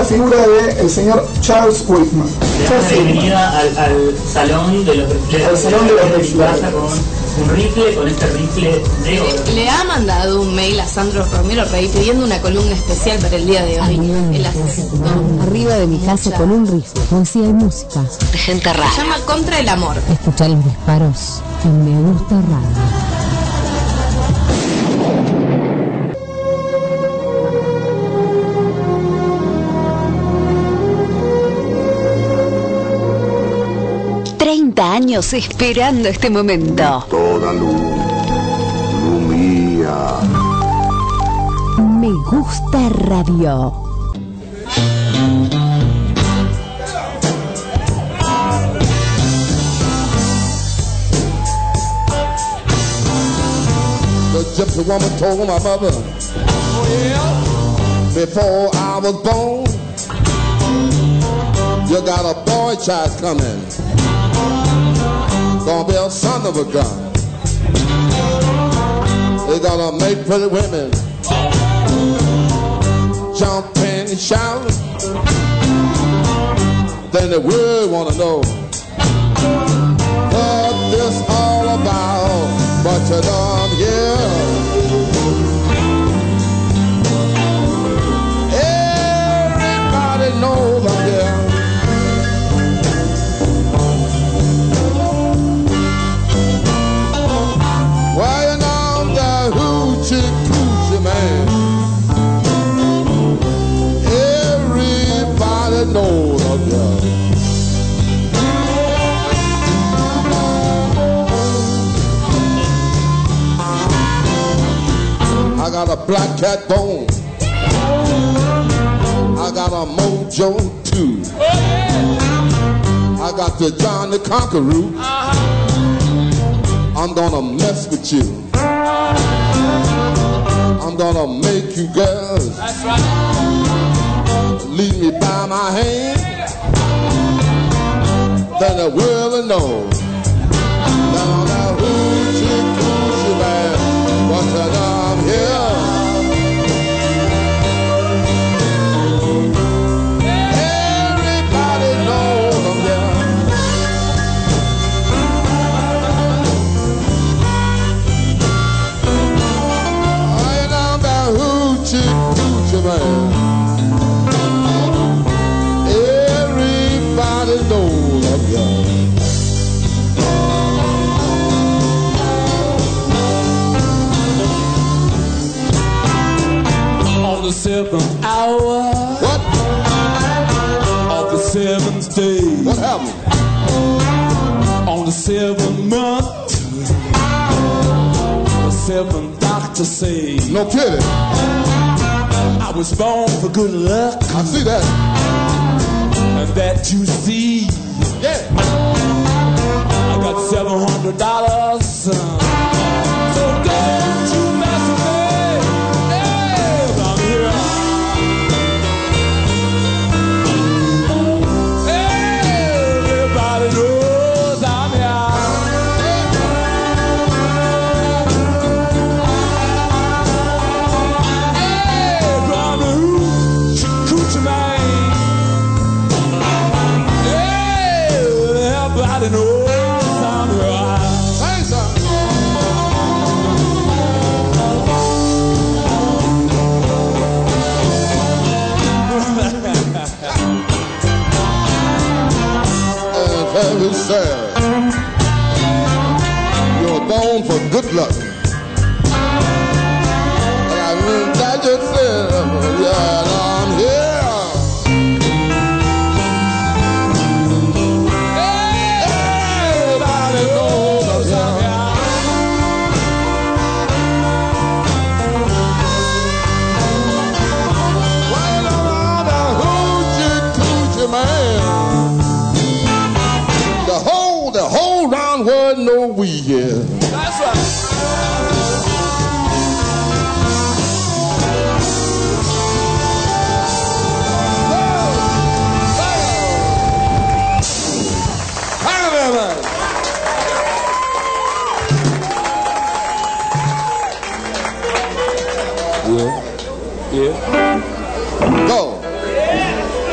figura del señor Charles Whitman. Bienvenida al salón de los rifles. Al salón de los rifles. Con un rifle, con este rifle de oro. Le ha mandado un mail a Sandro Romero Rey pidiendo una columna especial para el día de hoy. Él aceptó. Arriba de mi casa con un rifle, poesía y música. De gente rara. Se llama Contra el Amor. Escuchar los disparos en Me Gusta Radio. Años esperando este momento. Toda luz mía. Me Gusta Radio. The gypsy woman told my mother, oh yeah, before I was born, you got a boy child coming. Gonna be a son of a gun. They gonna make pretty women jump and shout. Then the world wanna know what this all about. But you don't hear. Everybody knows I'm here. Everybody knows of you. I got a black cat bone. I got a mojo too. I got the John the Conqueror. I'm gonna mess with you. I'm gonna make you girls. That's right. Lead me by my hand. Then the world will know. Down that hoochie coochie man, but I'm here. Everybody knows I'm here. I down that hoochie coochie man. Everybody knows I'm here. The seventh hour. What? Of the seventh day. What happened? On the seventh month. The seventh doctor say. No kidding. I was born for good luck. I see that. And that you see. Yeah. I got $700. So don't you mess with me. Very sad. You were born for good luck. And that just said, yeah, I'm here. Everybody knows I'm here. Right around the hoochie coochie man. The whole round world know we here. That's right. Thank you very much. Yeah. Go.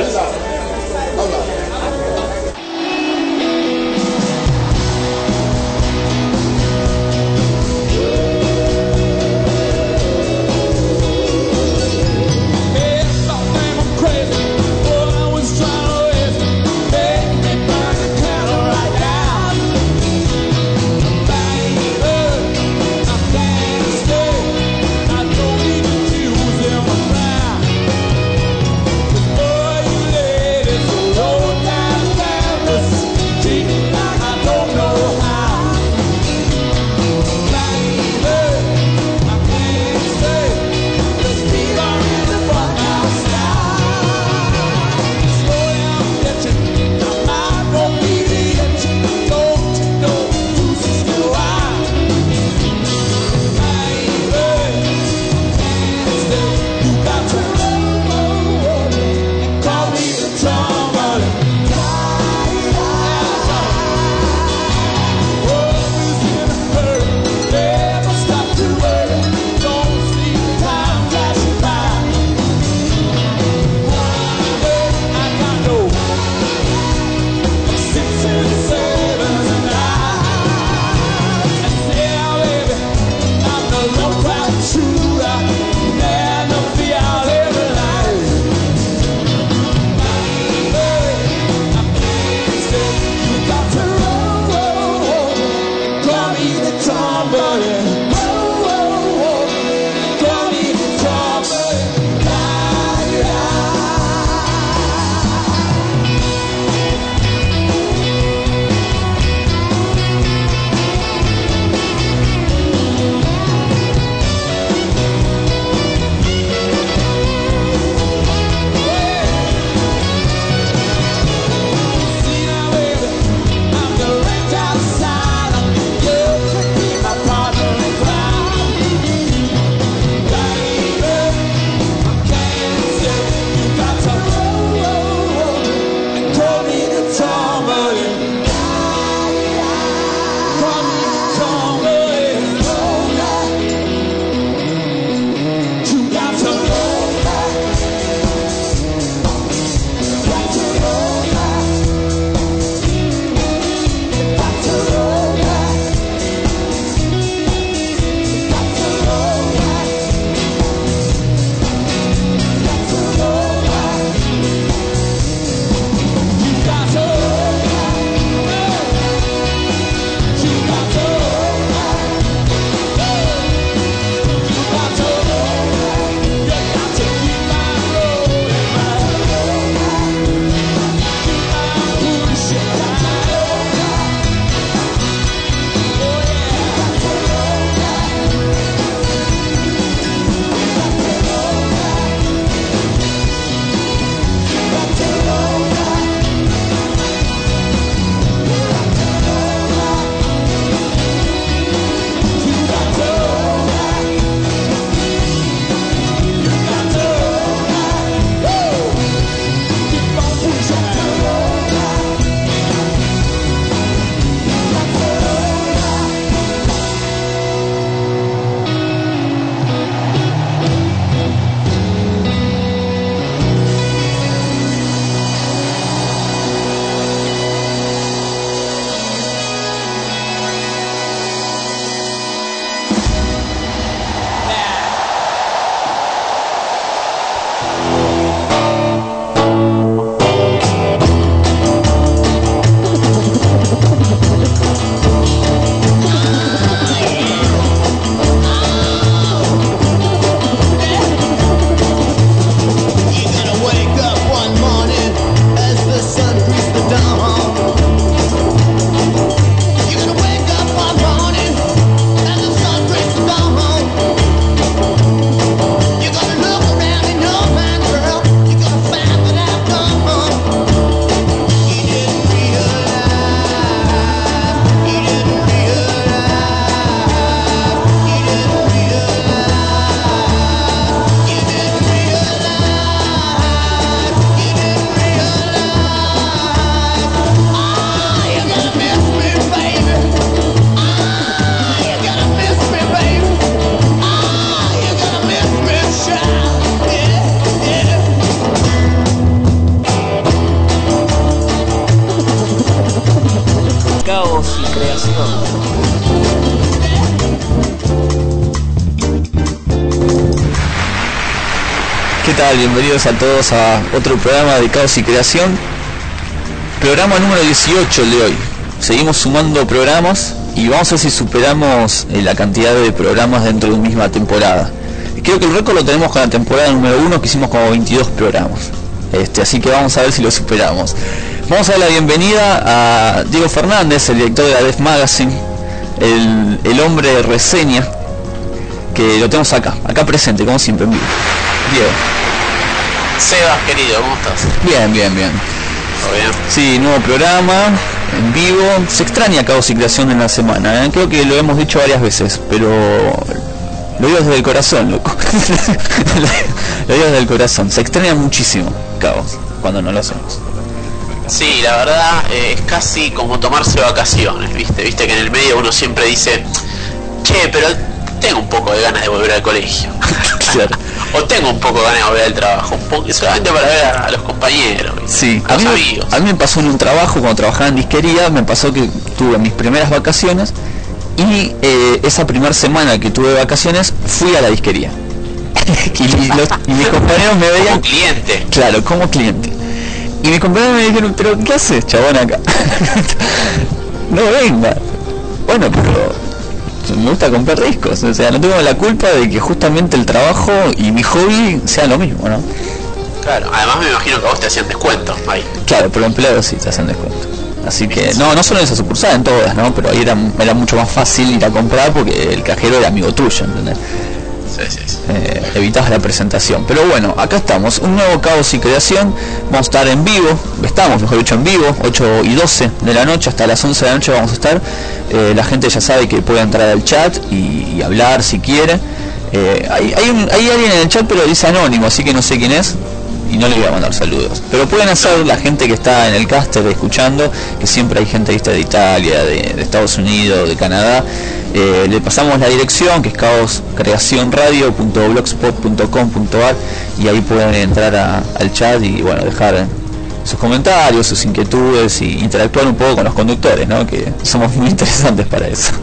¿Qué tal? Bienvenidos a todos a otro programa de Caos y Creación. Programa número 18 el de hoy. Seguimos sumando programas y vamos a ver si superamos la cantidad de programas dentro de una misma temporada. Creo que el récord lo tenemos con la temporada número 1, que hicimos como 22 programas. Así que vamos a ver si lo superamos. Vamos a dar la bienvenida a Diego Fernández, el director de la Def Magazine, el hombre de reseña, que lo tenemos acá presente, como siempre, en vivo. Diego. Sebas, querido, ¿cómo estás? Bien. ¿Todo bien? Sí, nuevo programa, en vivo. Se extraña Caos y Creación en la semana, creo que lo hemos dicho varias veces, pero lo digo desde el corazón, loco. Lo digo desde el corazón. Se extraña muchísimo Caos cuando no lo hacemos. Sí, la verdad es casi como tomarse vacaciones, ¿viste? Viste que en el medio uno siempre dice, che, pero tengo un poco de ganas de volver al colegio. Claro. O tengo un poco de ganas de volver al trabajo, solamente para ver a los compañeros, ¿viste? Sí, a los amigos. A mí me pasó en un trabajo, cuando trabajaba en disquería, me pasó que tuve mis primeras vacaciones Y esa primera semana que tuve vacaciones fui a la disquería. y mis compañeros me veían como cliente. Claro, como cliente. Y mis compañeros me dijeron, pero ¿qué haces, chabón, acá? No venga. Bueno, pero me gusta comprar discos, o sea, no tengo la culpa de que justamente el trabajo y mi hobby sean lo mismo, ¿no? Claro, además me imagino que a vos te hacían descuentos ahí. Claro, pero empleados sí te hacen descuento. Así que, no solo en esa sucursal, en todas, ¿no? Pero ahí era mucho más fácil ir a comprar porque el cajero era amigo tuyo, ¿entendés? Sí. Evitabas la presentación. Pero bueno, acá estamos, un nuevo Caos y Creación. Vamos a estar en vivo, mejor dicho en vivo, 8 y 12 de la noche, hasta las 11 de la noche vamos a estar. La gente ya sabe que puede entrar al chat y hablar si quiere. Hay alguien en el chat, pero dice anónimo, así que no sé quién es y no le voy a mandar saludos, pero pueden hacer la gente que está en el caster escuchando, que siempre hay gente de Italia, de Estados Unidos, de Canadá. Le pasamos la dirección, que es caoscreacionradio.blogspot.com.ar, y ahí pueden entrar al chat y bueno, dejar sus comentarios, sus inquietudes y interactuar un poco con los conductores, ¿no? Que somos muy interesantes para eso.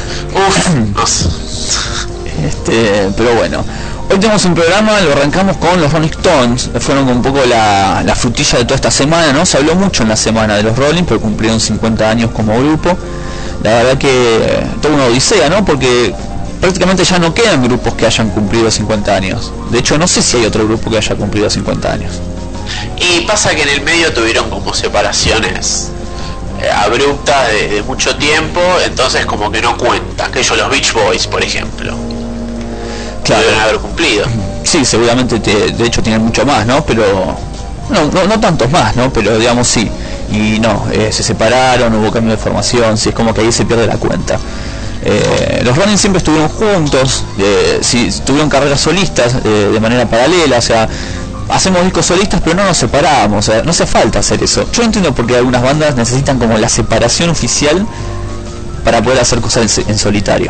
Pero bueno, hoy tenemos un programa, lo arrancamos con los Rolling Stones. Fueron un poco la frutilla de toda esta semana, ¿no? Se habló mucho en la semana de los Rolling, pero cumplieron 50 años como grupo. La verdad que toda una odisea, ¿no? Porque prácticamente ya no quedan grupos que hayan cumplido 50 años. De hecho, no sé si hay otro grupo que haya cumplido 50 años. Y pasa que en el medio tuvieron como separaciones abruptas de mucho tiempo, entonces como que no cuenta. Que ellos, los Beach Boys, por ejemplo, claro, deben haber cumplido. Sí, seguramente, de hecho tienen mucho más, ¿no? Pero no tantos más, ¿no? Pero digamos sí. Y se separaron, hubo cambio de formación, sí, es como que ahí se pierde la cuenta. Los Rolling siempre estuvieron juntos, sí, tuvieron carreras solistas de manera paralela, o sea, hacemos discos solistas pero no nos separamos, o sea, no hace falta hacer eso. Yo entiendo por qué algunas bandas necesitan como la separación oficial para poder hacer cosas en solitario.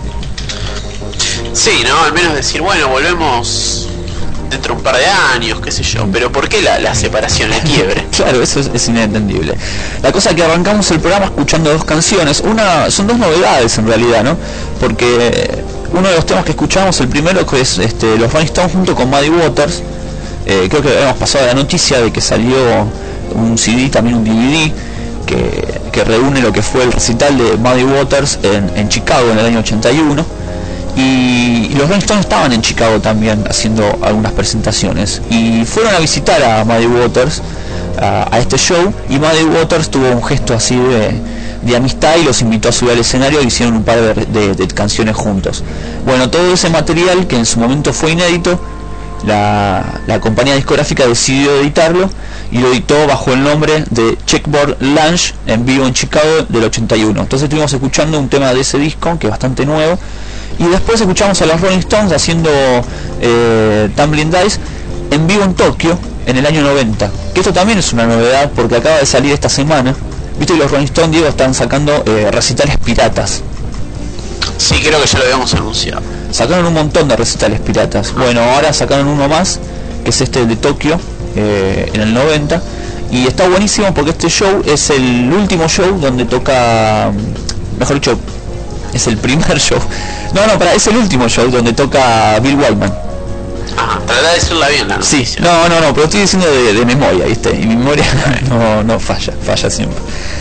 Sí, ¿no? Al menos decir, bueno, volvemos dentro de un par de años, qué sé yo, pero ¿por qué la separación, el quiebre? Claro, eso es inentendible. La cosa que arrancamos el programa escuchando dos canciones, son dos novedades en realidad, ¿no? Porque uno de los temas que escuchamos, el primero, que es los Rolling Stones junto con Muddy Waters. Creo que hemos pasado la noticia de que salió un CD, también un DVD, que reúne lo que fue el recital de Muddy Waters en Chicago en el año 81. Y los Rolling Stones estaban en Chicago también haciendo algunas presentaciones y fueron a visitar a Muddy Waters a este show, y Muddy Waters tuvo un gesto así de amistad y los invitó a subir al escenario y hicieron un par de canciones juntos. Bueno, todo ese material que en su momento fue inédito, la compañía discográfica decidió editarlo y lo editó bajo el nombre de Checkboard Lounge en vivo en Chicago del 81. Entonces estuvimos escuchando un tema de ese disco que es bastante nuevo, y después escuchamos a los Rolling Stones haciendo Tumbling Dice en vivo en Tokio en el año 90, que esto también es una novedad porque acaba de salir esta semana. Viste que los Rolling Stones, Diego, están sacando recitales piratas. Sí, creo que ya lo habíamos anunciado. Sacaron un montón de recitales piratas. Bueno, ahora sacaron uno más, que es este de Tokio, en el 90, y está buenísimo porque este show es el último show donde toca, mejor dicho, es el primer show. Es el último show donde toca Bill Wyman. Trata de decirla bien la noticia. Sí, no, pero estoy diciendo de memoria, ¿viste? Y mi memoria no falla siempre.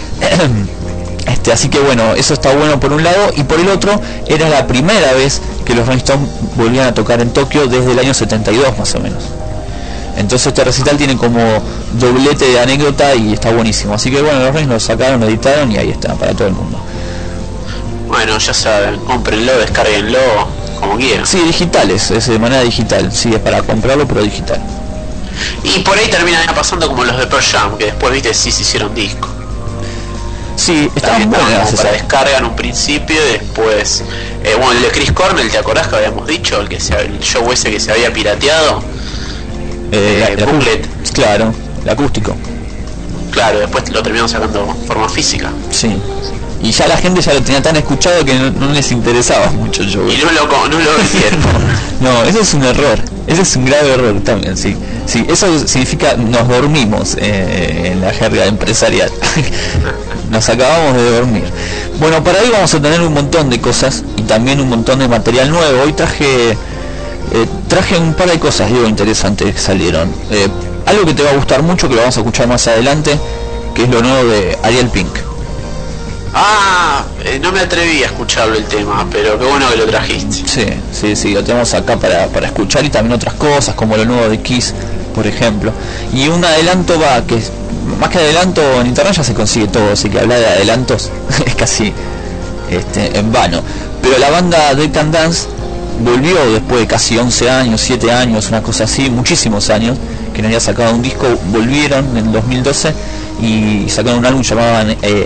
Así que bueno, eso está bueno por un lado, y por el otro, era la primera vez que los Rolling Stones volvían a tocar en Tokio desde el año 72 más o menos. Entonces este recital tiene como doblete de anécdota y está buenísimo. Así que bueno, los Rolling lo sacaron, lo editaron y ahí está, para todo el mundo. Bueno, ya saben, cómprenlo, descárguenlo, como quieran. Sí, digitales, es de manera digital, sí, es para comprarlo, pero digital. Y por ahí terminan pasando como los de Pearl Jam, que después, viste, sí se hicieron disco. Sí, estaban buenas para descarga en un principio y después... bueno, el de Chris Cornell, ¿te acordás que habíamos dicho? El show ese que se había pirateado. Booklet. Claro, el acústico. Claro, después lo terminamos sacando en forma física. Sí. Y ya la gente ya lo tenía tan escuchado que no les interesaba mucho el show. Y no lo vendieron. No, eso es un error. Ese es un grave error también, sí. Sí, eso significa nos dormimos en la jerga empresarial. nos acabamos de dormir. Bueno, para hoy vamos a tener un montón de cosas y también un montón de material nuevo. Hoy traje un par de cosas, digo, interesantes que salieron. Algo que te va a gustar mucho, que lo vamos a escuchar más adelante, que es lo nuevo de Ariel Pink. No me atreví a escucharlo el tema, pero qué bueno que lo trajiste. Sí, lo tenemos acá para escuchar, y también otras cosas como lo nuevo de Kiss, por ejemplo. Y un adelanto que más que adelanto, en internet ya se consigue todo, así que hablar de adelantos es casi en vano. Pero la banda Dead Can Dance volvió después de casi 11 años, 7 años, una cosa así, muchísimos años, que no había sacado un disco. Volvieron en el 2012 y sacaron un álbum llamado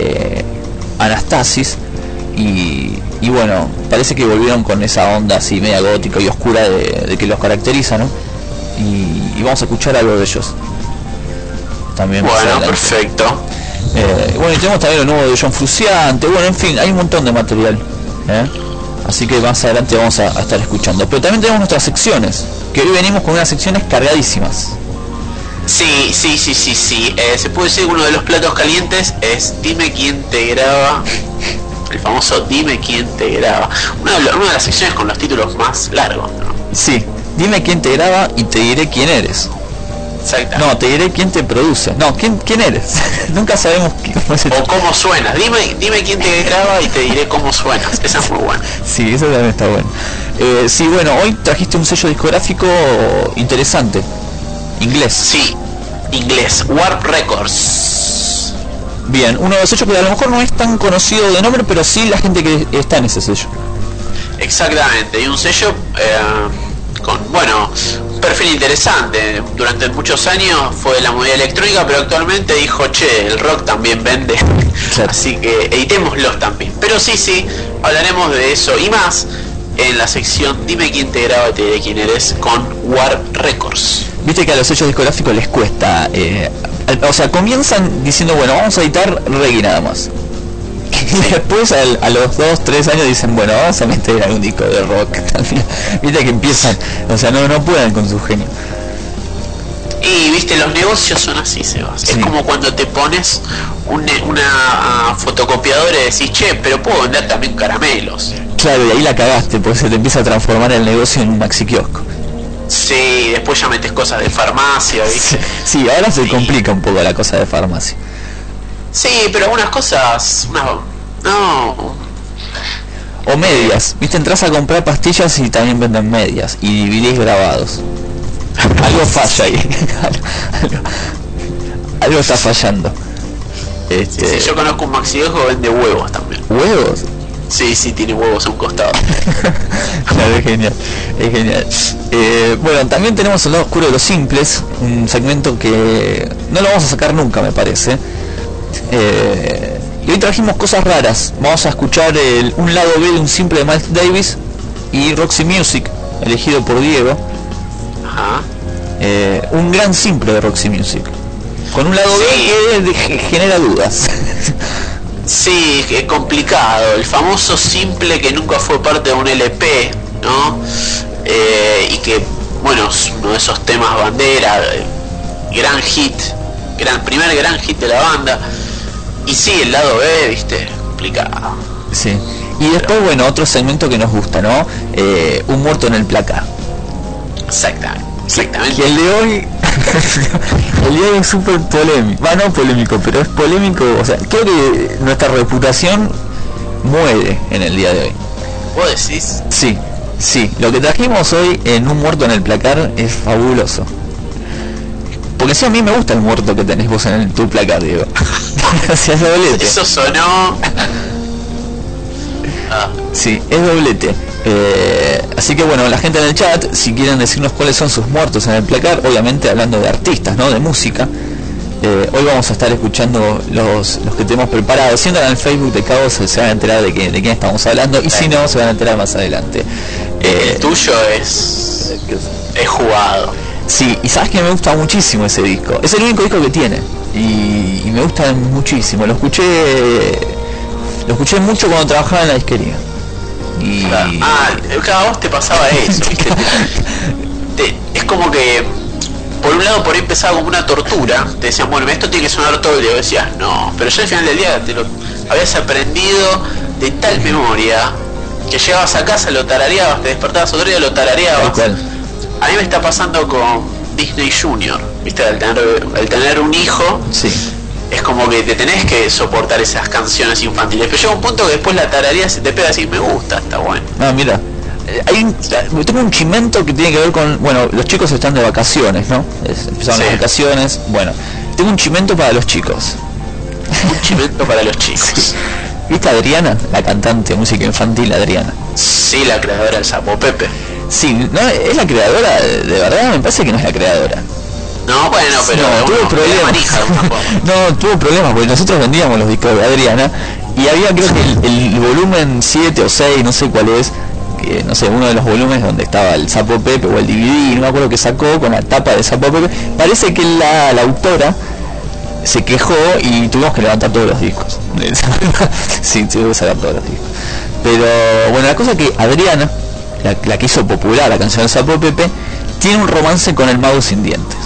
Anastasis, y bueno, parece que volvieron con esa onda así media gótica y oscura de que los caracteriza, ¿no? Y vamos a escuchar algo de ellos también. Bueno, perfecto. Bueno, y tenemos también lo nuevo de John Frusciante. Bueno, en fin, hay un montón de material, así que más adelante vamos a estar escuchando. Pero también tenemos nuestras secciones, que hoy venimos con unas secciones cargadísimas. Sí. Se puede decir que uno de los platos calientes es Dime quién te graba. El famoso Dime quién te graba. Una de las secciones con los títulos más largos, ¿no? Sí, dime quién te graba y te diré quién eres. Exacto. No, te diré quién te produce. No, quién eres. Nunca sabemos o cómo suenas. Dime quién te graba y te diré cómo suenas. Esa es muy buena. Sí, eso también está bueno. Sí, bueno, hoy trajiste un sello discográfico interesante. Inglés. Sí, inglés. Warp Records. Bien, uno de los sellos que a lo mejor no es tan conocido de nombre, pero sí la gente que está en ese sello. Exactamente, y un sello con, un perfil interesante. Durante muchos años fue de la movida electrónica, pero actualmente dijo, che, el rock también vende. Claro. Así que editémoslos también. Pero sí, hablaremos de eso y más en la sección Dime quién te graba y te diré quién eres con Warp Records. Viste que a los sellos discográficos les cuesta, o sea, comienzan diciendo, bueno, vamos a editar reggae nada más. Y después a los 2-3 años dicen, bueno, vamos a meter algún disco de rock también. Viste que empiezan, o sea, no pueden con su genio. Y viste, los negocios son así, Sebas. Sí. Es como cuando te pones una fotocopiadora y decís, che, pero puedo vender también caramelos. Claro, y ahí la cagaste, porque se te empieza a transformar el negocio en un maxi kiosco. Sí, después ya metes cosas de farmacia, ¿viste? Sí, ahora se complica un poco la cosa de farmacia. Sí, pero algunas cosas, no. O medias, viste, entras a comprar pastillas y también venden medias y DVDs grabados. Algo falla ahí. algo está fallando. Sí, yo conozco un maxi kiosco que vende huevos también. ¿Huevos? Sí, tiene huevos a un costado. Claro, es genial. Bueno, también tenemos el lado oscuro de los simples, un segmento que no lo vamos a sacar nunca, me parece. Y hoy trajimos cosas raras. Vamos a escuchar un lado B de un simple de Miles Davis y Roxy Music, elegido por Diego. Ajá. Un gran simple de Roxy Music, con un lado B que genera dudas. Sí, es complicado. El famoso simple que nunca fue parte de un LP, ¿no? Y que, bueno, es uno de esos temas bandera, gran hit, primer gran hit de la banda. Y sí, el lado B, viste, complicado. Sí. Y después, bueno, otro segmento que nos gusta, ¿no? Un muerto en el placar. Exactamente. Y el de hoy es súper polémico. No polémico, pero es polémico. O sea, creo que nuestra reputación muere en el día de hoy. ¿Vos decís? Sí. Lo que trajimos hoy en un muerto en el placar es fabuloso. Porque sí, a mí me gusta el muerto que tenés vos en tu placar, Diego. Si es doblete. Eso sonó. Sí, es doblete. Así que bueno, la gente en el chat, si quieren decirnos cuáles son sus muertos en el placar, obviamente hablando de artistas, ¿no? De música. Hoy vamos a estar escuchando los que tenemos preparados. Si entran al Facebook de Caos se van a enterar de quién estamos hablando, y si no, se van a enterar más adelante. El tuyo es jugado. Sí, y sabes que me gusta muchísimo ese disco. Es el único disco que tiene y me gusta muchísimo. Lo escuché mucho cuando trabajaba en la disquería. Cada vos te pasaba eso, ¿viste? Es como que por un lado por ahí empezaba como una tortura, te decían, bueno, esto tiene que sonar todo, y yo decías, no, pero ya al final del día te lo habías aprendido de tal memoria que llegabas a casa, lo tarareabas, te despertabas otro día, lo tarareabas. A mí me está pasando con Disney Junior, viste, al tener un hijo, sí, es como que te tenés que soportar esas canciones infantiles, pero llega un punto que después la tarareas y te pega así, me gusta, está bueno. Ah, mira, tengo un chimento que tiene que ver con, bueno, los chicos están de vacaciones, ¿no? Empezaron las vacaciones, bueno, tengo un chimento para los chicos. Un chimento para los chicos. Sí. ¿Viste a Adriana, la cantante de música infantil Adriana? Sí, la creadora del Sapo Pepe. Sí, ¿no? ¿Es la creadora? De verdad me parece que no es la creadora. No, bueno, pero no, tuvo problemas. No, tuvo problemas porque nosotros vendíamos los discos de Adriana y había, creo que el volumen 7 o 6, no sé cuál es, que no sé, uno de los volúmenes donde estaba el Sapo Pepe o el DVD, no me acuerdo, que sacó con la tapa de Sapo Pepe. Parece que la autora se quejó y tuvimos que levantar todos los discos. Sí, tuvimos que sacar todos los discos. Pero bueno, la cosa es que Adriana, la que hizo popular la canción de Sapo Pepe, tiene un romance con el Mago Sin Dientes.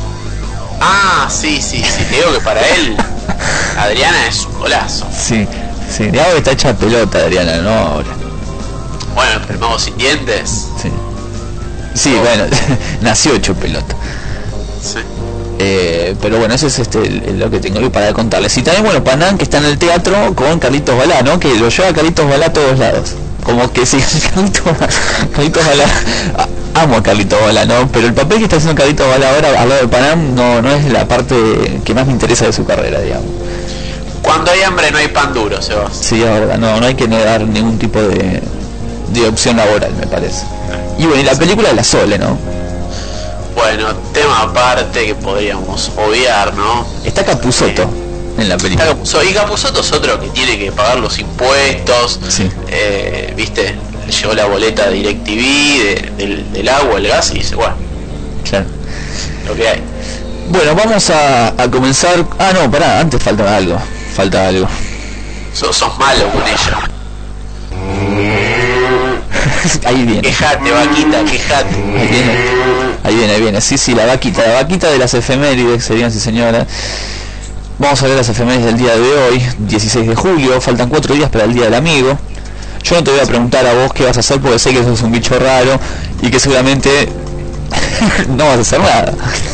Ah, sí, te digo que para él Adriana es un golazo. Sí, digamos que está hecha pelota Adriana, ¿no? Ahora. Bueno, pero el Mago Sin Dientes. Sí, bueno, nació hecho pelota. Sí. Pero bueno, eso es lo que tengo para contarles. Y también, bueno, Panán, que está en el teatro con Carlitos Balá, ¿no? Que lo lleva Carlitos Balá a todos lados. Como que sí, Carlitos Balá, amo a Carlitos Balá, ¿no? Pero el papel que está haciendo Carlitos Balá ahora al lado de Panam no es la parte que más me interesa de su carrera, digamos. Cuando hay hambre no hay pan duro, Sebas. Sí, es verdad, no hay que negar ningún tipo de opción laboral, me parece. Y bueno, y la película de la Sole, ¿no? Bueno, tema aparte que podríamos obviar, ¿no? Está Capusotto en la película. Y Capusotto es otro que tiene que pagar los impuestos. Sí. ¿Viste? Le llegó la boleta de DirecTV, del agua, el gas, y dice, bueno, claro, lo que hay. Bueno, vamos a comenzar. Ah, no, pará, antes falta algo. Sos malo con ella. Ahí viene. Quejate, vaquita, quejate. Ahí viene. Sí, la vaquita de las efemérides, serían, sí señora. Vamos a ver las efemérides del día de hoy, 16 de julio, faltan 4 días para el Día del Amigo. Yo no te voy a preguntar a vos qué vas a hacer porque sé que sos un bicho raro y que seguramente no vas a hacer nada.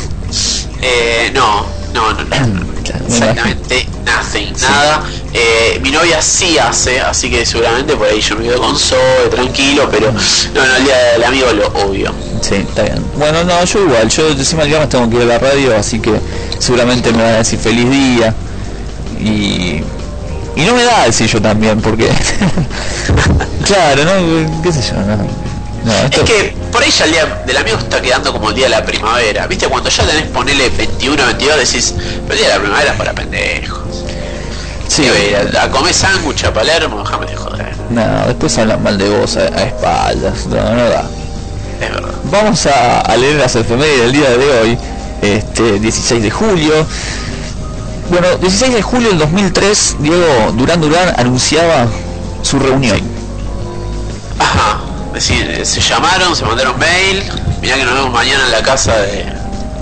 No. Exactamente, nada. Mi novia sí hace, así que seguramente por ahí yo me quedo con Zoe, tranquilo, pero no, el Día del Amigo lo obvio. Sí, está bien. Bueno, no, yo igual, yo encima el viernes tengo que ir a la radio, así que seguramente me van a decir feliz día y no me da decir yo también, porque claro, no, qué sé yo, no, esto... Es que por ahí ya el Día del Amigo está quedando como el día de la primavera, viste, cuando ya tenés, ponele 21, 22, decís, pero el día de la primavera es para pendejos. Sí, a comer sándwich a Palermo, déjame de joder. No, después hablan mal de vos a espaldas, no da. Es verdad. Vamos a leer las efemérides del día de hoy, 16 de julio. Bueno, 16 de julio del 2003, Diego Durán anunciaba su reunión. Sí. Ajá, es decir, se llamaron, se mandaron mail, mirá que nos vemos mañana en la casa de...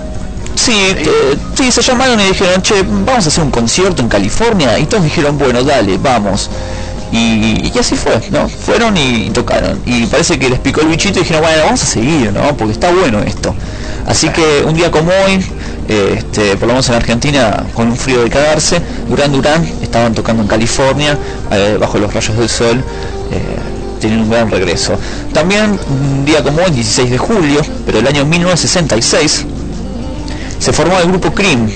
Sí, se llamaron y dijeron, che, vamos a hacer un concierto en California, y todos dijeron, bueno, dale, vamos. Y así fue, ¿no? Fueron y tocaron. Y parece que les picó el bichito y dijeron, bueno, vamos a seguir, ¿no? Porque está bueno esto. Así que un día como hoy, por lo menos en Argentina, con un frío de cagarse, Durán estaban tocando en California, bajo los rayos del sol, tienen un gran regreso. También un día como hoy, 16 de julio, pero el año 1966, se formó el grupo Cream.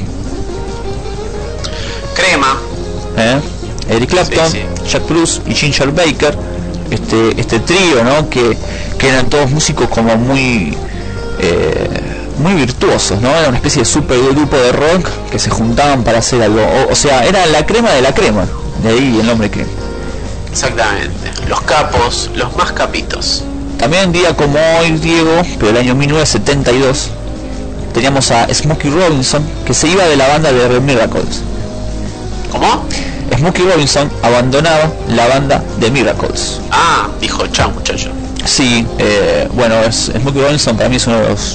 Crema. Eric Clapton, sí. Jack Bruce y Ginger Baker, este trío, ¿no? Que eran todos músicos como muy virtuosos, ¿no? Era una especie de super grupo de rock que se juntaban para hacer algo, o sea, era la crema de la crema, de ahí el nombre Cream. Exactamente, los capos, los más capitos. También un día como hoy, Diego, pero el año 1972, teníamos a Smokey Robinson, que se iba de la banda de The Miracles. ¿Cómo? Smokey Robinson abandonaba la banda de Miracles. Ah, dijo, chao muchacho. Sí, bueno, Smokey Robinson para mí es uno de los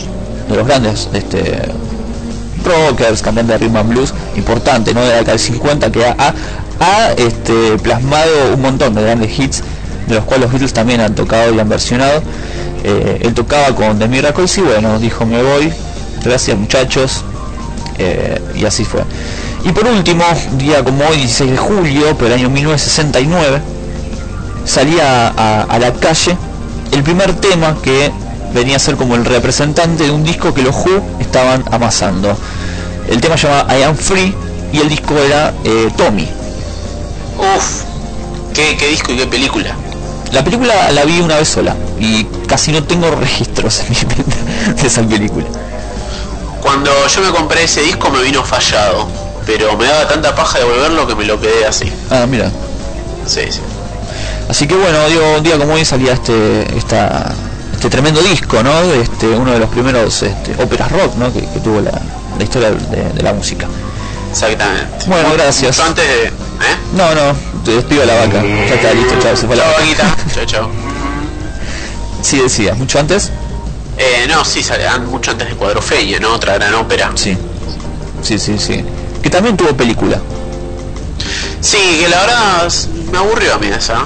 los grandes rockers, cantante de rhythm and blues importante, ¿no? De la década del 50, que ha plasmado un montón de grandes hits, de los cuales los Beatles también han tocado y han versionado. Él tocaba con The Miracles y bueno, dijo me voy, gracias muchachos, y así fue. Y por último, día como hoy, 16 de julio, pero el año 1969, salía a la calle el primer tema que venía a ser como el representante de un disco que los Who estaban amasando. El tema se llama I Am Free y el disco era Tommy. Uf, qué disco y qué película. La película la vi una vez sola y casi no tengo registros en mi mente de esa película. Cuando yo me compré ese disco me vino fallado, pero me daba tanta paja devolverlo que me lo quedé así. Ah, mira. Sí. Así que bueno, digo, un día como hoy salía este tremendo disco, ¿no? Uno de los primeros óperas rock, ¿no? que tuvo la historia de la música. Exactamente. Bueno, gracias. Mucho antes de... No, te despido a la vaca. Ya está listo, chao, se fue la vaquita. Chao. Sí, decías, ¿mucho antes? No, sí, mucho antes de Cuadrofeña, ¿no? Otra gran ópera. Sí. Que también tuvo película. Sí, que la verdad me aburrió a mí esa.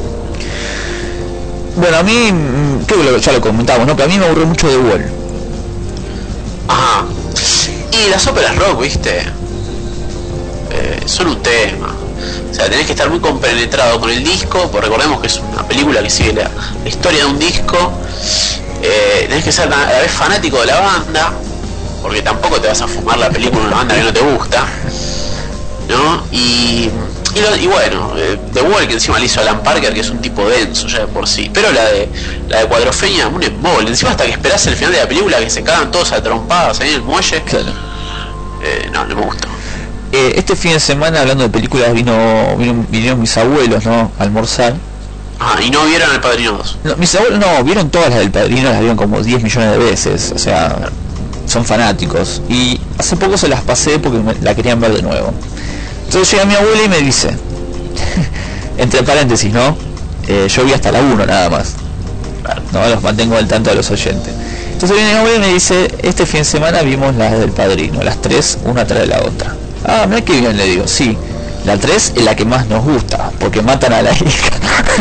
Bueno, a mí, creo que ya lo comentamos, ¿no? Pero a mí me aburrió mucho The Wall. Ajá. Y las óperas rock, ¿viste? Son un tema. O sea, tenés que estar muy compenetrado con el disco, porque recordemos que es una película que sigue la historia de un disco. Tenés que ser a la vez fanático de la banda, porque tampoco te vas a fumar la película de una banda que no te gusta, ¿no? Y bueno, The Wall, que encima le hizo Alan Parker, que es un tipo denso ya de por sí, pero la de Cuadrofeña, un embole, encima hasta que esperás el final de la película que se cagan todos a trompadas ahí en el muelle. Claro. No me gustó. Este fin de semana, hablando de películas, vinieron mis abuelos, ¿no? A almorzar. ¿Y no vieron El Padrino 2? No, mis abuelos no, vieron todas las del Padrino, las vieron como 10 millones de veces, o sea, son fanáticos. Y hace poco se las pasé porque la querían ver de nuevo. Entonces llega mi abuela y me dice, entre paréntesis, ¿no? Yo vi hasta la 1 nada más. No, los mantengo al tanto de los oyentes. Entonces viene mi abuela y me dice, este fin de semana vimos las del Padrino, las 3, una tras de la otra. Ah, mira qué bien, le digo, sí. La 3 es la que más nos gusta, porque matan a la hija.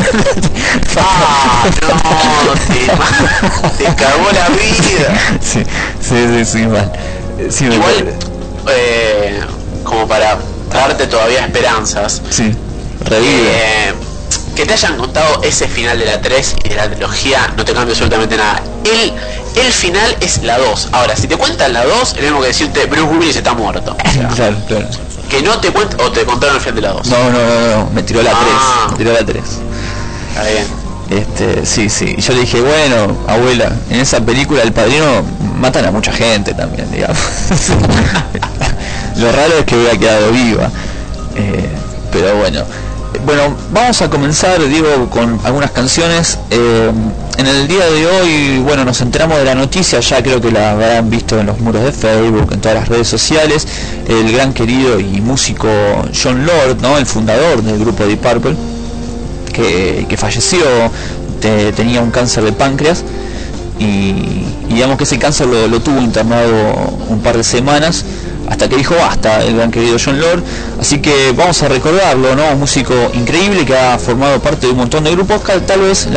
Te cagó la vida. Sí, mal. Sí, igual, como para darte todavía esperanzas. Sí, revive. Que te hayan contado ese final de la 3 y de la trilogía no te cambia absolutamente nada. El final es la 2. Ahora, si te cuentan la 2, es lo mismo que decirte Bruce Willis está muerto. O sea, claro. Que no te cuenten, o te contaron el final de la 2. No, me tiró la 3. Está bien. Sí. Y yo le dije, bueno, abuela, en esa película El Padrino matan a mucha gente también, digamos. Lo raro es que hubiera quedado viva. Pero bueno, vamos a comenzar, digo, con algunas canciones. En el día de hoy, bueno, nos enteramos de la noticia, ya creo que la habrán visto en los muros de Facebook, en todas las redes sociales, el gran querido y músico Jon Lord, ¿no? El fundador del grupo Deep Purple, que falleció, tenía un cáncer de páncreas y digamos que ese cáncer lo tuvo internado un par de semanas, hasta que dijo basta, el gran querido Jon Lord. Así que vamos a recordarlo, ¿no? Un músico increíble que ha formado parte de un montón de grupos, tal vez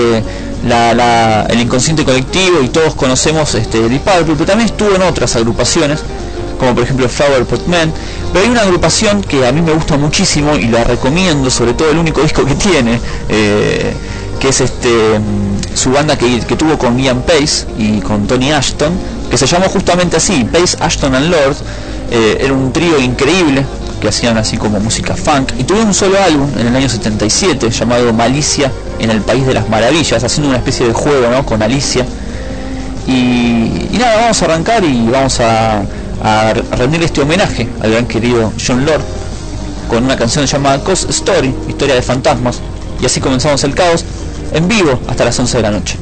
el inconsciente colectivo y todos conocemos Deep Purple, pero también estuvo en otras agrupaciones, como por ejemplo Flower Pot Man. Pero hay una agrupación que a mí me gusta muchísimo y la recomiendo, sobre todo el único disco que tiene, que es su banda que tuvo con Ian Pace y con Tony Ashton, que se llamó justamente así, Pace, Ashton and Lord. Era un trío increíble que hacían así como música funk, y tuvieron un solo álbum en el año 77 llamado Malicia en el País de las Maravillas, haciendo una especie de juego, ¿no? Con Alicia. Y nada, vamos a arrancar y vamos a rendir este homenaje al gran querido Jon Lord con una canción llamada Ghost Story, historia de fantasmas. Y así comenzamos el caos en vivo hasta las 11 de la noche.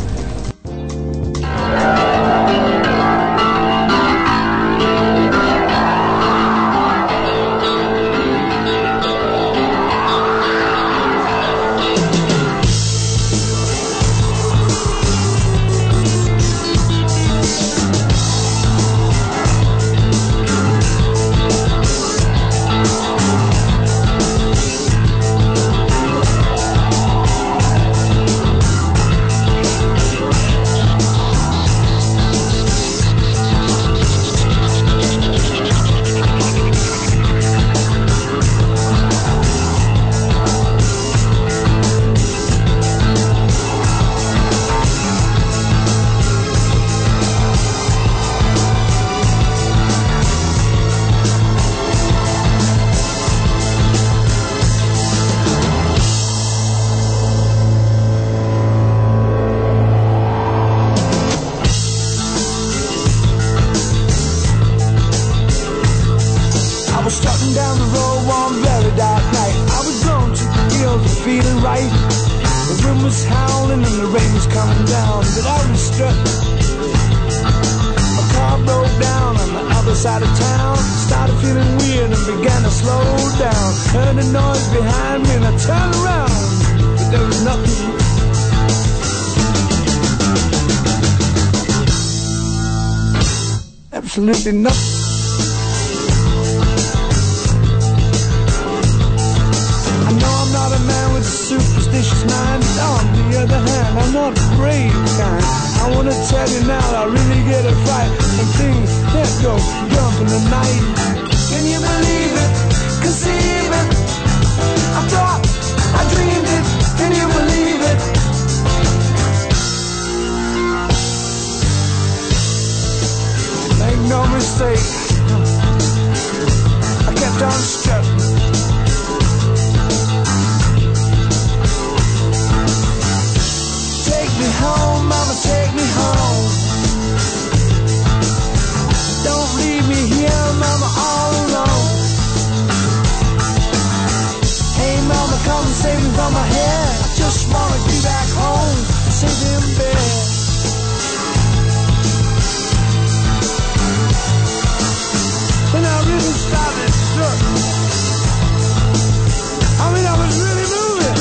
down that I was struck. My car broke down on the other side of town. Started feeling weird and began to slow down. Heard a noise behind me and I turned around, but there was nothing. Absolutely nothing. I know I'm not a man with a superstitious mind, but on the other hand, I'm not a brave kind. I wanna tell you now, I really get a fright when things that go jump in the night. Can you believe it? Conceive it? I thought I dreamed it. Can you believe it? Make no mistake, I kept on strutting. Take me home, mama, take me home. Don't leave me here, mama, all alone. Hey, mama, come and save me from my head. I just wanna be back home, safe in bed. When I really started strutting, I mean, I was really moving.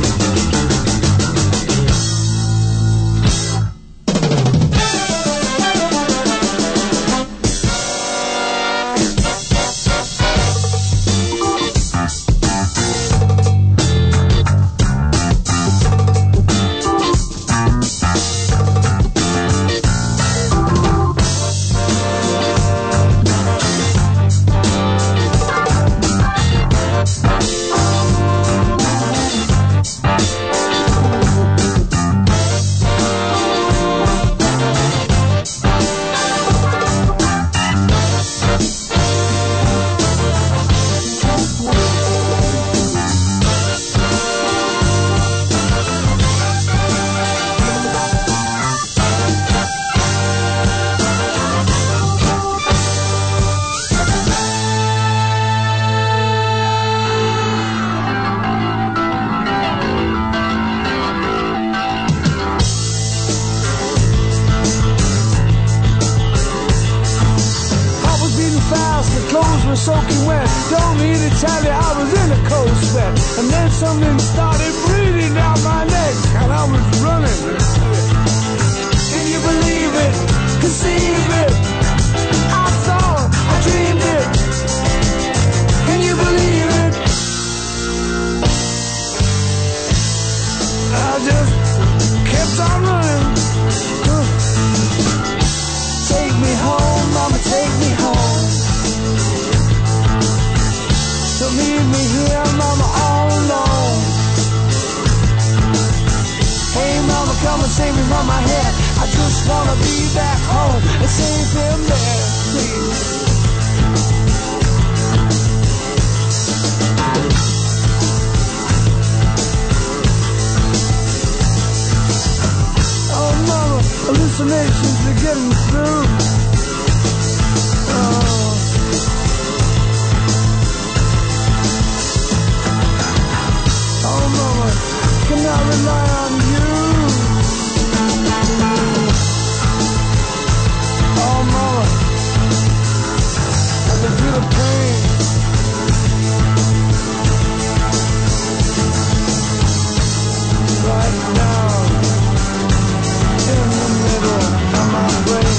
Soaking wet, don't need to tell you I was in a cold sweat. And then something started breathing down my neck, and I was running. Can you believe it? Conceive it? I thought I dreamed it. Can you believe it? I just kept on running. Take me home, mama, take me home. Don't leave me here, mama, all alone. Hey, mama, come and save me from my head. I just wanna be back home and safe in bed, please. Oh, mama, hallucinations are getting through. Oh, mama, can I rely on you? Oh, mama, I can feel the pain. Right now, in the middle of my brain.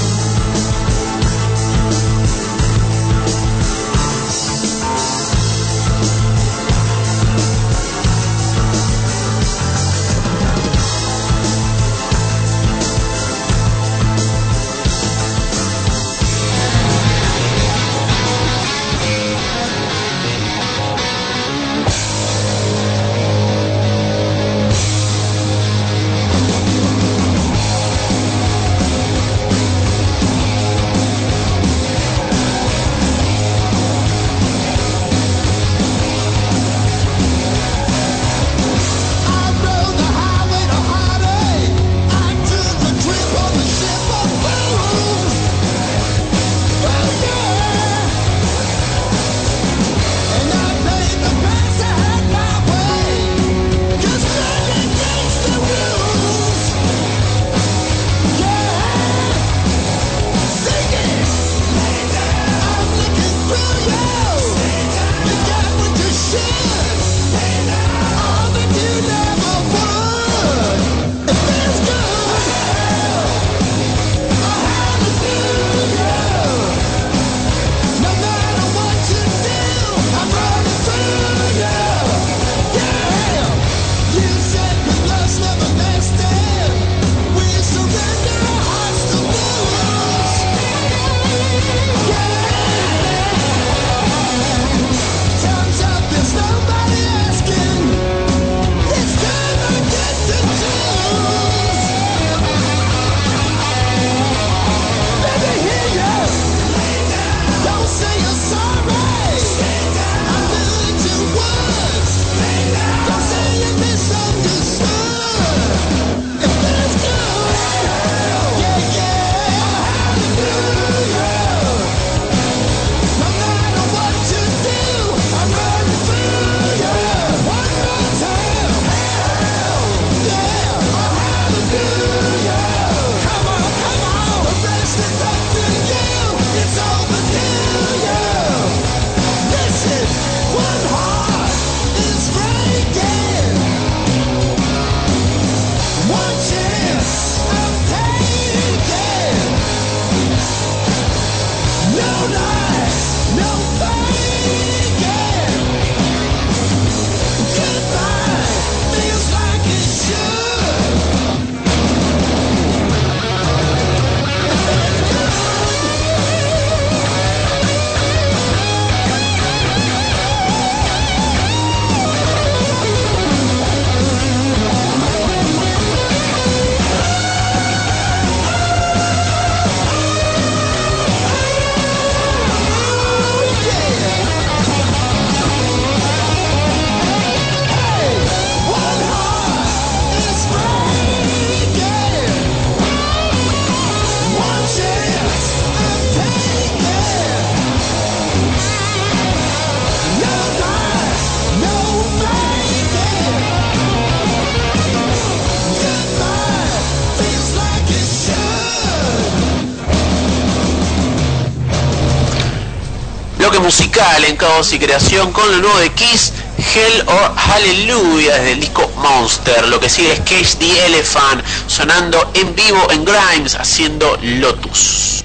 musical en Caos y Creación con lo nuevo de Kiss, Hell or Hallelujah, desde el disco Monster. Lo que sigue es Cage the Elephant sonando en vivo en Grimes haciendo Lotus.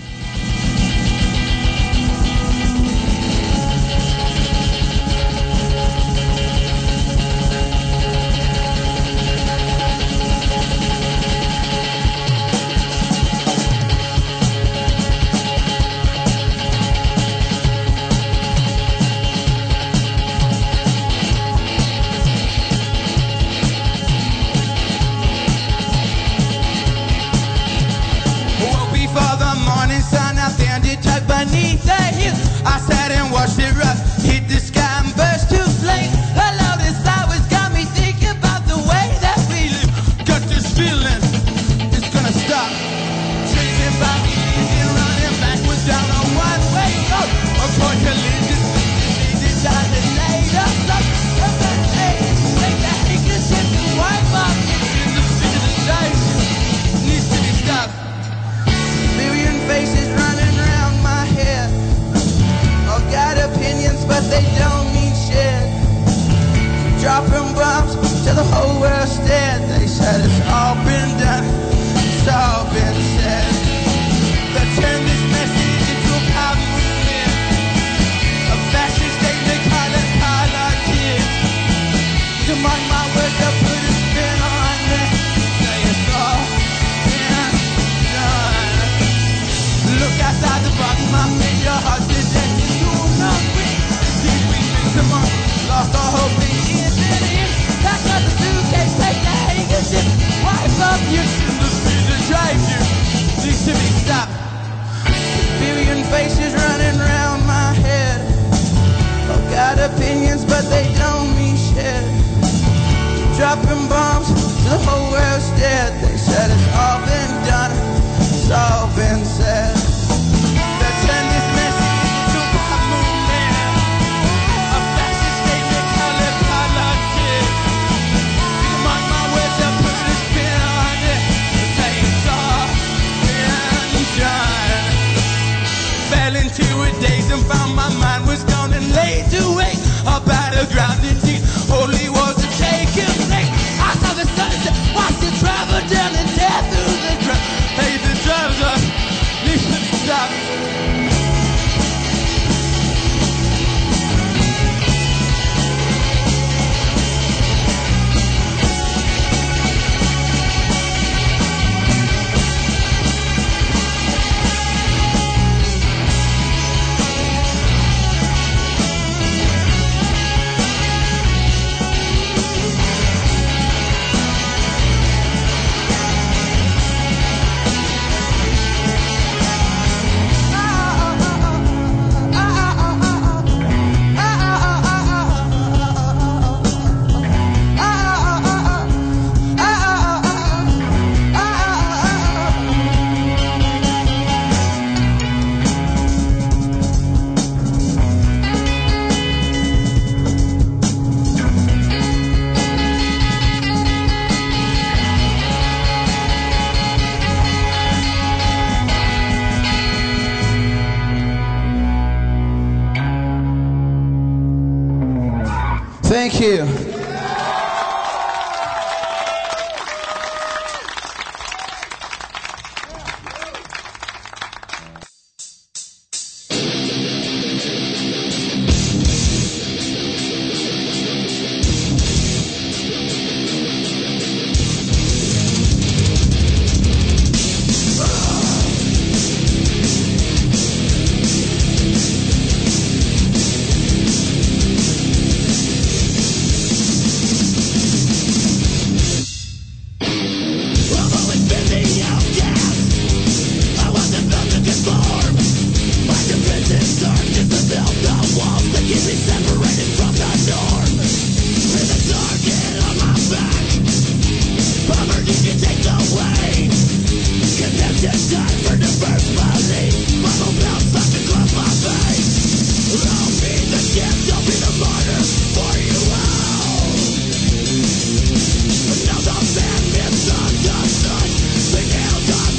Thank you.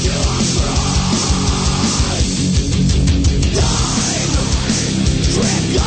Trick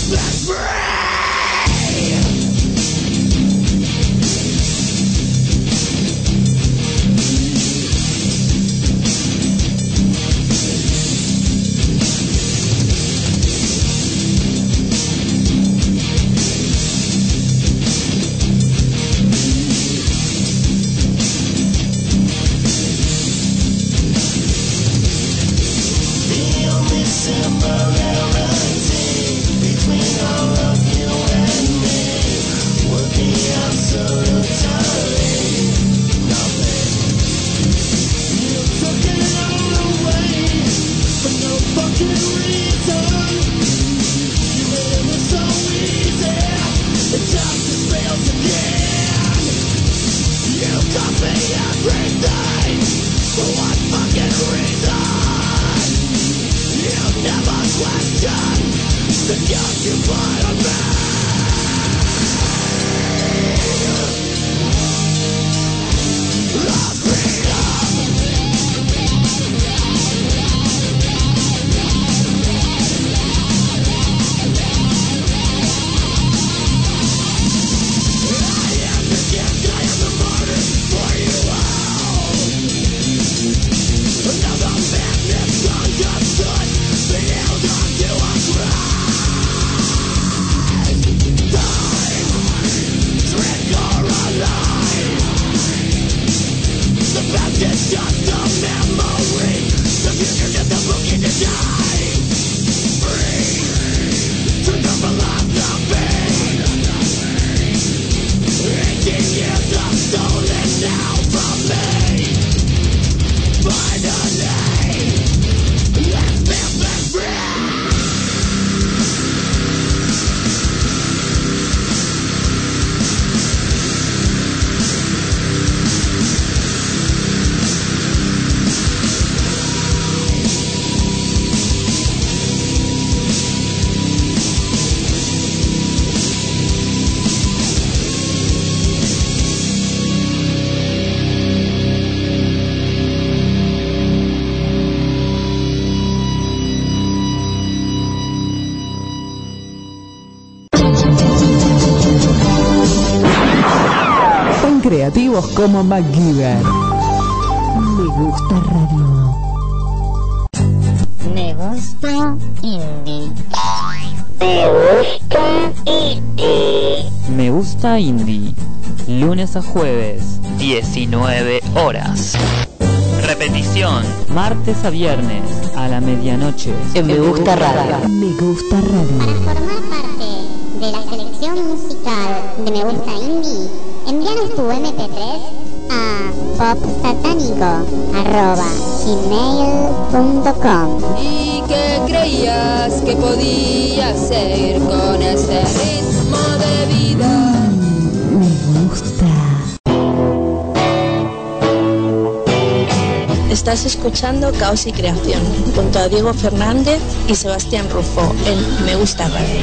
Creativos como MacGyver. Me gusta radio. Me gusta indie. Me gusta indie. Me gusta indie. Lunes a jueves, 19 horas. Repetición, martes a viernes, a la medianoche. En Me Gusta Radio. Me gusta radio. Para formar parte de la selección musical de Me Gusta Indie, envíanos tu MP3 a popsatánico@gmail.com. ¿Y qué creías que podías seguir con ese ritmo de vida? Me gusta. Estás escuchando Caos y Creación junto a Diego Fernández y Sebastián Rufo en Me Gusta Radio.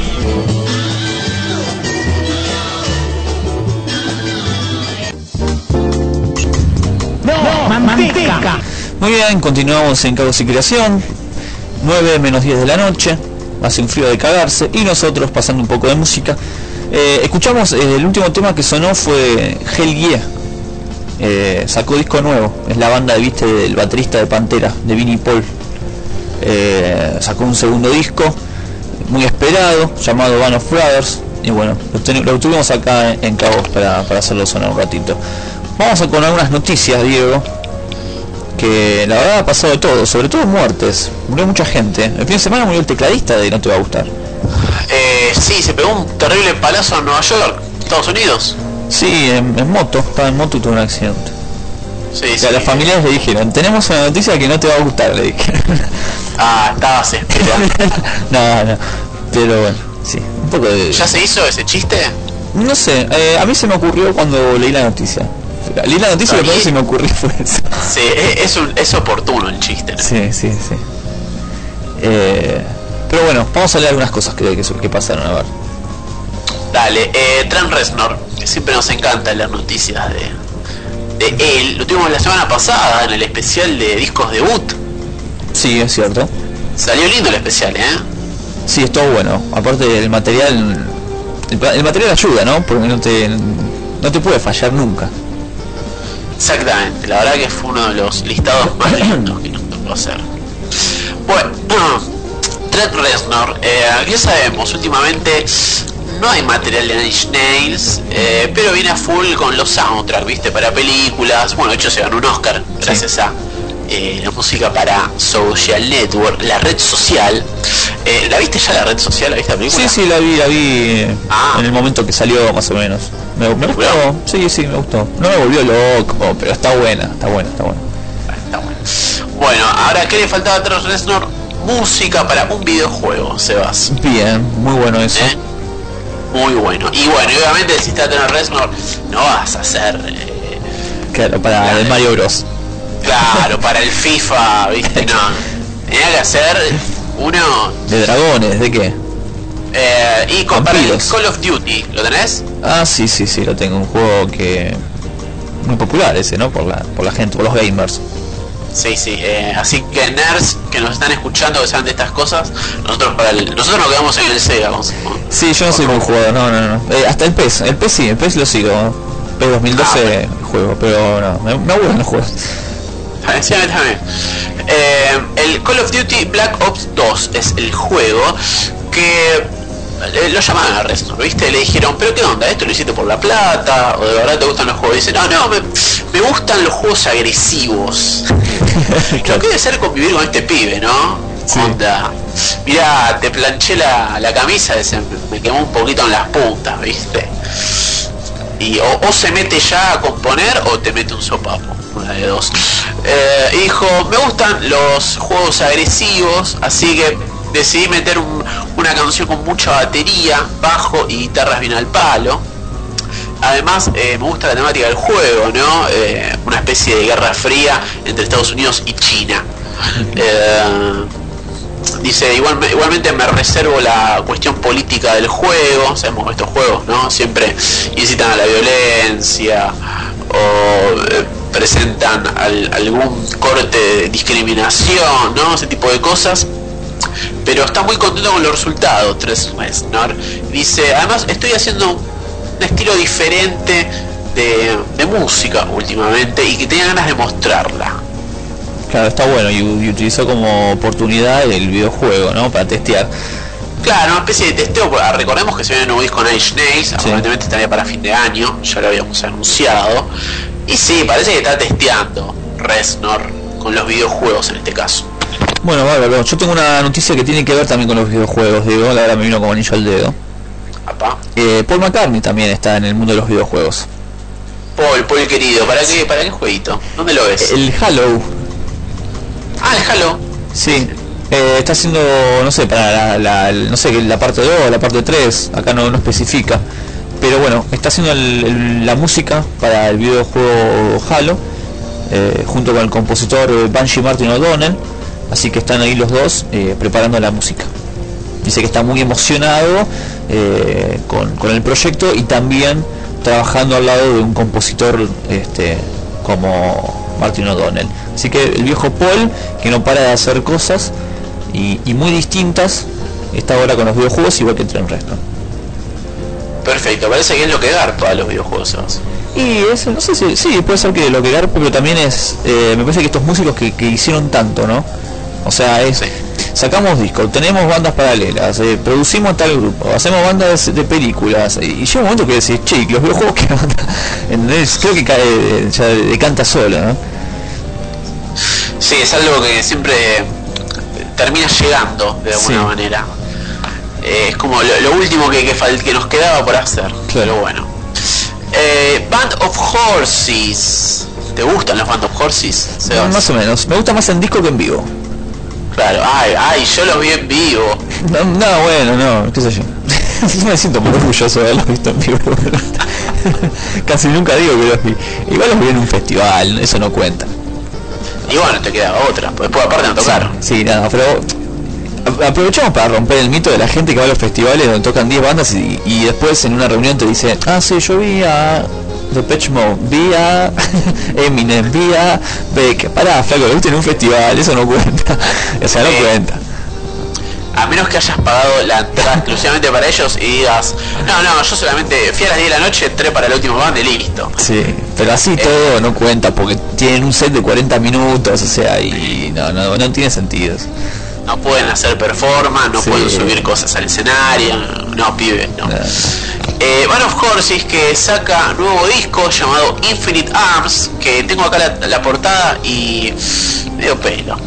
Manteca. Muy bien, continuamos en Caos y Creación. 9 menos 10 de la noche. Hace un frío de cagarse. Y nosotros pasando un poco de música. Escuchamos el último tema que sonó fue Hell Yeah. Sacó disco nuevo. Es la banda, viste, del baterista de Pantera, de Vinnie Paul. Sacó un segundo disco muy esperado, llamado Band of Brothers. Y bueno, lo tuvimos acá en Cabos para hacerlo sonar un ratito. Vamos a con algunas noticias, Diego, que la verdad ha pasado de todo, sobre todo muertes. Murió mucha gente. El fin de semana murió el tecladista de No Te Va a Gustar. Sí, se pegó un terrible palazo en Nueva York, Estados Unidos. Sí, en moto, estaba en moto y tuvo un accidente. Sí, o sea, sí. Las familiares le dijeron, tenemos una noticia que no te va a gustar, le dijeron. Ah, estabas esperando. No, pero bueno, sí, un poco de... ¿Ya se hizo ese chiste? No sé, a mí se me ocurrió cuando leí la noticia. Leí la noticia y lo que se me ocurrió fue eso. Sí, es oportuno el chiste, ¿no? Sí. Pero bueno, vamos a leer algunas cosas que pasaron, a ver. Dale, Trent Reznor, que siempre nos encanta leer noticias de él. Lo tuvimos la semana pasada en el especial de discos debut. Sí, es cierto. Salió lindo el especial, Sí, es todo bueno. Aparte el material ayuda, ¿no? Porque no te puede fallar nunca. Exactamente, la verdad que fue uno de los listados más lindos que nos tocó hacer. Bueno, Trent Reznor, ya sabemos, últimamente no hay material de Nine Inch Nails, pero viene a full con los soundtracks, ¿viste? Para películas. Bueno, de hecho se ganó un Oscar gracias a la música para Social Network, la red social. ¿La viste ya la red social? ¿La viste la película? Sí, la vi en el momento que salió, más o menos. Me gustó, sí, me gustó. No me volvió loco, pero está buena. Bueno, ahora, ¿qué le faltaba a Trent Reznor? Música para un videojuego, Sebas. Bien, muy bueno eso. Muy bueno. Y bueno, obviamente si está Trent Reznor, no vas a hacer... claro, para el Mario Bros. Claro, para el FIFA, ¿viste? No. Tenía que hacer uno... ¿De dragones? ¿De qué? Y para el Call of Duty, ¿lo tenés? Ah, sí, lo tengo. Un juego que... muy popular ese, ¿no? Por la gente, por los gamers. Sí, así que nerds que nos están escuchando, que saben de estas cosas, nosotros nos quedamos en el Sega. Sí, yo no soy muy jugador, no. Hasta el PES sí, el PES lo sigo. PES 2012 juego, pero no, me aburren los juegos. También. El Call of Duty Black Ops 2 es el juego que lo llamaban a Reznor, ¿viste? Le dijeron, pero qué onda, ¿esto lo hiciste por la plata? ¿O de verdad te gustan los juegos? Y dice, no, me gustan los juegos agresivos. Lo que debe ser convivir con este pibe, ¿no? Sí. Onda, mirá, te planché la camisa, me quemó un poquito en las puntas, ¿viste? Y o se mete ya a componer o te mete un sopapo, una de dos. Y dijo, me gustan los juegos agresivos, así que decidí meter una canción con mucha batería, bajo y guitarras bien al palo. Además me gusta la temática del juego, ¿no? Una especie de guerra fría entre Estados Unidos y China. Dice, igualmente me reservo la cuestión política del juego. Sabemos que estos juegos, ¿no? Siempre incitan a la violencia o presentan algún corte de discriminación, ¿no? Ese tipo de cosas. Pero está muy contento con los resultados, Trent Reznor. Dice, además estoy haciendo un estilo diferente de música últimamente y que tenía ganas de mostrarla. Claro, está bueno y utilizó como oportunidad el videojuego, ¿no? Para testear. Claro, una especie de testeo. Recordemos que se viene un nuevo disco Nine Inch Nails, aparentemente estaría para fin de año, ya lo habíamos anunciado. Y sí, parece que está testeando Reznor con los videojuegos en este caso. Bueno, bárbaro. Yo tengo una noticia que tiene que ver también con los videojuegos, digo, la verdad me vino como anillo al dedo. Paul McCartney también está en el mundo de los videojuegos. Paul querido, ¿para qué jueguito? ¿Dónde lo ves? El Halo. El Halo. Sí. Está haciendo, no sé, para la parte 2 o la parte 3, acá no especifica. Pero bueno, está haciendo la música para el videojuego Halo, junto con el compositor Bungie Martin O'Donnell. Así que están ahí los dos preparando la música. Dice que está muy emocionado con el proyecto y también trabajando al lado de un compositor como Martin O'Donnell. Así que el viejo Paul, que no para de hacer cosas y muy distintas, está ahora con los videojuegos igual que Trent Reznor. Perfecto, parece que es lo que garpa a los videojuegos, Sebas. Y eso, no sé si sí, puede ser que lo que garpa, pero también es, me parece que estos músicos que hicieron tanto, ¿no? O sea, sacamos discos, tenemos bandas paralelas, producimos tal grupo, hacemos bandas de películas, y llega un momento que decís, che, los videojuegos que ¿entendés? Creo que cae, ya decanta solo, ¿no? Sí, es algo que siempre termina llegando de alguna manera. Es como lo último que nos quedaba por hacer. Claro. Pero bueno. Band of Horses. ¿Te gustan los Band of Horses? Más o menos. Me gusta más en disco que en vivo. Claro, yo los vi en vivo. No, qué sé yo. Me siento muy orgulloso de haberlos visto en vivo. Casi nunca digo que los vi. Igual los vi en un festival, eso no cuenta. Y bueno, te queda otra, pues después aparte no tocar. Sí, nada, pero aprovechamos para romper el mito de la gente que va a los festivales donde tocan 10 bandas y después en una reunión te dice, sí, yo vi a Depeche Mode, vi a Eminem, vi a Beck. Pará, flaco, lo viste en un festival, eso no cuenta. O sea, no cuenta. A menos que hayas pagado la entrada exclusivamente para ellos y digas, no, yo solamente fui a las 10 de la noche, entré para el último band y listo. Sí, pero así todo no cuenta porque tienen un set de 40 minutos, o sea, y no tiene sentido. No pueden hacer performance, no pueden subir cosas al escenario, no, pibe, no. Van of Horses, que saca nuevo disco llamado Infinite Arms, que tengo acá la portada y medio pelo.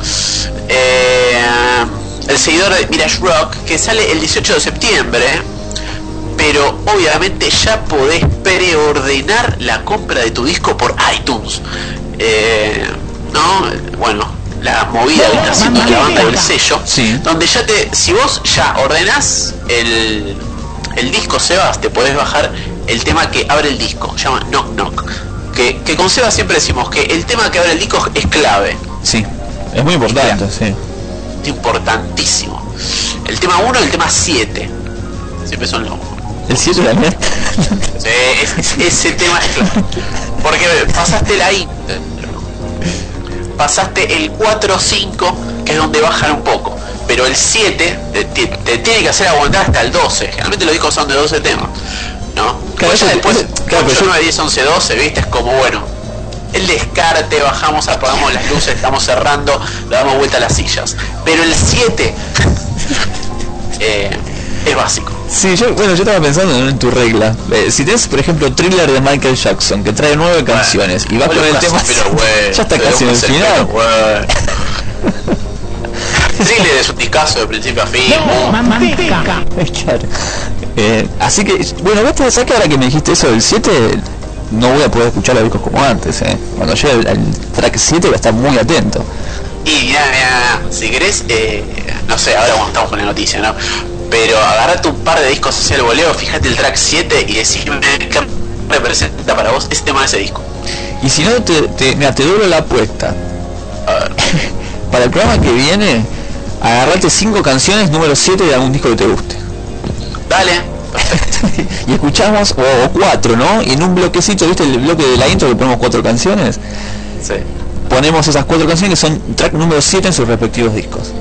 El seguidor de Mirage Rock, que sale el 18 de septiembre, pero obviamente ya podés preordenar la compra de tu disco por iTunes. Bueno, la movida que está haciendo la banda del sello, donde si vos ya ordenás el disco, Sebas, te podés bajar el tema que abre el disco, se llama Knock Knock, que con Sebas siempre decimos que el tema que abre el disco es clave. Sí, es muy importante, sí. Es importantísimo. El tema 1 y el tema 7 siempre son los... ¿El 7 también? Sí, ese tema es clave, porque pasaste la pasaste el 4-5, que es donde bajan un poco, pero el 7 te tiene que hacer aguantar hasta el 12. Generalmente los discos son de 12 temas, ¿no? Claro, ya después, 8, 9, 10, 11, 12, ¿viste? Es como, bueno, el descarte, bajamos, apagamos las luces, estamos cerrando, le damos vuelta a las sillas. Pero el 7 es básico. Sí, yo estaba pensando en tu regla. Si tenés, por ejemplo, Thriller de Michael Jackson, que trae 9 canciones, y vas con el tema, ya está casi en el final. Thriller es un discazo de principio a fin. Claro. Así que, bueno, vos pensás que ahora que me dijiste eso del 7, no voy a poder escuchar los discos como antes, Cuando llegue al track 7 voy a estar muy atento. Y mira, si querés, no sé, ahora cuando estamos con la noticia, ¿no? Pero agarrate un par de discos hacia el voleo, fíjate el track 7 y decime qué representa para vos ese tema de ese disco. Y si no, te doy la apuesta. A ver. Para el programa que viene, agarrate 5 canciones, número 7 de algún disco que te guste. Dale. Y escuchamos, o 4, ¿no? Y en un bloquecito, ¿viste el bloque de la intro que ponemos 4 canciones? Sí. Ponemos esas 4 canciones que son track número 7 en sus respectivos discos.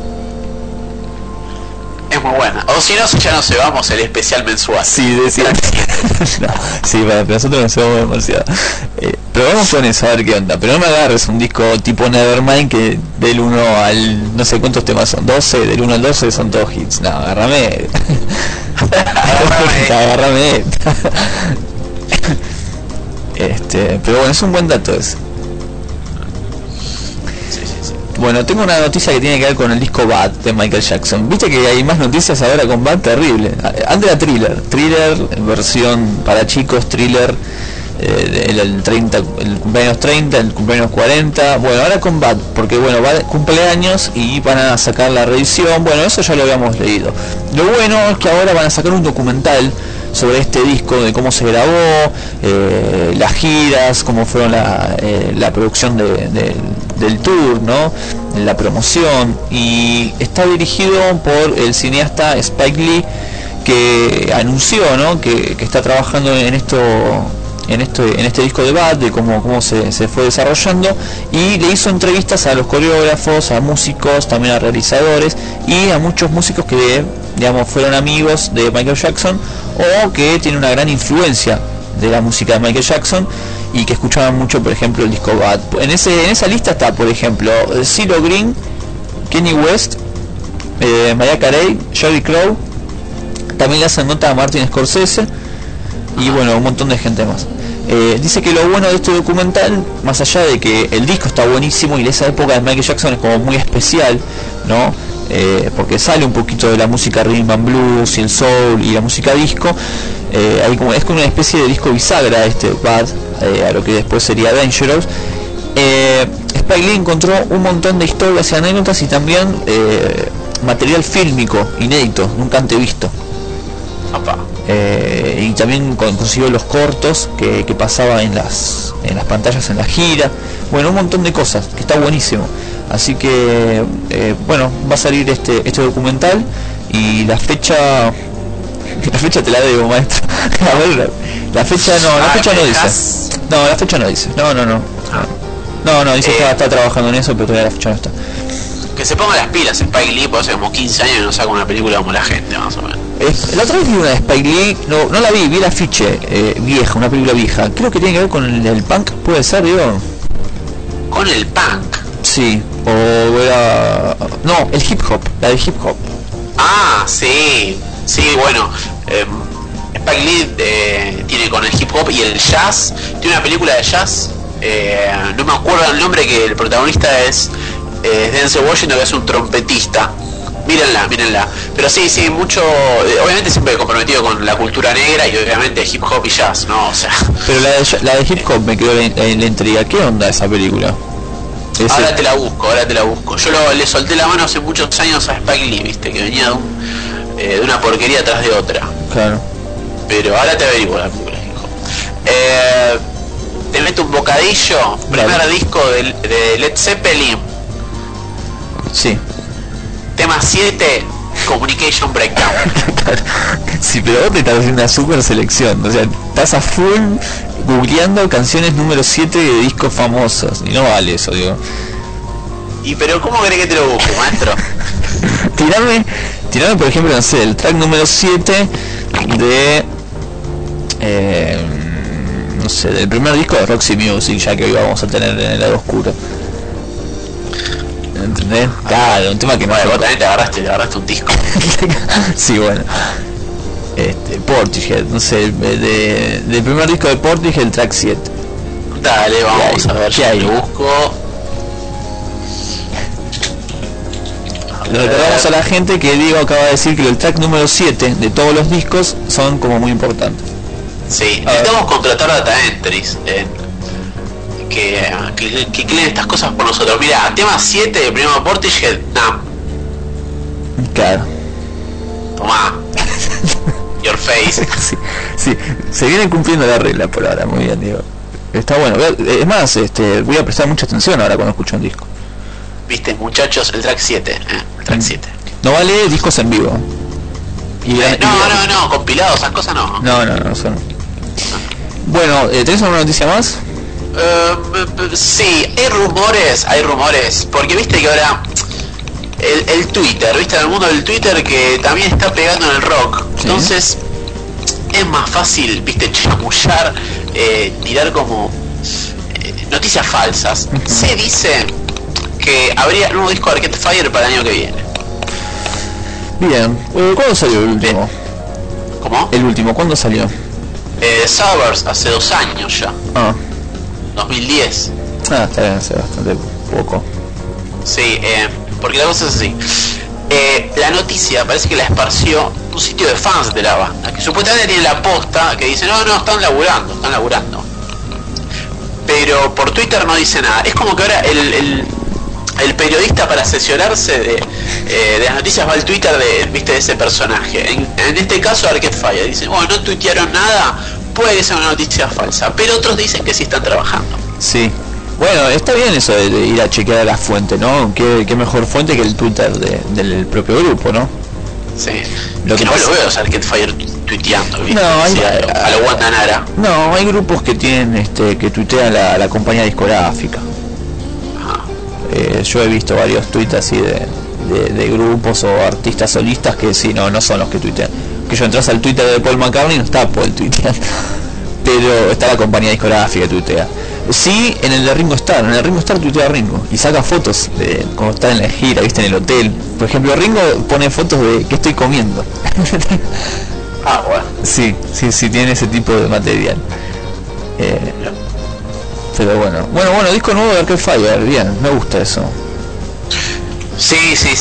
Es muy buena. O si no, ya no se vamos el especial mensual. Sí, decía. No, sí, para nosotros no se vamos demasiado. Pero vamos con eso, a ver qué onda. Pero no me agarres un disco tipo Nevermind que del 1 al... no sé cuántos temas son, 12, del 1 al 12 son todos hits. No, agárrame. Agárrame. Pero bueno, es un buen dato ese. Bueno, tengo una noticia que tiene que ver con el disco Bad de Michael Jackson. Viste que hay más noticias ahora con Bad, terrible. Antes era Thriller, versión para chicos, Thriller, el cumpleaños 30, el cumpleaños 40. Bueno, ahora con Bad, porque bueno, Bad cumpleaños y van a sacar la reedición. Bueno, eso ya lo habíamos leído. Lo bueno es que ahora van a sacar un documental sobre este disco, de cómo se grabó, las giras, cómo fueron la producción del tour, ¿no? La promoción, y está dirigido por el cineasta Spike Lee, que anunció, ¿no? que está trabajando en este disco de Bad, de cómo se fue desarrollando, y le hizo entrevistas a los coreógrafos, a músicos, también a realizadores y a muchos músicos que, digamos, fueron amigos de Michael Jackson o que tienen una gran influencia de la música de Michael Jackson y que escuchaban mucho, por ejemplo, el disco Bad. En esa lista está, por ejemplo, CeeLo Green, Kanye West, Mariah Carey, Sheryl Crow, también le hacen nota a Martin Scorsese y bueno, un montón de gente más. Dice que lo bueno de este documental, más allá de que el disco está buenísimo y esa época de Michael Jackson es como muy especial, ¿no? Porque sale un poquito de la música rhythm and blues y el soul y la música disco, es como una especie de disco bisagra Bad, a lo que después sería Dangerous. Spike Lee encontró un montón de historias y anécdotas y también material fílmico inédito, nunca antes visto. Y también consiguió los cortos que pasaba en las pantallas en la gira. Bueno, un montón de cosas que está buenísimo. Así que bueno, va a salir este documental y la fecha te la debo, maestro. A ver, la fecha no dice. No, la fecha no dice. No, dice que está trabajando en eso, pero todavía la fecha no está. Que se ponga las pilas Spike Lee, porque hace como 15 años que no saca una película como la gente, más o menos. La otra vez vi una de Spike Lee, no la vi el afiche, vieja, una película vieja. Creo que tiene que ver con el punk, puede ser, digo. ¿Con el punk? Sí, o era... No, el hip hop, la de hip hop. Ah, sí, bueno. Spike Lee tiene con el hip hop y el jazz, tiene una película de jazz, no me acuerdo el nombre, que el protagonista es Denzel Washington, que es un trompetista. Mírenla. Pero sí, mucho, obviamente siempre comprometido con la cultura negra y obviamente hip hop y jazz, ¿no? O sea. Pero la de hip hop me quedó en la intriga. ¿Qué onda esa película? Ahora te la busco. Yo le solté la mano hace muchos años a Spike Lee, viste, que venía de una porquería tras de otra. Claro. Pero ahora te averiguo la película de hip hop. Te meto un bocadillo. Primer disco de Led Zeppelin. Sí. Tema 7, Communication Breakdown. Sí, pero vos te estás haciendo una super selección. O sea, estás a full googleando canciones número 7 de discos famosos. Y no vale eso, digo. ¿Y pero cómo querés que te lo busque, maestro? Tirame por ejemplo, no sé, el track número 7 de... no sé, del primer disco de Roxy Music, ya que hoy vamos a tener en el lado oscuro. ¿Entendés? Claro, un tema que no... Bueno, vos también te agarraste un disco. Sí, bueno. Portishead, no sé, del primer disco de Portishead, el track 7. Dale, vamos a ver, ya lo busco. Le recordamos a la gente que Diego acaba de decir que el track número 7 de todos los discos son como muy importantes. Sí, necesitamos contratar data entries que creen estas cosas por nosotros. Mira, tema 7 de Primo Portishead, Claro. Tomá. Your face. Sí, se viene cumpliendo la regla por ahora, muy bien, Diego. Está bueno. Es más, voy a prestar mucha atención ahora cuando escucho un disco. Viste, muchachos, el track 7, el track 7. No vale discos en vivo. No, compilados, esas cosas no. No, son. Bueno, ¿tenés alguna noticia más? Sí, hay rumores, porque viste que ahora el Twitter, viste, en el mundo del Twitter que también está pegando en el rock, ¿sí? Entonces es más fácil, viste, chamullar, tirar como noticias falsas. Se dice que habría un nuevo disco de Arcade Fire para el año que viene. Bien, ¿cuándo salió el último? ¿Cómo? El último, ¿cuándo salió? Suburbs, hace 2 años ya. 2010. Está bien, hace bastante poco. Sí, porque la cosa es así. La noticia parece que la esparció un sitio de fans de la banda, que supuestamente tiene la posta que dice no, están laburando. Pero por Twitter no dice nada. Es como que ahora el periodista, para asesorarse de las noticias, va al Twitter de ese personaje. En este caso Arcade Fire dice, no tuitearon nada, puede que sea una noticia falsa, pero otros dicen que sí están trabajando. Sí. Bueno, está bien eso de ir a chequear a la fuente, ¿no? ¿Qué mejor fuente que el Twitter del propio grupo, ¿no? Sí. Lo que no lo veo es Arcade Fire tuiteando, ¿viste? No, a lo Guantanara. No, hay grupos que tienen que tuitean la compañía discográfica. Yo he visto varios tweets así de grupos o artistas solistas que sí, no son los que tuitean. Que yo entras al Twitter de Paul McCartney y no está Paul tuiteando, pero está la compañía discográfica que tuitea. Sí, en el de Ringo Starr tuitea Ringo y saca fotos de cuando está en la gira, viste, en el hotel. Por ejemplo, Ringo pone fotos de qué estoy comiendo. Bueno. Sí, tiene ese tipo de material. Pero bueno, disco nuevo de Arcade Fire, bien, me gusta eso. Sí,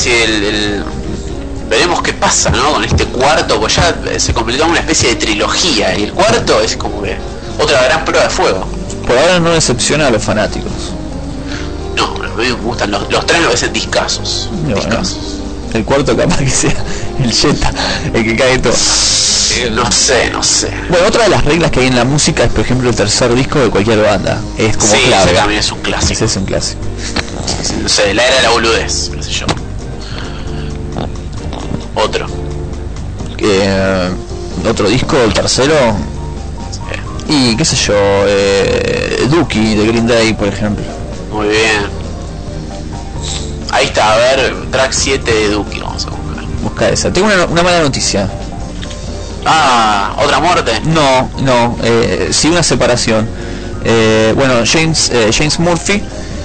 veremos qué pasa, ¿no? Con este cuarto, pues ya se completó una especie de trilogía y el cuarto es como que otra gran prueba de fuego. Por ahora no decepciona a los fanáticos. No, a mí me gustan los tres, lo ves en discazos. El cuarto capaz que sea el Jetta, el que cae todo. No sé. Bueno, otra de las reglas que hay en la música es, por ejemplo, el tercer disco de cualquier banda. Es como clave. Sí, ese también es un clásico. Ese es un clásico. No sé, la era de la boludez, qué sé yo. Otro. Otro disco, el tercero. Sí. Y qué sé yo, Dookie de Green Day, por ejemplo. Muy bien. Ahí está, a ver, track 7 de Duki, vamos a buscar. Busca esa. Tengo una mala noticia. Ah, ¿otra muerte? No, sí una separación. Bueno, James Murphy,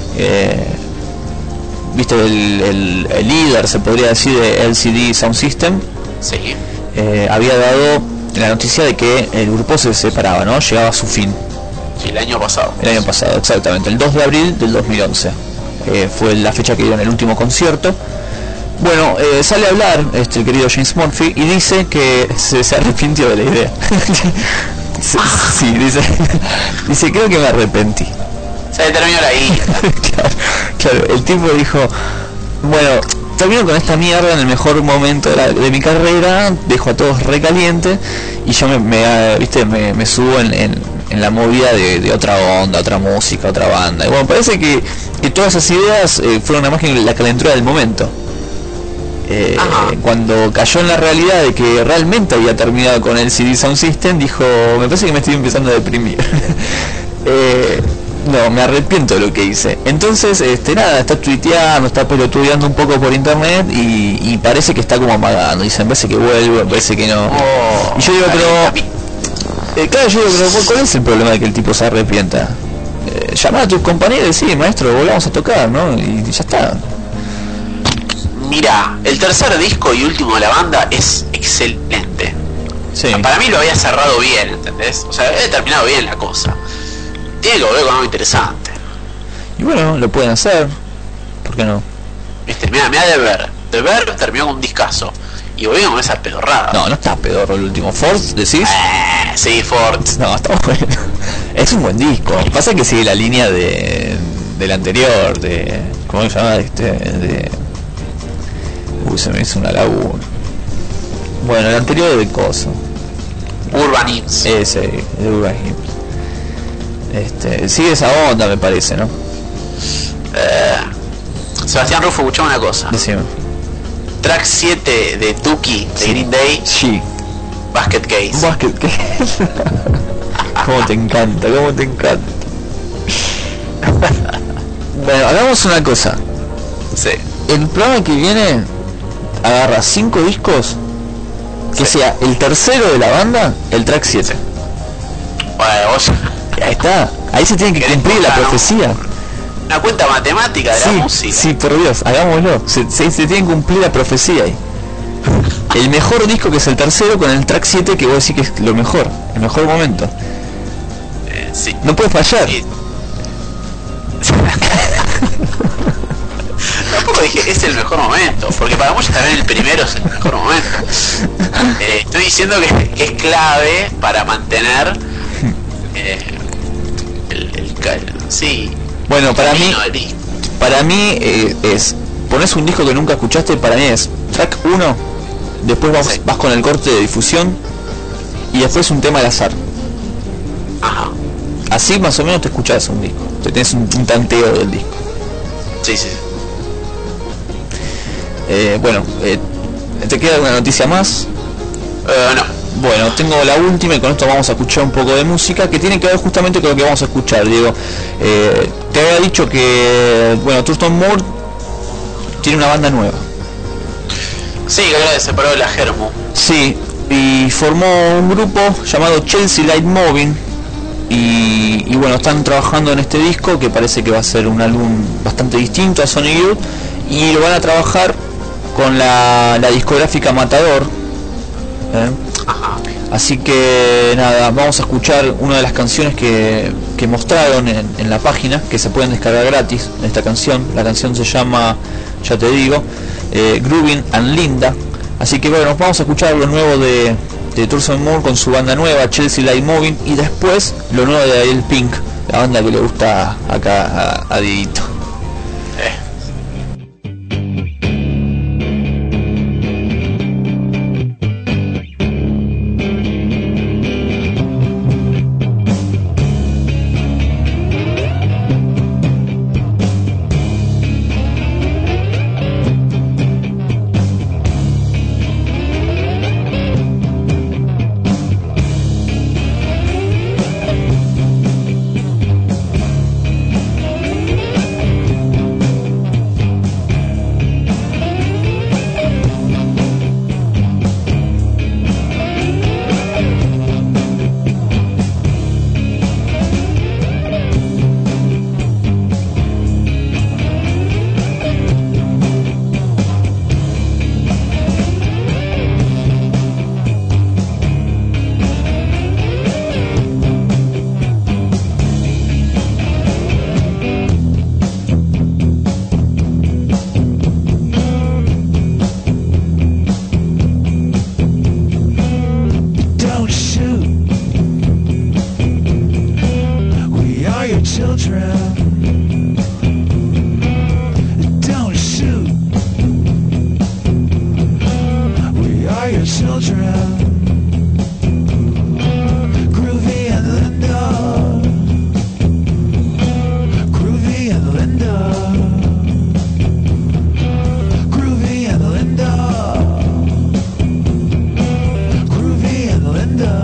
viste, el líder, se podría decir, de LCD Sound System. Sí. Había dado la noticia de que el grupo se separaba, ¿no? Llegaba a su fin. Sí, el año pasado. El año pasado, exactamente. El 2 de abril del 2011. Fue la fecha que dio en el último concierto. Bueno, sale a hablar el querido James Murphy y dice que se arrepintió de la idea. Sí, dice, creo que me arrepentí. Se determinó la isla. Claro, el tipo dijo, bueno, termino con esta mierda en el mejor momento de mi carrera, dejo a todos recalientes y yo me subo en la movida de otra onda, otra música, otra banda. Y bueno, parece que todas esas ideas fueron nada más que la calentura del momento. Cuando cayó en la realidad de que realmente había terminado con el CD Sound System, dijo, me parece que me estoy empezando a deprimir. No, me arrepiento de lo que hice. Entonces, nada, está tuiteando, está pelotudeando un poco por internet y parece que está como amagando. Dice, me parece que vuelve, me parece que no. Y yo digo, pero... claro, yo digo, pero ¿cuál es el problema de que el tipo se arrepienta? Llamar a tus compañeros y decir, maestro, volvamos a tocar, ¿no? Y ya está. Mira, el tercer disco y último de la banda es excelente. Sí. Para mí lo había cerrado bien, ¿entendés? O sea, había terminado bien la cosa. Tiene que volver con algo interesante. Y bueno, lo pueden hacer. ¿Por qué no? Viste, mira The Verb terminó con un discazo. Y volvió con esa pedorrada. No está pedorro el último. ¿Ford, decís? Sí, Ford. No, está bueno. Es un buen disco. Pasa que sigue la línea del anterior, de... ¿Cómo se llama? Se me hizo una laguna. Bueno, el anterior de coso. Urban Hymns. Ese, de Urban Hymns. Sigue esa onda, me parece, ¿no? Sebastián Rufo, escuchame una cosa. Decime. Track 7 de Duki, de Green Day. Sí. Basket Case. Basket Case. Cómo te encanta. Bueno, hagamos una cosa. Sí. El programa que viene agarra 5 discos, que sea el tercero de la banda, el track 7. Bueno, vos... Ahí está. Ahí se tiene que cumplir la profecía. Una cuenta matemática de la música. Sí, por Dios, hagámoslo. Se tiene que cumplir la profecía ahí. El mejor disco, que es el tercero, con el track 7, que vos decís que es lo mejor, el mejor momento. Sí. No puede fallar. Sí. Tampoco dije es el mejor momento, porque para muchos también el primero es el mejor momento. Estoy diciendo que es clave para mantener sí. Bueno, para mí es, pones un disco que nunca escuchaste, para mí es track 1, después vas con el corte de difusión y después un tema al azar. Ajá. Así más o menos te escuchás un disco, te tenés un tanteo del disco. Sí. Bueno, ¿te queda alguna noticia más? No. Bueno, tengo la última y con esto vamos a escuchar un poco de música que tiene que ver justamente con lo que vamos a escuchar, Diego. Te había dicho que, bueno, Thurston Moore tiene una banda nueva. Sí, que se separó de la Germo. Sí, y formó un grupo llamado Chelsea Light Moving y bueno, están trabajando en este disco que parece que va a ser un álbum bastante distinto a Sonic Youth y lo van a trabajar con la discográfica Matador. Así que nada, vamos a escuchar una de las canciones que mostraron en la página, que se pueden descargar gratis. Esta canción, la canción se llama, ya te digo, Groovin' and Linda. Así que bueno, vamos a escuchar lo nuevo de Thurston Moore con su banda nueva, Chelsea Light Moving, y después lo nuevo de El Pink, la banda que le gusta acá a Dieguito. children. Don't shoot. We are your children. Groovy and Linda. Groovy and Linda. Groovy and Linda. Groovy and Linda.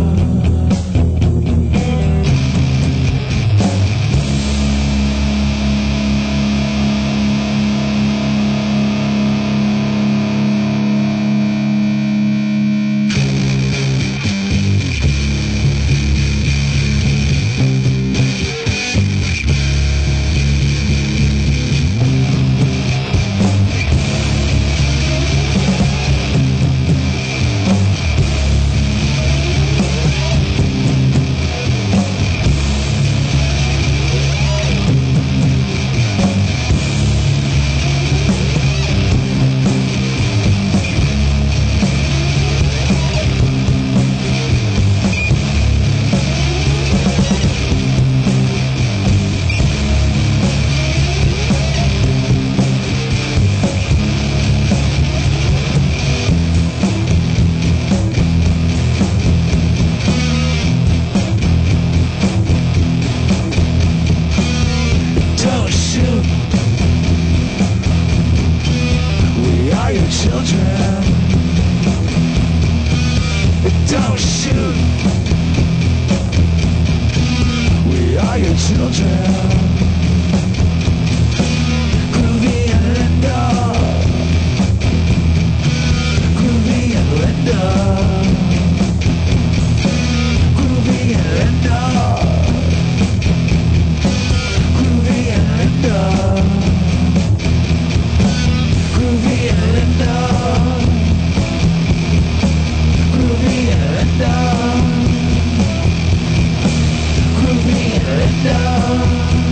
Don't shoot. We are your children. Don't shoot. We are your children. Groovy and Linda. Groovy and Linda. Groovy and Linda. Groovy and Linda. Groovy and Linda. Groovy and Linda. Groovy and Linda.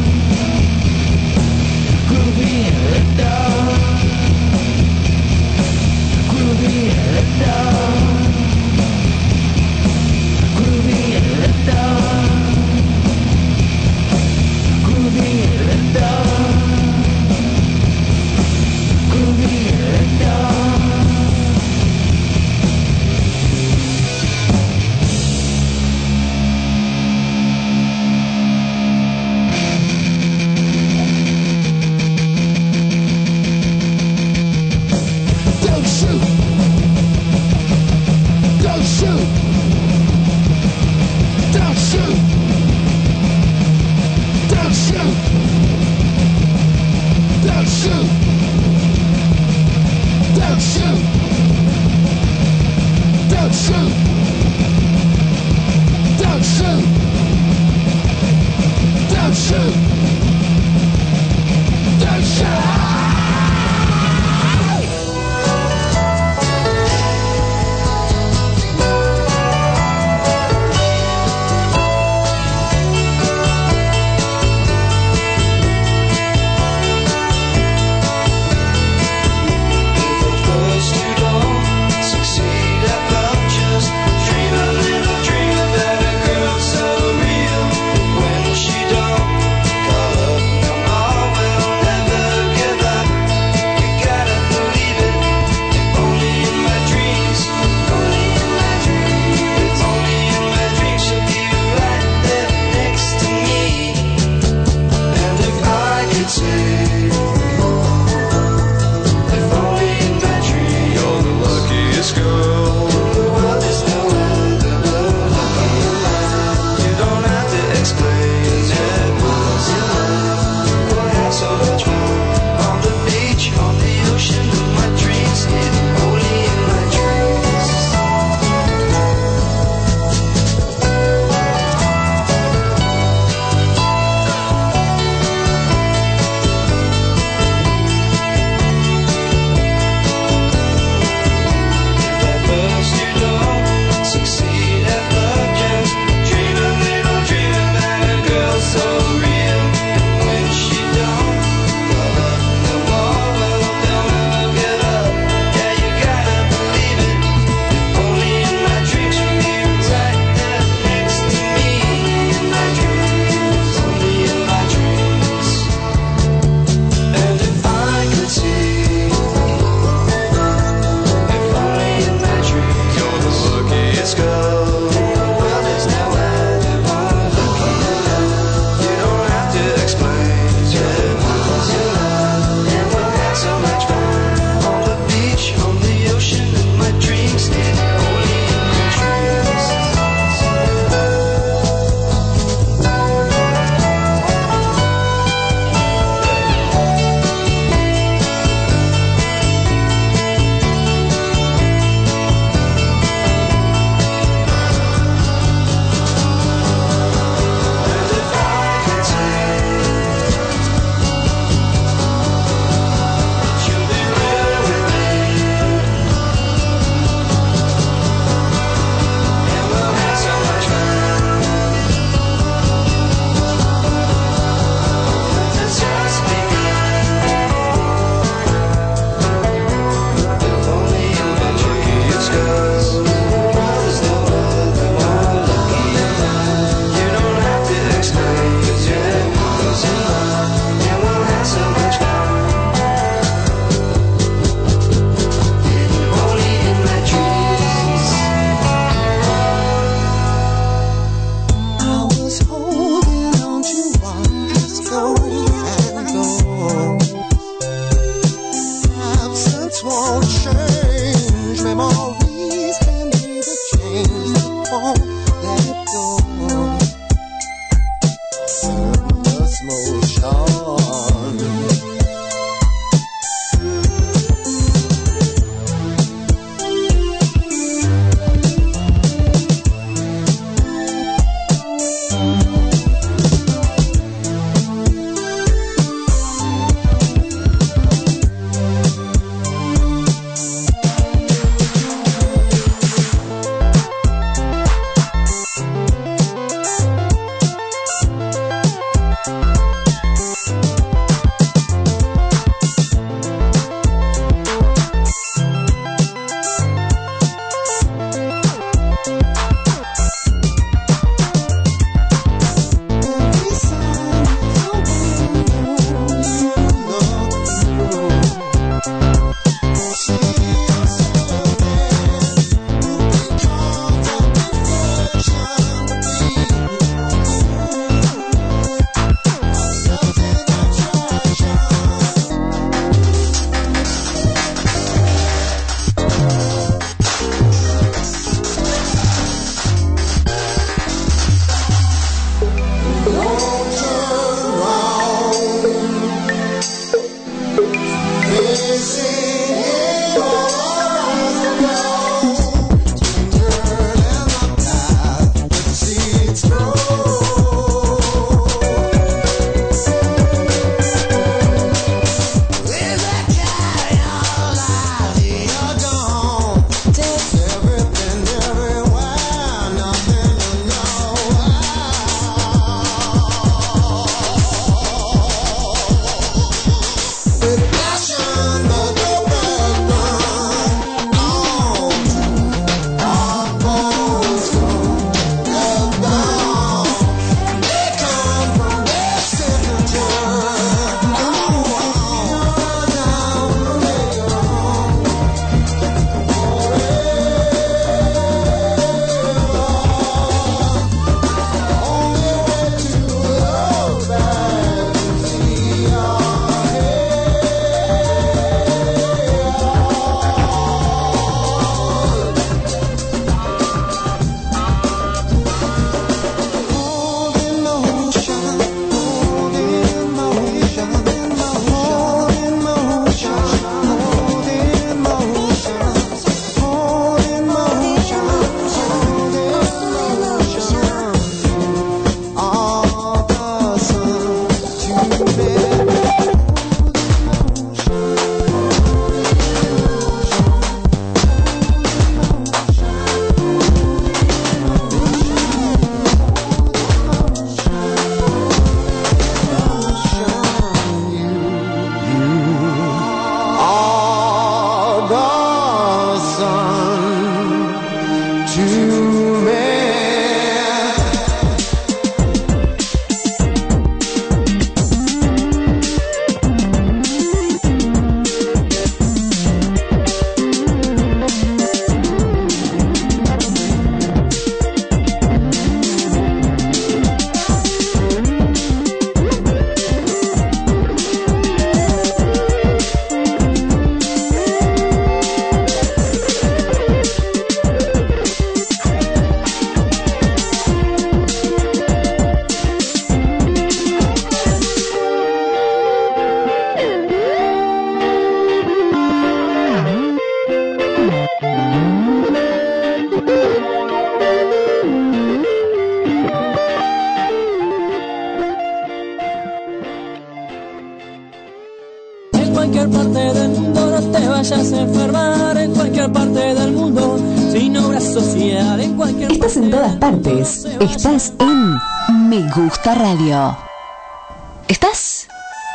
hace enfermar en cualquier parte del mundo, sin obra social en cualquier Estás parte en todas del partes. mundo. Estás en Me Gusta Radio. ¿Estás?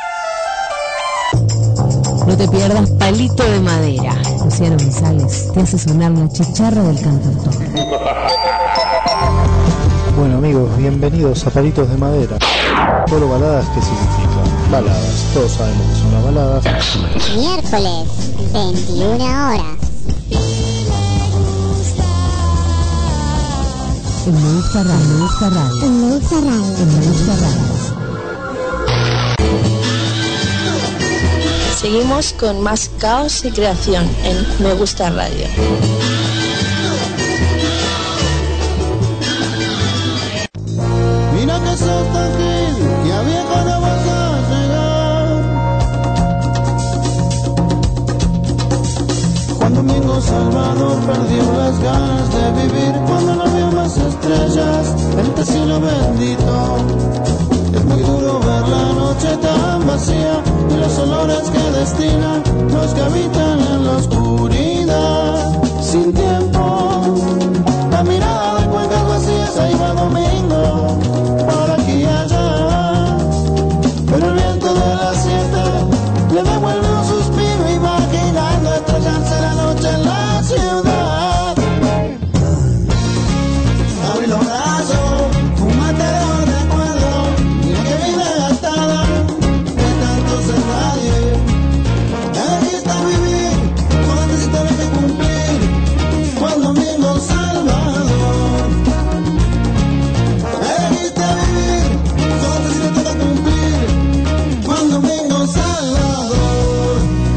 No te pierdas Palito de Madera. Luciano González te hace sonar la chicharra del cantautor. Bueno amigos, bienvenidos a Palitos de Madera. Solo baladas, ¿qué significa? Baladas, todos sabemos que son las baladas. Miércoles, 21 horas. En Me Gusta Radio. Me Gusta Radio. En Me Gusta Radio. En Me Gusta Radio. Seguimos con más caos y creación en Me Gusta Radio. Mira que sos tan gil, que a viejo no vas a llegar. Juan Domingo Salvador perdió las ganas de vivir cuando no vio más estrellas en este cielo bendito. Es muy duro ver la noche tan vacía y los olores que destinan los que habitan en la oscuridad. Sin tiempo, la mirada de cuencas vacías, ahí va Domingo, por aquí y allá. Pero el viento de las 7 le devuelve un suspiro, imaginando estrellarse la noche en la ciudad. Abre los brazos, fúmate de un recuerdo, mira que vida gastada, de tanto ser nadie. Elegiste vivir, cosas que sí tienes que cumplir, Juan Domingo Salvador. Elegiste vivir, cosas que sí tienes que cumplir, Juan Domingo Salvador.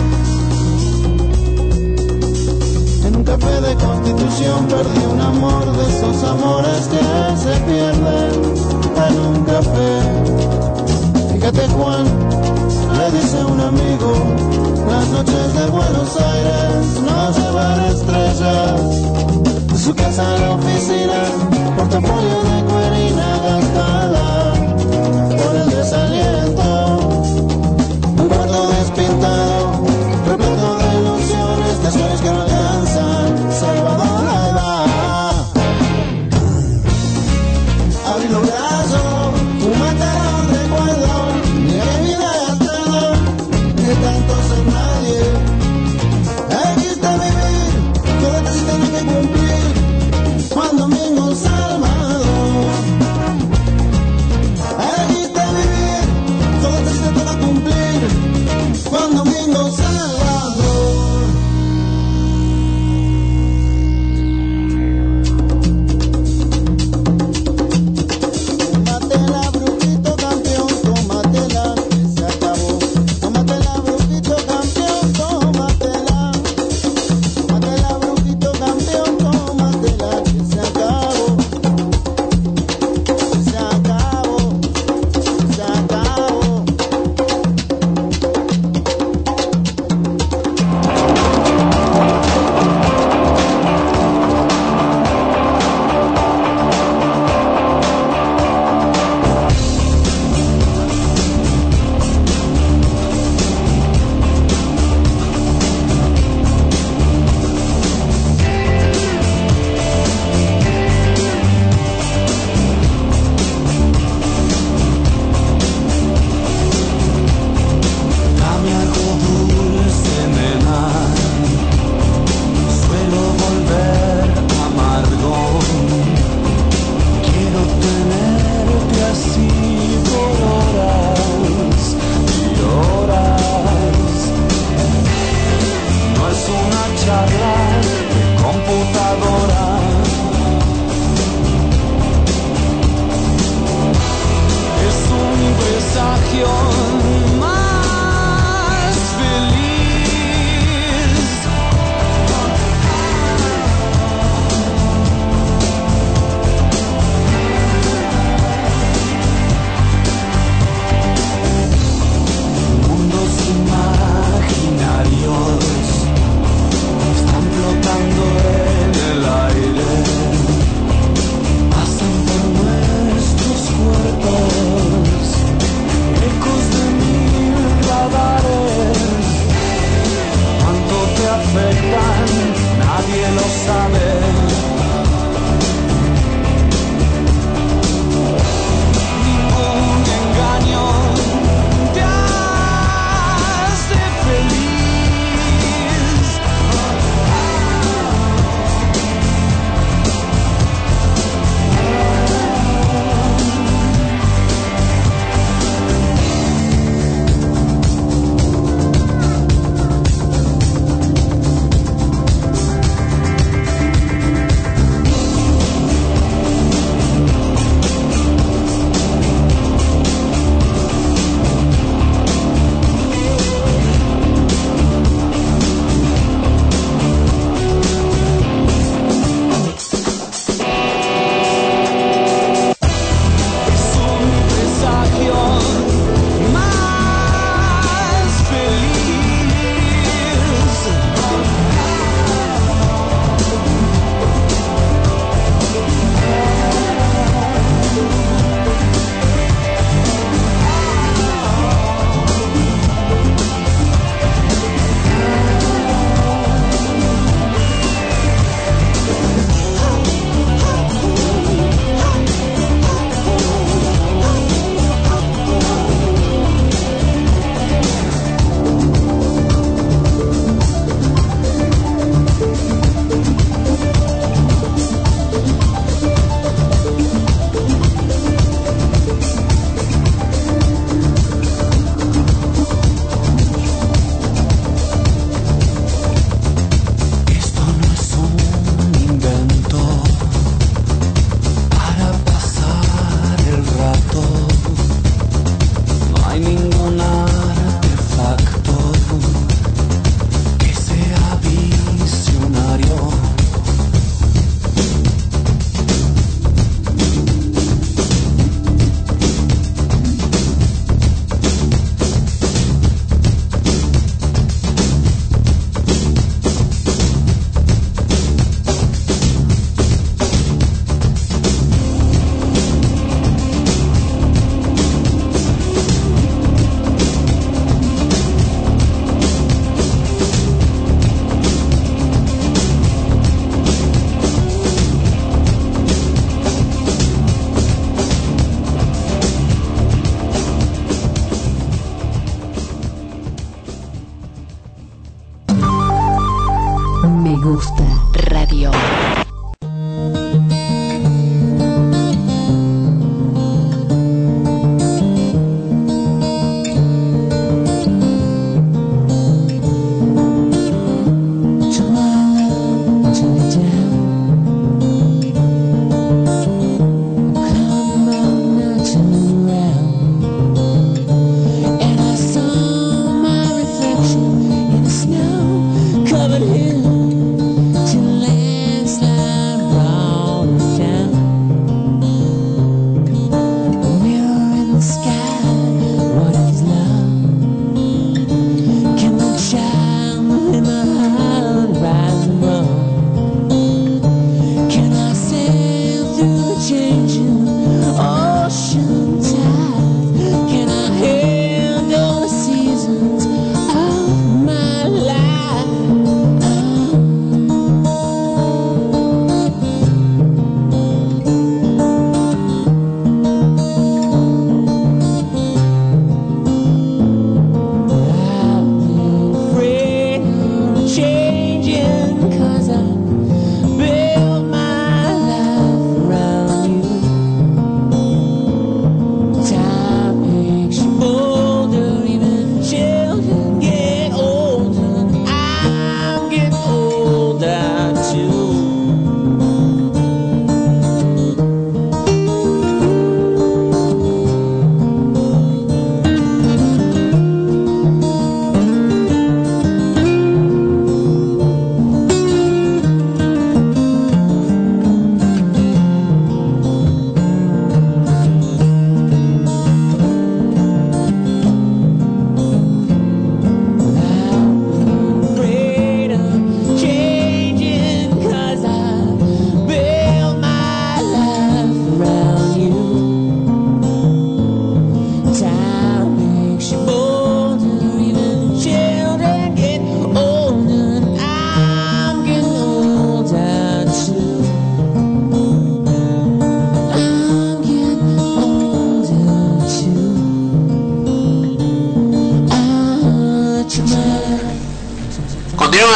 En un café de Constitución perdí un amor, de esos amores que se pierden en un café. Fíjate Juan, le dice un amigo, las noches de Buenos Aires no llevan estrellas. De su casa a la oficina, portafolio de cuerina gastada por el desaliento. Un cuarto despintado, repleto de ilusiones, de sueños que no alcanzan, Salvador ahí va. Abrí los brazos, fumate un recuerdo, mira que vida gastada, de tanto ser nadie. Elegiste vivir, todo que sí tienes que cumplir, Juan Domingo Salvador.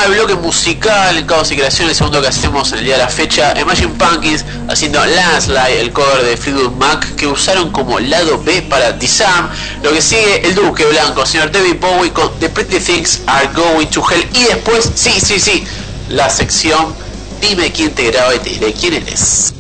el bloque musical en Caos y Creación, el segundo que hacemos en el día de la fecha. Imagine Pumpkins haciendo Landslide, el cover de Fleetwood Mac, que usaron como lado B para Disarm. Lo que sigue, el Duque Blanco, señor David Bowie con The Pretty Things Are Going to Hell. Y después, sí, la sección Dime quién te graba y te diré quién eres.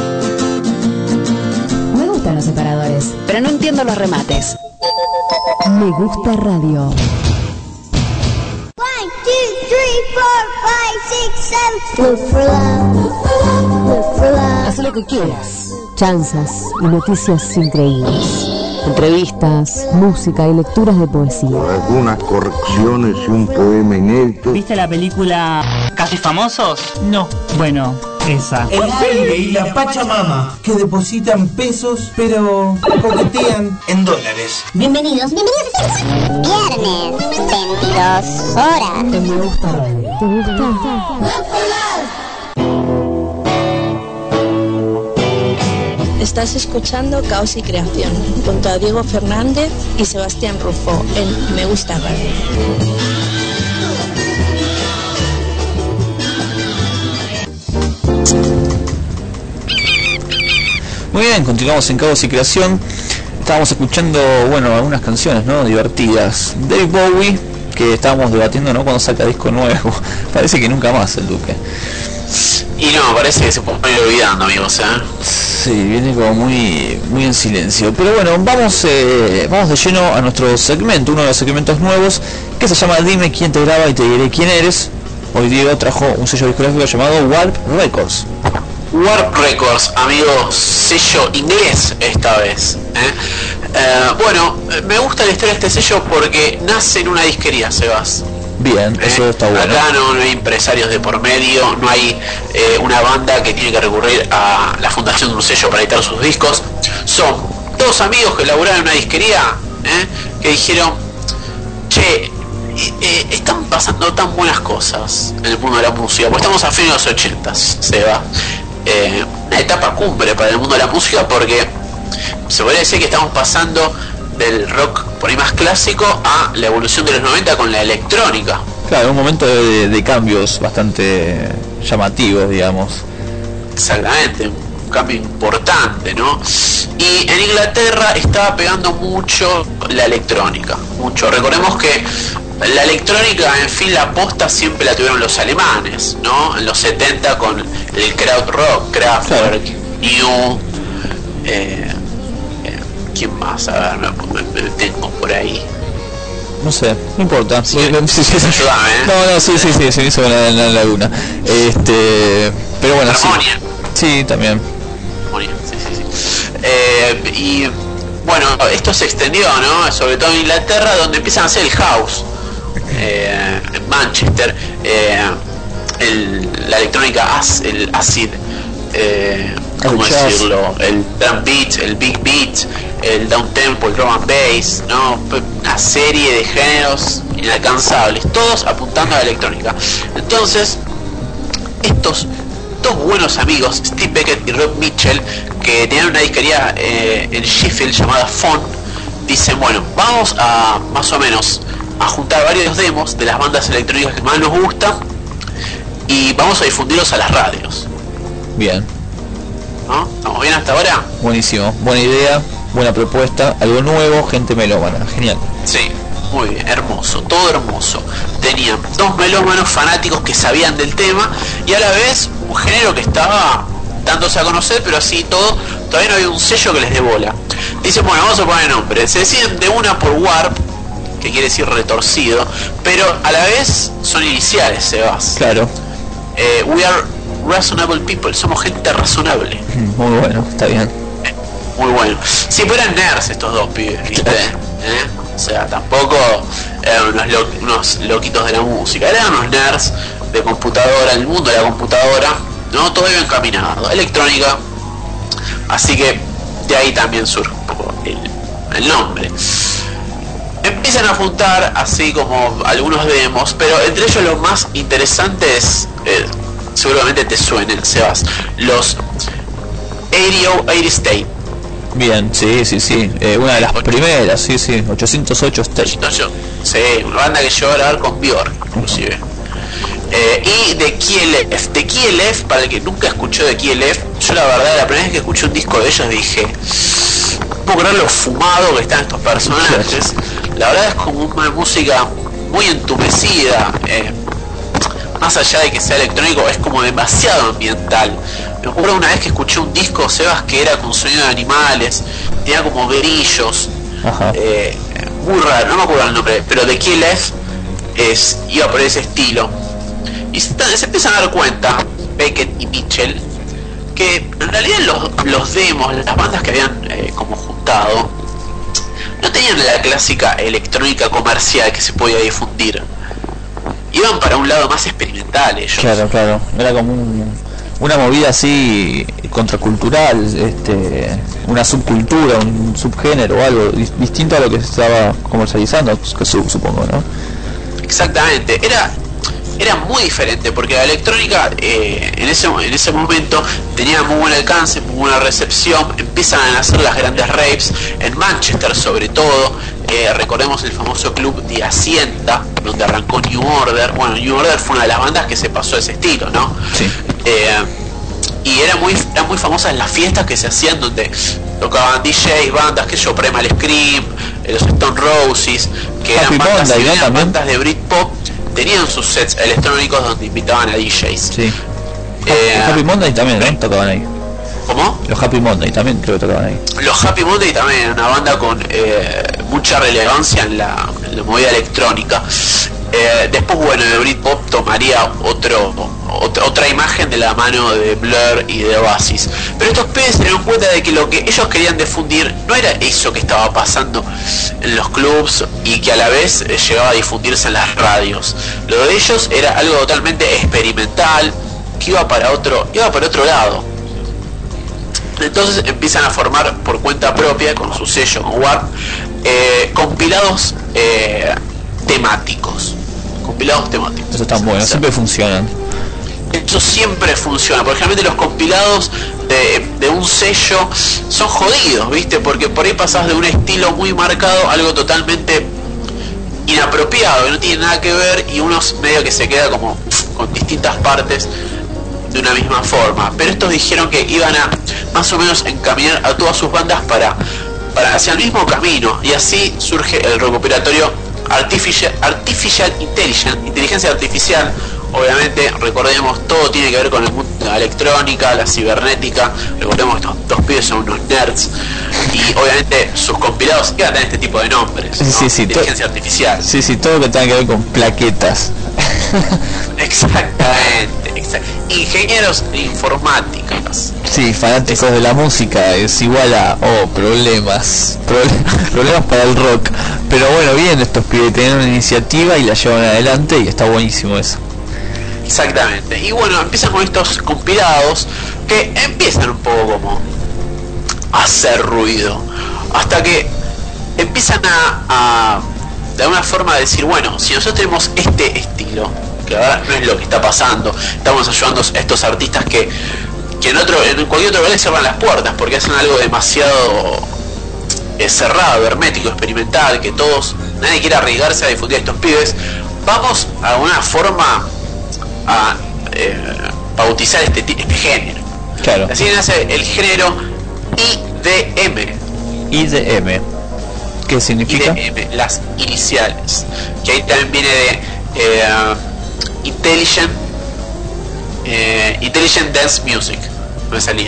Pero no entiendo los remates. Me Gusta Radio. 1, 2, 3, 4, 5, 6, 7. Look for love. Look for love. Haz lo que quieras. Chanzas y noticias increíbles. Entrevistas, música y lecturas de poesía. Algunas correcciones y un poema inédito. ¿Viste la película Casi Famosos? No. Bueno, esa. El aire y la Pachamama, que depositan pesos, pero coquetean en dólares. Bienvenidos a Viernes, 22 horas. Me Gusta Radio. ¿Te gusta? Estás escuchando Caos y Creación junto a Diego Fernández y Sebastián Rufo en Me Gusta Radio. Muy bien, continuamos en Caos y Creación. Estábamos escuchando, bueno, algunas canciones, ¿no? Divertidas. David Bowie, que estábamos debatiendo, ¿no? Cuando saca disco nuevo. Parece que nunca más el Duque. Y no, parece que se puede ir olvidando, amigos, Sí, viene como muy en silencio. Pero bueno, vamos de lleno a nuestro segmento, uno de los segmentos nuevos, que se llama Dime quién te graba y te diré quién eres. Hoy Diego trajo un sello discográfico llamado Warp Records. Warp Records, amigos, sello inglés esta vez. Bueno, me gusta la historia de este sello porque nace en una disquería, Sebas. Bien, eso está bueno. Acá no hay empresarios de por medio, no hay una banda que tiene que recurrir a la fundación de un sello para editar sus discos. Son dos amigos que laburaron en una disquería, que dijeron, che, están pasando tan buenas cosas en el mundo de la música, porque estamos a fines de los 80, Seba. Una etapa cumbre para el mundo de la música, porque se podría decir que estamos pasando del rock por ahí más clásico a la evolución de los 90 con la electrónica. Claro, un momento de cambios bastante llamativos, digamos. Exactamente, un cambio importante, ¿no? Y en Inglaterra estaba pegando mucho la electrónica, mucho. Recordemos que la electrónica, en fin, la posta siempre la tuvieron los alemanes, ¿no? En los 70 con el krautrock, Kraftwerk, New, ¿quién más? A ver, me tengo por ahí. No sé, no importa. Sí, ayúdame, No, sí, se me hizo en la laguna. Pero bueno, Armonia. Sí, también. Armonia, sí. Y bueno, esto se extendió, ¿no? Sobre todo en Inglaterra, donde empiezan a hacer el house. En Manchester, la electrónica, el acid, ¿cómo decirlo? El drum beat, el big beat, el down tempo, el drum and bass, ¿no? Una serie de géneros inalcanzables, todos apuntando a la electrónica. Entonces, estos dos buenos amigos, Steve Beckett y Rob Mitchell, que tenían una disquería en Sheffield llamada Fon, dicen, bueno, vamos a más o menos a juntar varios demos de las bandas electrónicas que más nos gustan y vamos a difundirlos a las radios. Bien. ¿No? ¿Estamos bien hasta ahora? Buenísimo, buena idea, buena propuesta, algo nuevo, gente melómana, genial. Sí, muy bien, hermoso, todo hermoso. Tenían dos melómanos fanáticos que sabían del tema y a la vez un género que estaba dándose a conocer, pero así todo, todavía no había un sello que les dé bola. Dicen, bueno, vamos a poner nombre. Se deciden de una por Warp, que quiere decir retorcido, pero a la vez son iniciales, Sebas. Claro. We are reasonable people, somos gente razonable. Muy bueno, está bien. Muy bueno. Sí, pero eran nerds estos dos pibes, ¿viste? O sea, tampoco eran unos loquitos de la música, eran unos nerds de computadora, el mundo de la computadora, ¿no? Todo iba encaminado, electrónica. Así que de ahí también surge un poco el nombre. Empiezan a juntar así como algunos demos, pero entre ellos los más interesantes, seguramente te suenen, Sebas, los 80 State. Bien, sí, una de las primeras, sí, 808 State. Sí, una banda que llegó a grabar con Björk, inclusive. Y de KLF, para el que nunca escuchó de KLF, yo la verdad, la primera vez que escuché un disco de ellos dije, no puedo creer lo fumado que están estos personajes. La verdad es como una música muy entumecida, más allá de que sea electrónico, es como demasiado ambiental. Me acuerdo una vez que escuché un disco, Sebas, que era con sonido de animales, tenía como grillos, muy raro, no me acuerdo el nombre, pero The Killers iba por ese estilo. Y se empiezan a dar cuenta, Beckett y Mitchell, que en realidad los demos, las bandas que habían como juntado, no tenían la clásica electrónica comercial que se podía difundir. Iban para un lado más experimental ellos. Claro, era como una movida así contracultural, una subcultura, un subgénero o algo distinto a lo que se estaba comercializando, supongo, ¿no? Exactamente, era muy diferente, porque la electrónica en ese momento tenía muy buen alcance, muy buena recepción. Empiezan a nacer las grandes raves en Manchester, sobre todo. Recordemos el famoso club de Hacienda, donde arrancó New Order. Bueno, New Order fue una de las bandas que se pasó a ese estilo, ¿no? Sí. Y eran muy famosas las fiestas que se hacían, donde tocaban DJs, bandas que yo, Primal Scream, los Stone Roses, que eran bandas de Britpop. Tenían sus sets electrónicos donde invitaban a DJs. Sí. Happy Monday también, ¿no? Tocaban ahí. ¿Cómo? Los Happy Monday también creo que tocaban ahí. Los Happy Monday también, una banda con mucha relevancia en la movida electrónica. Después, bueno, de Britpop tomaría otra imagen de la mano de Blur y de Oasis. Pero estos pibes se dieron cuenta de que lo que ellos querían difundir no era eso que estaba pasando en los clubs y que a la vez llegaba a difundirse en las radios. Lo de ellos era algo totalmente experimental, que iba para otro lado. Entonces empiezan a formar por cuenta propia, con su sello, con Warp, compilados temáticos. Eso está bueno, siempre funcionan. Eso siempre funciona, porque realmente los compilados de un sello son jodidos, ¿viste? Porque por ahí pasás de un estilo muy marcado a algo totalmente inapropiado, que no tiene nada que ver, y uno medio que se queda como con distintas partes de una misma forma. Pero estos dijeron que iban a más o menos encaminar a todas sus bandas para hacia el mismo camino, y así surge el recopilatorio Artificial Intelligence, inteligencia artificial. Obviamente, recordemos, todo tiene que ver con el mundo de la electrónica, la cibernética. Recordemos que estos dos pibes son unos nerds, y obviamente sus compilados iban a tener este tipo de nombres, ¿no? Sí, Inteligencia artificial. Sí, todo lo que tenga que ver con plaquetas. Exactamente. Ingenieros de informáticas. Sí, fanáticos de la música es igual a problemas para el rock. Pero bueno, bien, estos pibes tienen una iniciativa y la llevan adelante, y está buenísimo eso. Exactamente. Y bueno, empiezan con estos compilados que empiezan un poco como a hacer ruido, hasta que empiezan a de alguna forma decir, bueno, si nosotros tenemos este estilo, que ahora no es lo que está pasando, estamos ayudando a estos artistas que en cualquier otro lugar les cierran las puertas, porque hacen algo demasiado cerrado, hermético, experimental, que nadie quiere arriesgarse a difundir a estos pibes. Vamos a alguna forma a bautizar este género. Claro. Así nace el género IDM. ¿Qué significa? IDM, las iniciales, que ahí también viene de Intelligent Dance Music. Me salía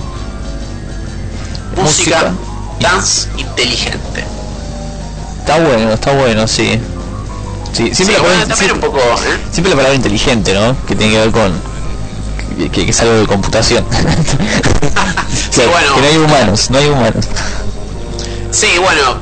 música dance inteligente. Está bueno, sí. Siempre la palabra inteligente, ¿no? Que tiene que ver con que es algo de computación. Sí, bueno, que no hay humanos. Sí, bueno,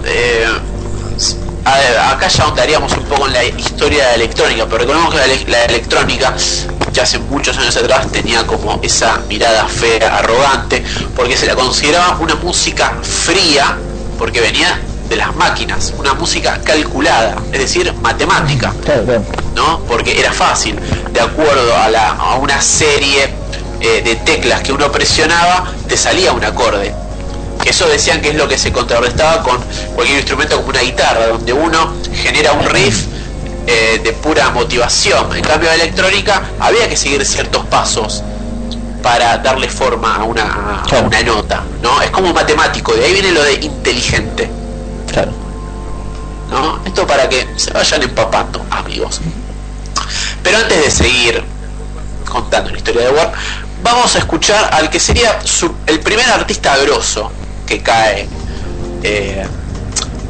acá ya ahondaríamos un poco en la historia de la electrónica, pero recordemos que la electrónica ya hace muchos años atrás tenía como esa mirada fea, arrogante, porque se la consideraba una música fría, porque venía de las máquinas, una música calculada, es decir, matemática. Claro. ¿No? Porque era fácil, de acuerdo a una serie de teclas que uno presionaba, te salía un acorde. Eso decían que es lo que se contrarrestaba con cualquier instrumento, como una guitarra, donde uno genera un riff de pura motivación. En cambio, la electrónica había que seguir ciertos pasos para darle forma a una nota, ¿no? Es como matemático, de ahí viene lo de inteligente. Claro. ¿No? Esto para que se vayan empapando, amigos. Pero antes de seguir contando la historia de Warp, vamos a escuchar al que sería el primer artista grosso que cae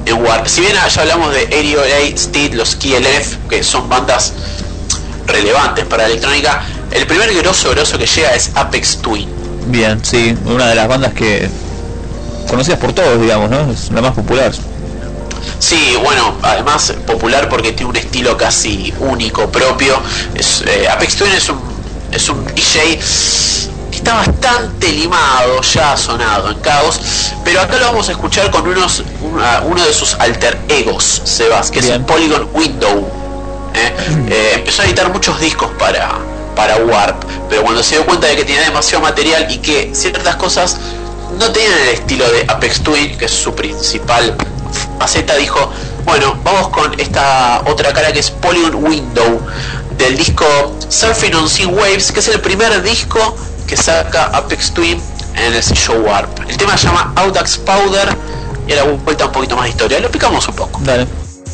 en Warp. Si bien ya hablamos de Aerosmith, Steed, los KLF, que son bandas relevantes para la electrónica, el primer grosso que llega es Aphex Twin. Bien, sí, una de las bandas que conocidas por todos, digamos, ¿no? Es la más popular. Sí, bueno, además popular porque tiene un estilo casi único, propio. Aphex Twin es un DJ que está bastante limado, ya sonado en Caos, pero acá lo vamos a escuchar con uno de sus alter egos, Sebas, que bien. Es un Polygon Window. Empezó a editar muchos discos para Warp, pero cuando se dio cuenta de que tenía demasiado material y que ciertas cosas no tenían el estilo de Aphex Twin, que es su principal faceta, dijo, bueno, vamos con esta otra cara que es Polygon Window, del disco Surfing on Sea Waves, que es el primer disco que saca Aphex Twin en el sello Warp. El tema se llama Audax Powder, y ahora vuelta un poquito más de historia, lo explicamos un poco. Dale.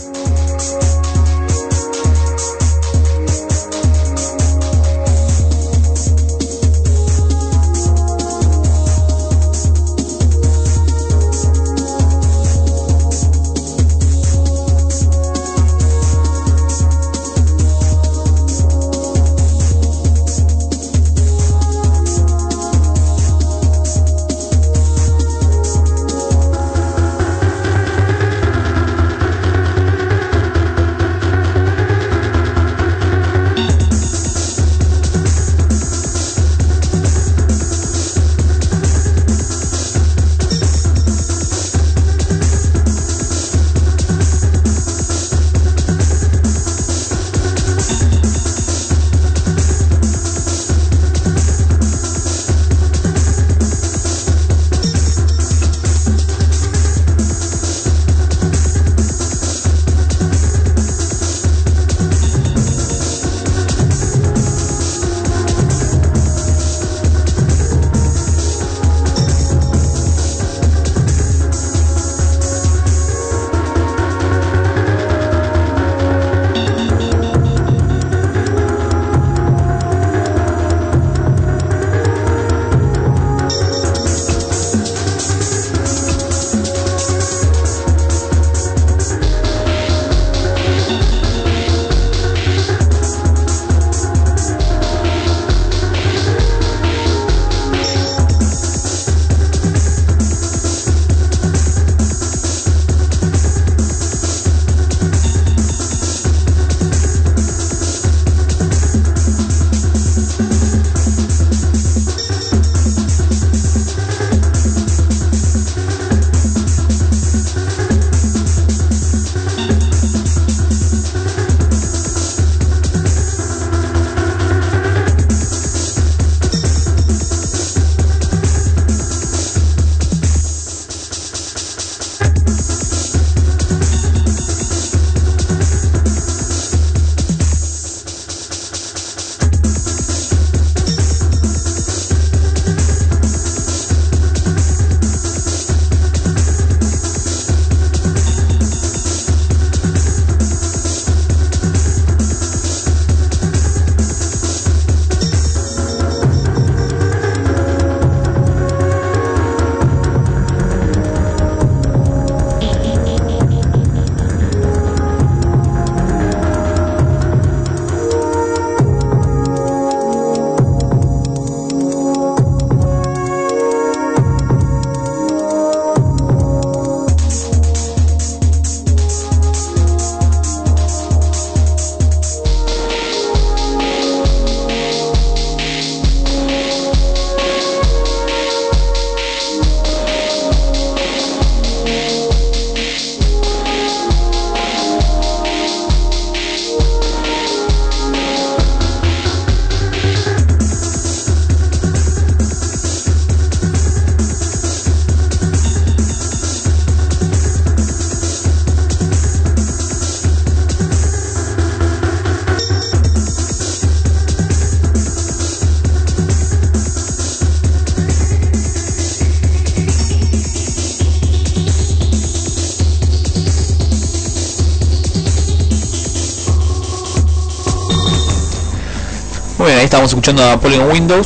Muy bien, ahí estamos escuchando a Polygon Windows.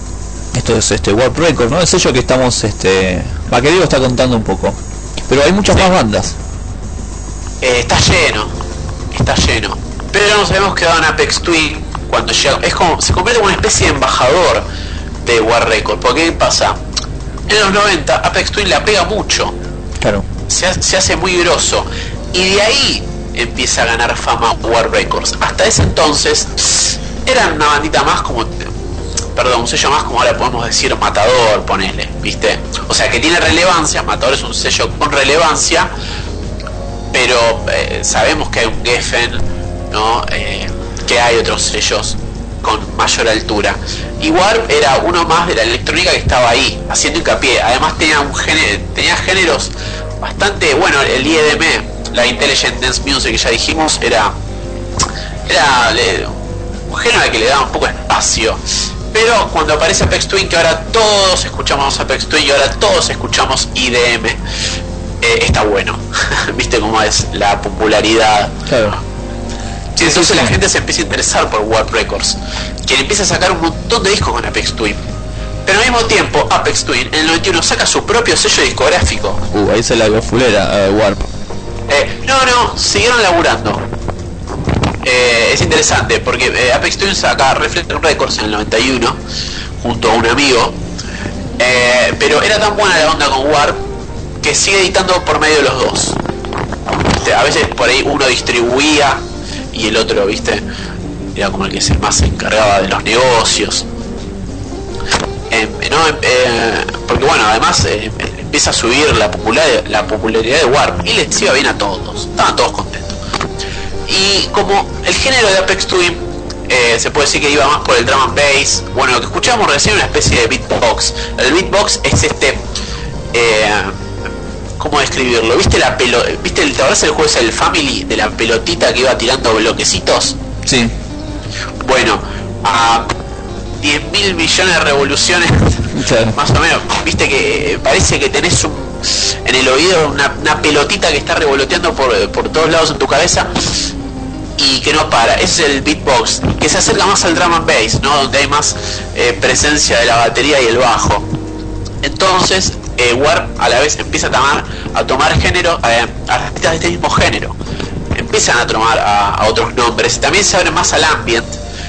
Esto es Warp Records, ¿no? El sello que estamos, que Diego está contando un poco. Pero hay muchas más bandas. está lleno. Pero nos habíamos quedado en Apex Twin cuando llega. Es como, se convierte en una especie de embajador de War Records. Porque ¿qué pasa? En los 90 Apex Twin la pega mucho. Claro. Se hace muy grosso. Y de ahí empieza a ganar fama War Records. Hasta ese entonces eran una bandita más como, un sello más como ahora podemos decir Matador, ponele, ¿viste? O sea que tiene relevancia. Matador es un sello con relevancia, pero sabemos que hay un Geffen, ¿no? Que hay otros sellos con mayor altura. Y War era uno más de la electrónica que estaba ahí, haciendo hincapié. Además tenía géneros bastante, bueno, el IEDM, la Intelligent Dance Music, que ya dijimos, era un género al que le daba un poco de espacio. Pero cuando aparece Apex Twin, que ahora todos escuchamos Apex Twin y ahora todos escuchamos IDM, está bueno. ¿Viste cómo es la popularidad? Claro. Sí, entonces la gente se empieza a interesar por War Records, quien empieza a sacar un montón de discos con Apex Twin. Pero al mismo tiempo, Apex Twin en el 91 saca su propio sello discográfico. Ahí se la vio fulera, Warp. No, siguieron laburando. Es interesante porque Apex Twin saca Reflector Records en el 91 junto a un amigo, pero era tan buena la onda con Warp que sigue editando por medio de los dos. A veces por ahí uno distribuía y el otro, ¿viste? Era como el que más se encargaba de los negocios. Porque bueno, además empieza a subir la popularidad de Warp y les iba bien a todos, estaban todos contentos. Y como el género de Apex Twin se puede decir que iba más por el drum and bass, bueno, lo que escuchamos recién una especie de beatbox. El beatbox es ¿cómo describirlo? ¿Viste ¿te acordás el juego ese del Family, de la pelotita que iba tirando bloquecitos? Sí. Bueno, a 10.000 millones de revoluciones, claro. Más o menos, viste que parece que tenés en el oído una pelotita que está revoloteando por todos lados en tu cabeza y que no para. Ese es el beatbox, que se acerca más al drum and bass, ¿no? Donde hay más presencia de la batería y el bajo. Entonces Warp a la vez empieza a tomar género, artistas de este mismo género empiezan a tomar a otros nombres, también se abren más al ambient.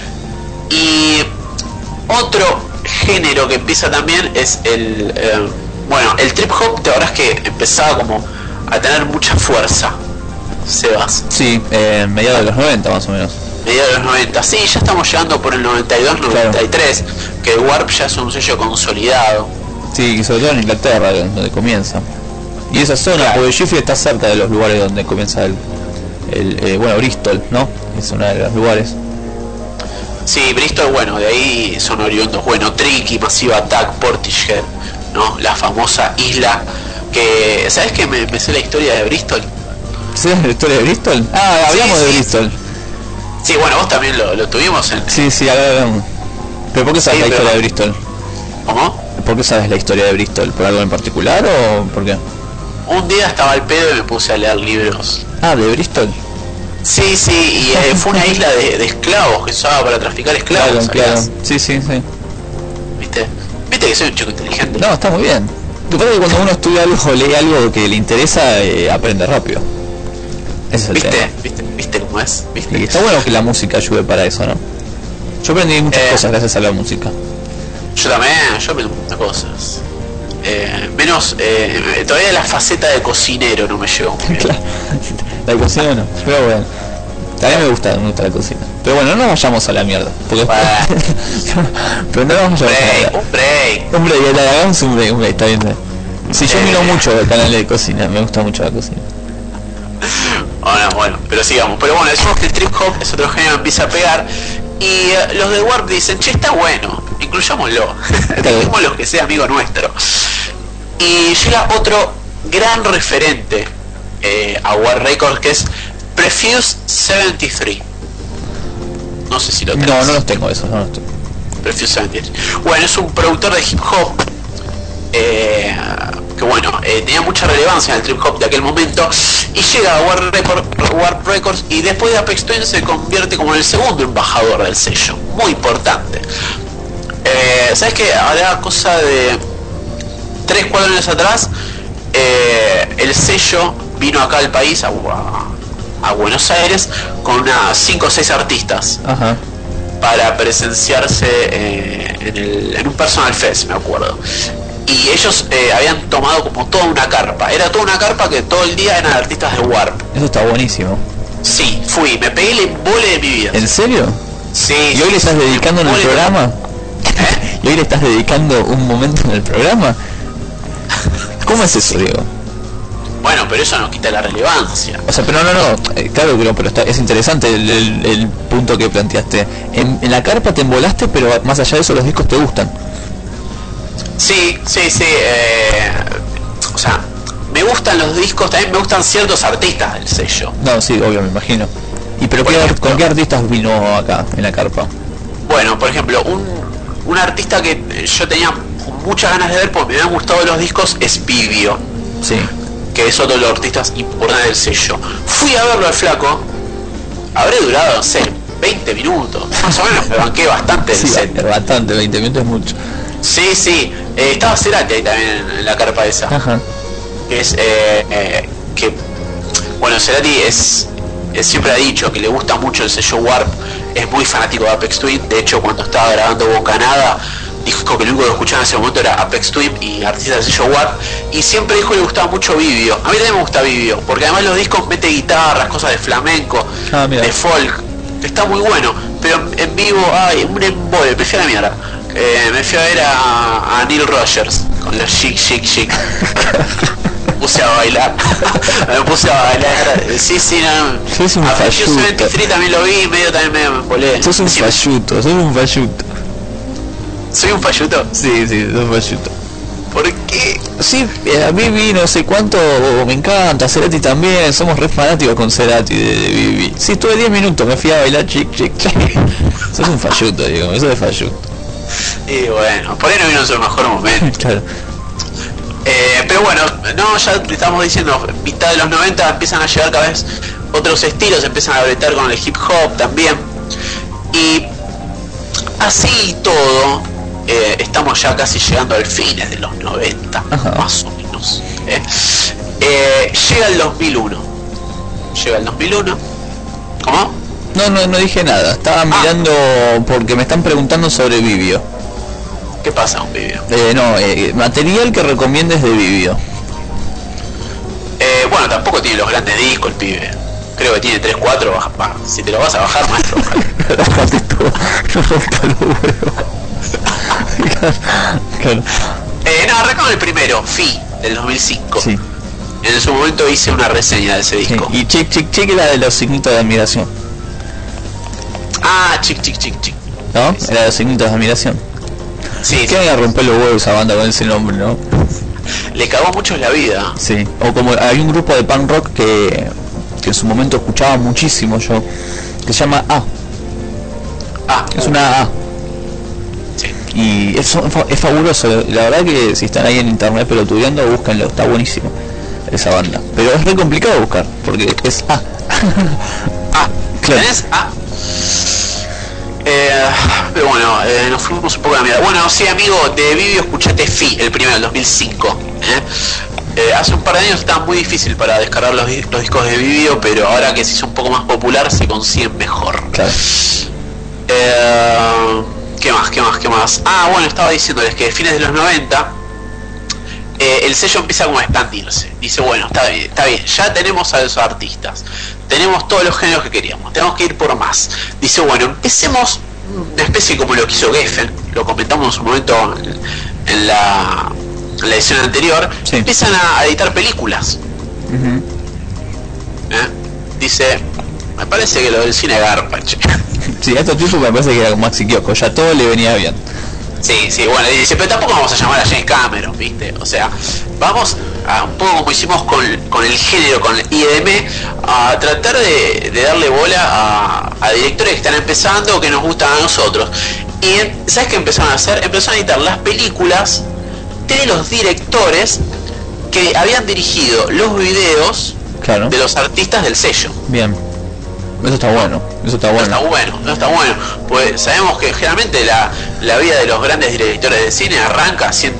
Y otro género que empieza también es el trip hop. Te acordás que empezaba como a tener mucha fuerza, Sebas. Sí, mediados de los 90 más o menos. Mediados de los 90, sí, ya estamos llegando por el 92, 93, claro. Que Warp ya es un sello consolidado. Sí, y sobre todo en Inglaterra, donde comienza. Y esa zona, claro. Porque Jiffy está cerca de los lugares donde comienza Bristol, ¿no? Es uno de los lugares. Sí, Bristol, bueno, de ahí son oriundos, Tricky, Massive Attack, Portishead, ¿no? La famosa isla que... ¿Sabes que me sé la historia de Bristol? ¿Sí? ¿La historia de Bristol? Ah, hablamos de Bristol. Sí, bueno, vos también lo tuvimos en... Sí, hablamos. ¿Pero por qué sabes la historia de Bristol? ¿Cómo? ¿Por qué sabes la historia de Bristol? ¿Por algo en particular o por qué? Un día estaba al pedo y me puse a leer libros. Ah, ¿de Bristol? Sí, y fue una isla de esclavos que se usaba para traficar esclavos. Claro. Sí. ¿Viste que soy un chico inteligente? No, está muy bien. Lo que pasa es que cuando uno estudia algo o lee algo que le interesa, aprende rápido. Ese es el tema. ¿Viste cómo es? ¿Viste? Y está bueno que la música ayude para eso, ¿no? Yo aprendí muchas cosas gracias a la música. Yo aprendí muchas cosas. Menos todavía la faceta de cocinero no me llegó muy bien. Claro. La cocina no, pero bueno, también me gusta la cocina. Pero bueno, no nos vayamos a la mierda, porque pero no nos vayamos un break, hagamos un break, está bien. Sí, yo miro mucho el canal de cocina, me gusta mucho la cocina. Bueno, pero sigamos. Pero bueno, decimos que el trip hop es otro género que empieza a pegar. Y los de Warp dicen, che, está bueno, incluyámoslo, dejémoslo que sea amigo nuestro. Y llega otro gran referente a Warp Records, que es Prefuse 73. No sé si lo tenés. No los tengo esos, no los tengo. Prefuse 73. Bueno, es un productor de hip hop que bueno, tenía mucha relevancia en el trip hop de aquel momento, y llega a Warp Records, y después de Apex Twin se convierte como en el segundo embajador del sello, muy importante. ¿Sabes qué? Ahora, cosa de 3-4 años atrás, el sello vino acá al país a a Buenos Aires con unas 5 o 6 artistas. Ajá. Para presenciarse en un Personal Fest, me acuerdo. Y ellos habían tomado como toda una carpa. Era toda una carpa que todo el día eran artistas de Warp. Eso está buenísimo. Sí, fui, me pegué el embole de mi vida. ¿En serio? Sí. ¿Y hoy le estás dedicando en el programa? ¿Y hoy le estás dedicando un momento en el programa? ¿Cómo es eso, Diego? Bueno, pero eso no quita la relevancia. O sea, pero no, claro que no, pero es interesante el punto que planteaste. En la carpa te embolaste, pero más allá de eso los discos te gustan. Sí, o sea, me gustan los discos, también me gustan ciertos artistas del sello. No, sí, obvio, me imagino. ¿Y pero con qué artistas vino acá, en la carpa? Bueno, por ejemplo, un artista que yo tenía muchas ganas de ver porque me habían gustado los discos es Vivio. Sí. Que es otro de los artistas importantes del sello. Fui a verlo al flaco, habré durado, no sé, 20 minutos. Más o menos me banqué bastante sí, bastante, 20 minutos es mucho. Sí, estaba Cerati ahí también en la carpa esa. Ajá. Que es, bueno, Cerati siempre ha dicho que le gusta mucho el sello Warp, es muy fanático de Apex Twin. De hecho, cuando estaba grabando Bocanada, dijo que lo único que escuchaba en ese momento era Apex Twin y artistas del sello Warp, y siempre dijo que le gustaba mucho Vivio. A mí también me gusta Vivio, porque además los discos mete guitarras, cosas de flamenco, de folk, está muy bueno, pero en vivo, un embole, me fui a la mierda. Me fui a ver a Neil Rogers con los chic. Me puse a bailar. Sí, no. Sos un falluto. 73 también lo vi, medio me embolé. Sos un falluto. ¿Soy un falluto? Sí, sos un falluto. ¿Por qué? Sí, a Vivi no sé cuánto me encanta, Cerati también, somos re fanáticos con Cerati de Vivi. Sí, estuve 10 minutos, me fui a bailar chic. Sos un falluto, digo, eso es falluto. Y bueno, por ahí no vino en su mejor momento. Claro. Pero bueno, no, ya te estamos diciendo, mitad de los 90 empiezan a llegar cada vez otros estilos, empiezan a bretar con el hip hop también. Y así todo, estamos ya casi llegando al fines de los 90, más o menos. Llega el 2001. ¿Cómo? No dije nada, estaba mirando porque me están preguntando sobre Vivio. ¿Qué pasa con Vivio? Material que recomiendes de Vivio. Bueno, tampoco tiene los grandes discos el pibe. Creo que tiene 3, 4, si te lo vas a bajar, maestro. Bájate todo, no rompa los huevos. Claro. No, arrancamos el primero, Fi, del 2005. Sí. En su momento hice una reseña de ese disco. Sí. Y chic la de los signitos de admiración. Chic. ¿No? Era de los signitos de admiración. Sí. ¿Qué me iba a romper los huevos esa banda con ese nombre, no? Le cagó mucho la vida. Sí. O como hay un grupo de punk rock que en su momento escuchaba muchísimo yo, que se llama A. Es una A. Sí. Y es fabuloso. La verdad que si están ahí en internet pelotudeando, búsquenlo, está buenísimo esa banda. Pero es re complicado buscar, porque es A. Claro. ¿Tenés A? Pero bueno, nos fuimos un poco a la mierda. Bueno, sí, amigo, de Vivio escuchate Fi, el primero, del 2005. Hace un par de años estaba muy difícil para descargar los discos de Vivio, pero ahora que se hizo un poco más popular se consiguen mejor. Claro. ¿Qué más? Bueno, estaba diciéndoles que a fines de los 90 el sello empieza como a expandirse. Dice, bueno, está bien, ya tenemos a esos artistas, tenemos todos los géneros que queríamos, tenemos que ir por más. Dice, bueno, empecemos una especie como lo que hizo Geffen, lo comentamos en su momento en la edición anterior. Sí. Empiezan a editar películas. Dice, me parece que lo del cine garpa, che. Sí, a estos tipos me parece que era como Maxi Kiosco, ya todo le venía bien. Sí, bueno, dice, pero tampoco vamos a llamar a James Cameron, ¿viste? O sea, vamos a un poco como hicimos con el género, con el IDM, a tratar de darle bola a directores que están empezando o que nos gustan a nosotros. Y ¿sabes qué empezaron a hacer? Empezaron a editar las películas de los directores que habían dirigido los videos de los artistas del sello. Bien. Eso está bueno. No está bueno. Pues sabemos que generalmente la vida de los grandes directores de cine arranca haciendo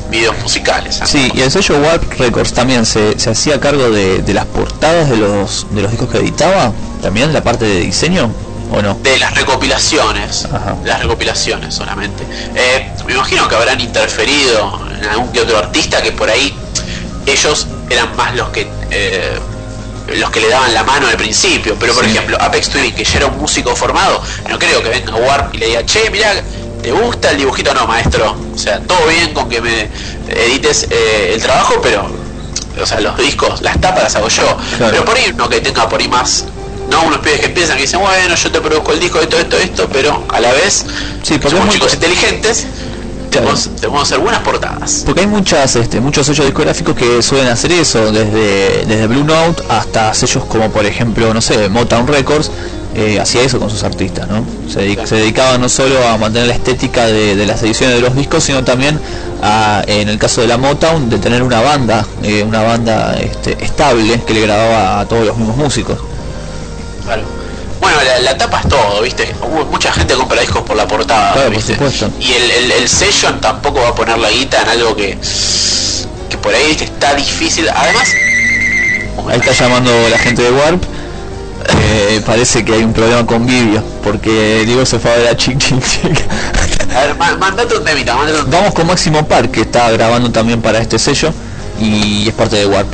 videos musicales. Sí, y el sello Warp Records también se hacía cargo de las portadas de los discos que editaba, también la parte de diseño, ¿o no? De las recopilaciones. Ajá. Las recopilaciones solamente. Me imagino que habrán interferido en algún que otro artista, que por ahí ellos eran más los que le daban la mano al principio, pero por ejemplo Apex Twin, que ya era un músico formado, no creo que venga Warp y le diga, che, mirá, ¿te gusta el dibujito? No, maestro, o sea, todo bien con que me edites el trabajo, pero, o sea, los discos, las tapas las hago yo. Claro. Pero por ahí uno que tenga por ahí más, no, unos pibes que piensan, que dicen, bueno, yo te produzco el disco, esto, pero a la vez somos chicos inteligentes. Debemos hacer buenas portadas. Porque hay muchos sellos discográficos que suelen hacer eso, desde Blue Note hasta sellos como, por ejemplo, no sé, Motown Records, hacía eso con sus artistas, ¿no? Se dedicaban no solo a mantener la estética de las ediciones de los discos, sino también en el caso de la Motown, de tener una banda estable que le grababa a todos los mismos músicos. Claro. Bueno, la tapa es todo, ¿viste? Mucha gente compra discos por la portada, claro, ¿viste? Por supuesto. Y el sello tampoco va a poner la guita en algo que por ahí, ¿viste? Está difícil. Además, ahí está llamando la gente de Warp. Parece que hay un problema con Vivio, porque Diego se fue a ver a Chic Chic Chic. A ver, mandate un temita, Vamos con Máximo Park, que está grabando también para este sello y es parte de Warp.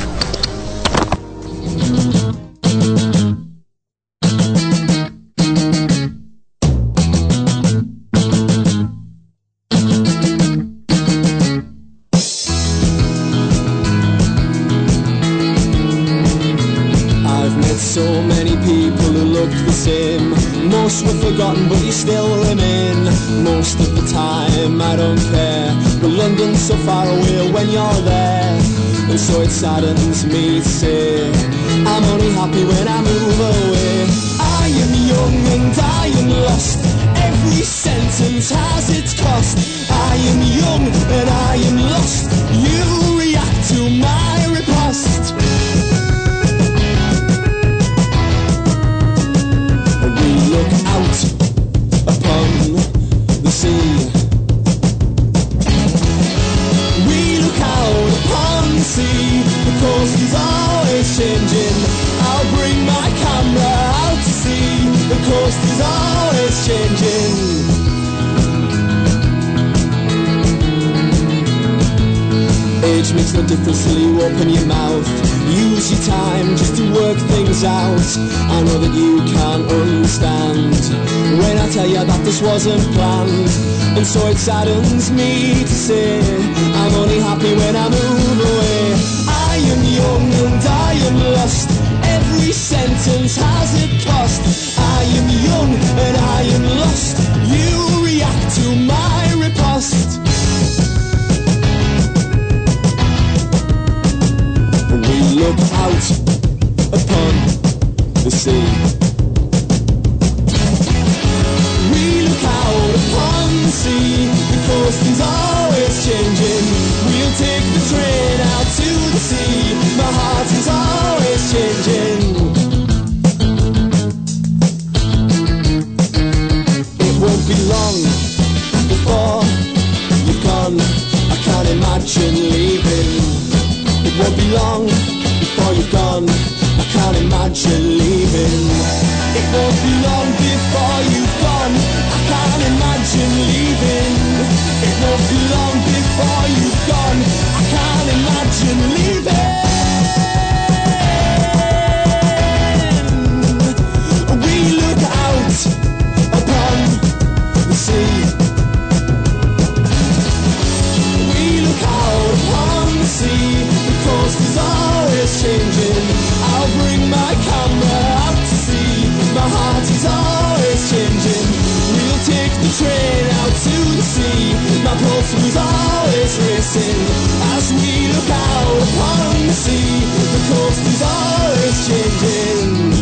Most were forgotten, but you still remain. Most of the time, I don't care. But London's so far away when you're there, and so it saddens me to say I'm only happy when I move away. I am young and I am lost. Every sentence has its cost. I am young and I am lost. You react to my riposte. Look out upon the sea. We look out upon the sea. The coast is always changing. I'll bring my camera out to sea. The coast is always changing. Age makes no difference till you open your mouth. Use your time just to work things out. I know that you can't understand when I tell you that this wasn't planned. And so it saddens me to say I'm only happy when I move away. I am young and I am lost. Every sentence has a cost. I am young and I am lost. You react to my riposte. We look out upon the sea. We look out upon the sea. The coast is always changing. We'll take the train out to the sea. My heart is always changing. It won't be long before you're gone. I can't imagine leaving. It won't be long before you're gone. I can't imagine leaving. It won't be long before you've gone. I can't imagine leaving. It won't be long before you've gone. I can't imagine leaving. We look out upon the sea. We look out upon the sea. The coast is always changing. I'll bring my camera out to sea. My heart is always changing. We'll take the train out to the sea. My pulse was always racing as we look out upon the sea. The coast is always changing.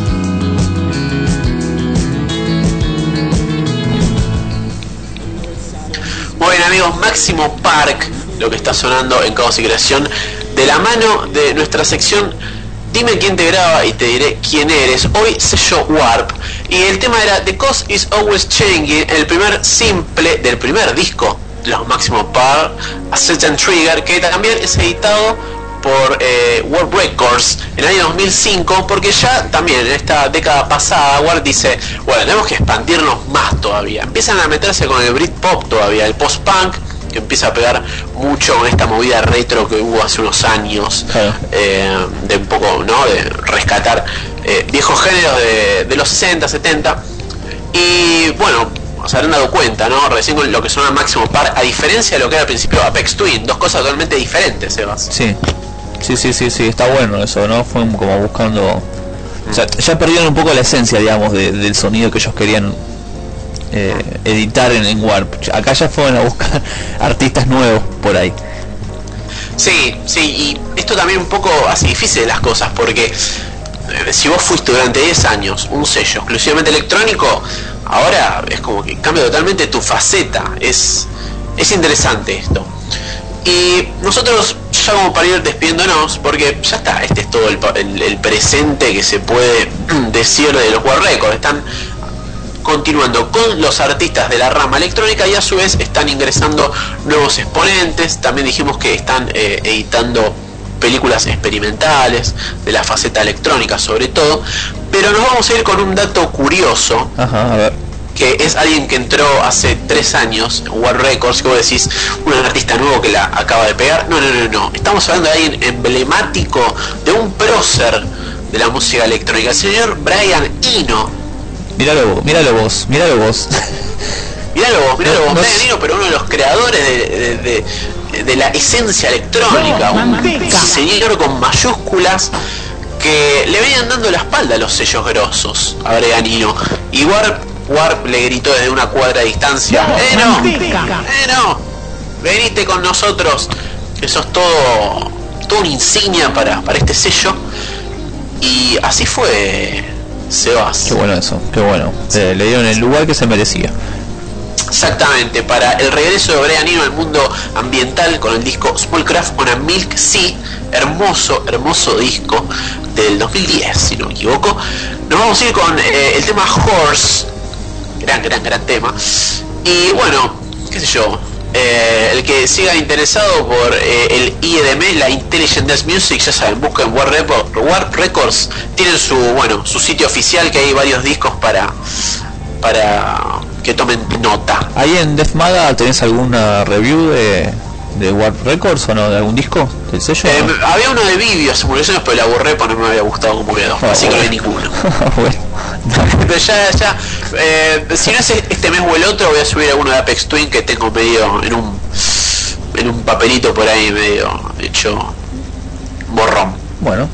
Muy bien, amigos, Máximo Park, lo que está sonando en Caos y Creación, de la mano de nuestra sección Dime quién te graba y te diré quién eres. Hoy sello Warp y el tema era The Coast is Always Changing, el primer simple del primer disco los máximos par, A Certain Trigger, que también es editado por Warp Records en el año 2005, porque ya también en esta década pasada Warp dice, bueno, tenemos que expandirnos más todavía. Empiezan a meterse con el Britpop todavía, el post-punk, que empieza a pegar mucho con esta movida retro que hubo hace unos años, de un poco, ¿no?, de rescatar viejos géneros de los 60, 70. Y bueno, se habrán dado cuenta, ¿no?, recién con lo que son al máximo par, a diferencia de lo que era al principio Apex Twin, dos cosas totalmente diferentes, Sebas. Sí, está bueno eso, ¿no? Fue como buscando... O sea, ya perdieron un poco la esencia, digamos, del sonido que ellos querían editar en Warp. Acá ya fueron a buscar artistas nuevos por ahí. Sí, y esto también un poco hace difícil las cosas, porque si vos fuiste durante 10 años un sello exclusivamente electrónico, ahora es como que cambia totalmente tu faceta. Es interesante esto. Y nosotros, ya como para ir despidiéndonos, porque ya está, este es todo el presente que se puede decir de los Warp Records. Están continuando con los artistas de la rama electrónica y a su vez están ingresando nuevos exponentes. También dijimos que están editando películas experimentales de la faceta electrónica sobre todo. Pero nos vamos a ir con un dato curioso. Ajá, a ver. Que es alguien que entró hace 3 años en Warp Records, que vos decís, un artista nuevo que la acaba de pegar. No. Estamos hablando de alguien emblemático, de un prócer de la música electrónica, el señor Brian Eno. Míralo vos. Míralo vos. Brian Eno, pero uno de los creadores de la esencia electrónica. Un señor con mayúsculas que le venían dando la espalda a los sellos grosos a Brian Eno. Y Warp le gritó desde una cuadra de distancia: ¡No! Venite con nosotros, que sos todo una insignia para este sello. Y así fue, Sebas. Qué bueno eso, qué bueno. Le dieron el lugar que se merecía. Exactamente, para el regreso de Brian Eno al mundo ambiental con el disco Smallcraft on a Milk Sea, hermoso disco del 2010, si no me equivoco. Nos vamos a ir con el tema Horse, gran tema. Y bueno, qué sé yo, el que siga interesado por el IEDM, la Intelligent Dance Music, ya saben, busquen Warp Records, tienen su sitio oficial, que hay varios discos para que tomen nota. ¿Ahí en Def Maga tenés alguna review de Warp Records o no, de algún disco del sello? ¿No? Había uno de Video Simulations, pero la borré porque no me había gustado cómo quedó, así que no hay ninguno. Bueno. Pero ya si no es este mes o el otro, voy a subir alguno de Apex Twin que tengo medio en un papelito por ahí, medio hecho borrón. Bueno.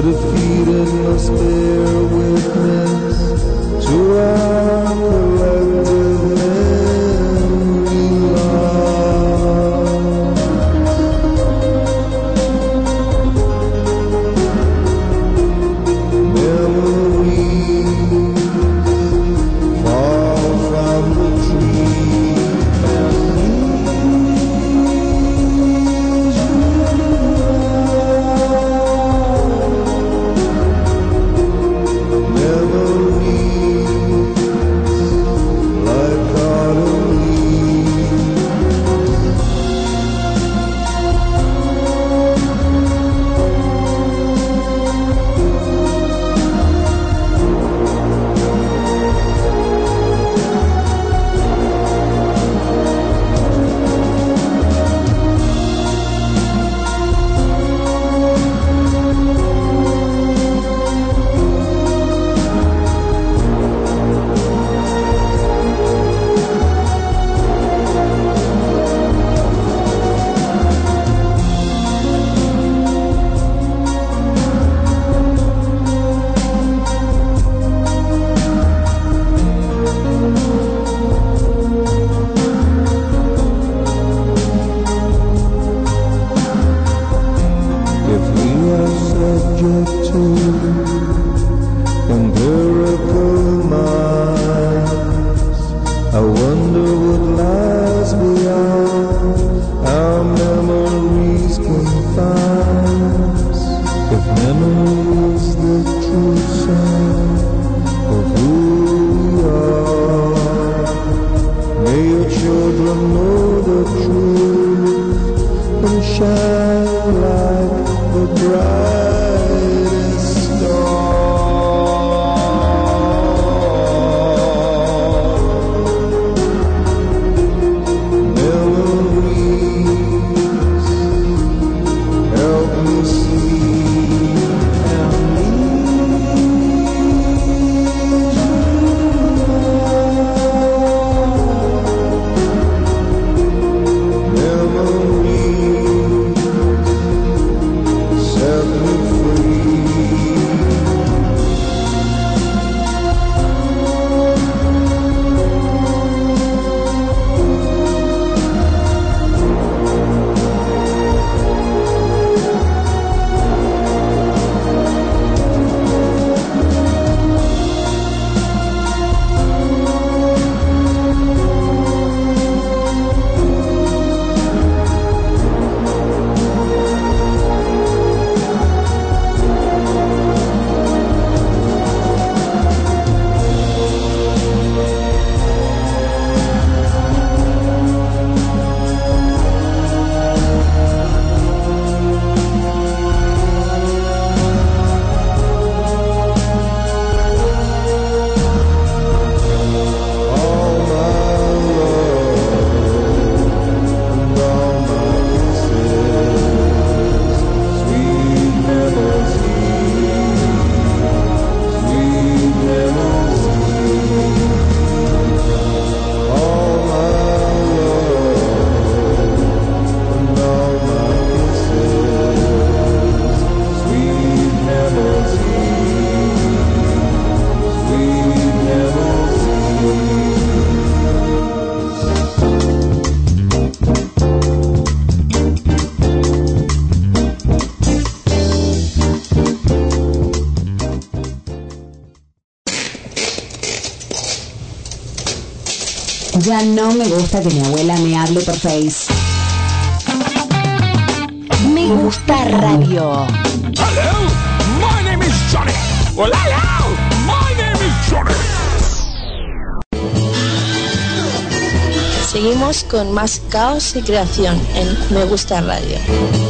defeated must bear witness to our collective memory lost. Memories fall from the tree and leaves you memories like autumn leaves. If we are subject to empirical minds, I wonder what lies beyond our memories confines. If memory is the true sign of who we are, may your children know the truth and shine like the brightest star. Memories help me see and memories set me free. Ya no me gusta que mi abuela me hable por Face. Me Gusta Radio. Hello, my name is Johnny. Well, hello, my name is Johnny. Seguimos con más caos y creación en Me Gusta Radio.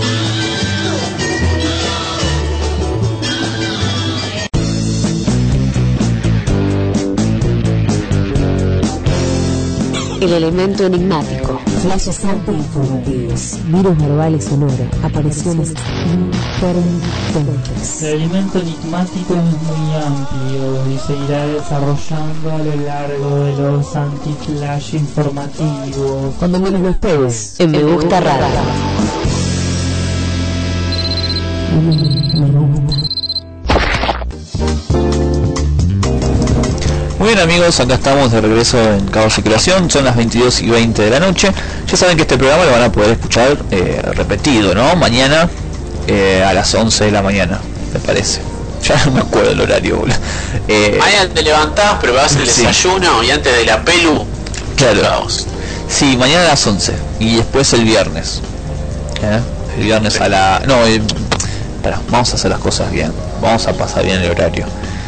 El elemento enigmático. Flashes informativos. Virus verbales sonoro. Apariciones intermitentes. El elemento enigmático es muy amplio y se irá desarrollando a lo largo de los anti-flash informativos. Cuando menos lo esperes, en Me Gusta Radio. Me gusta. amigos? Acá estamos de regreso en Caos y Creación. Son las 22:20 de la noche. Ya saben que este programa lo van a poder escuchar repetido, ¿no? Mañana a las 11 de la mañana, me parece. Ya no me acuerdo el horario, boludo. Mañana te levantás, preparás el desayuno y antes de la pelu. Claro. Caos. Sí, mañana a las 11 y después el viernes. El viernes a la... No, espera, vamos a hacer las cosas bien. Vamos a pasar bien el horario.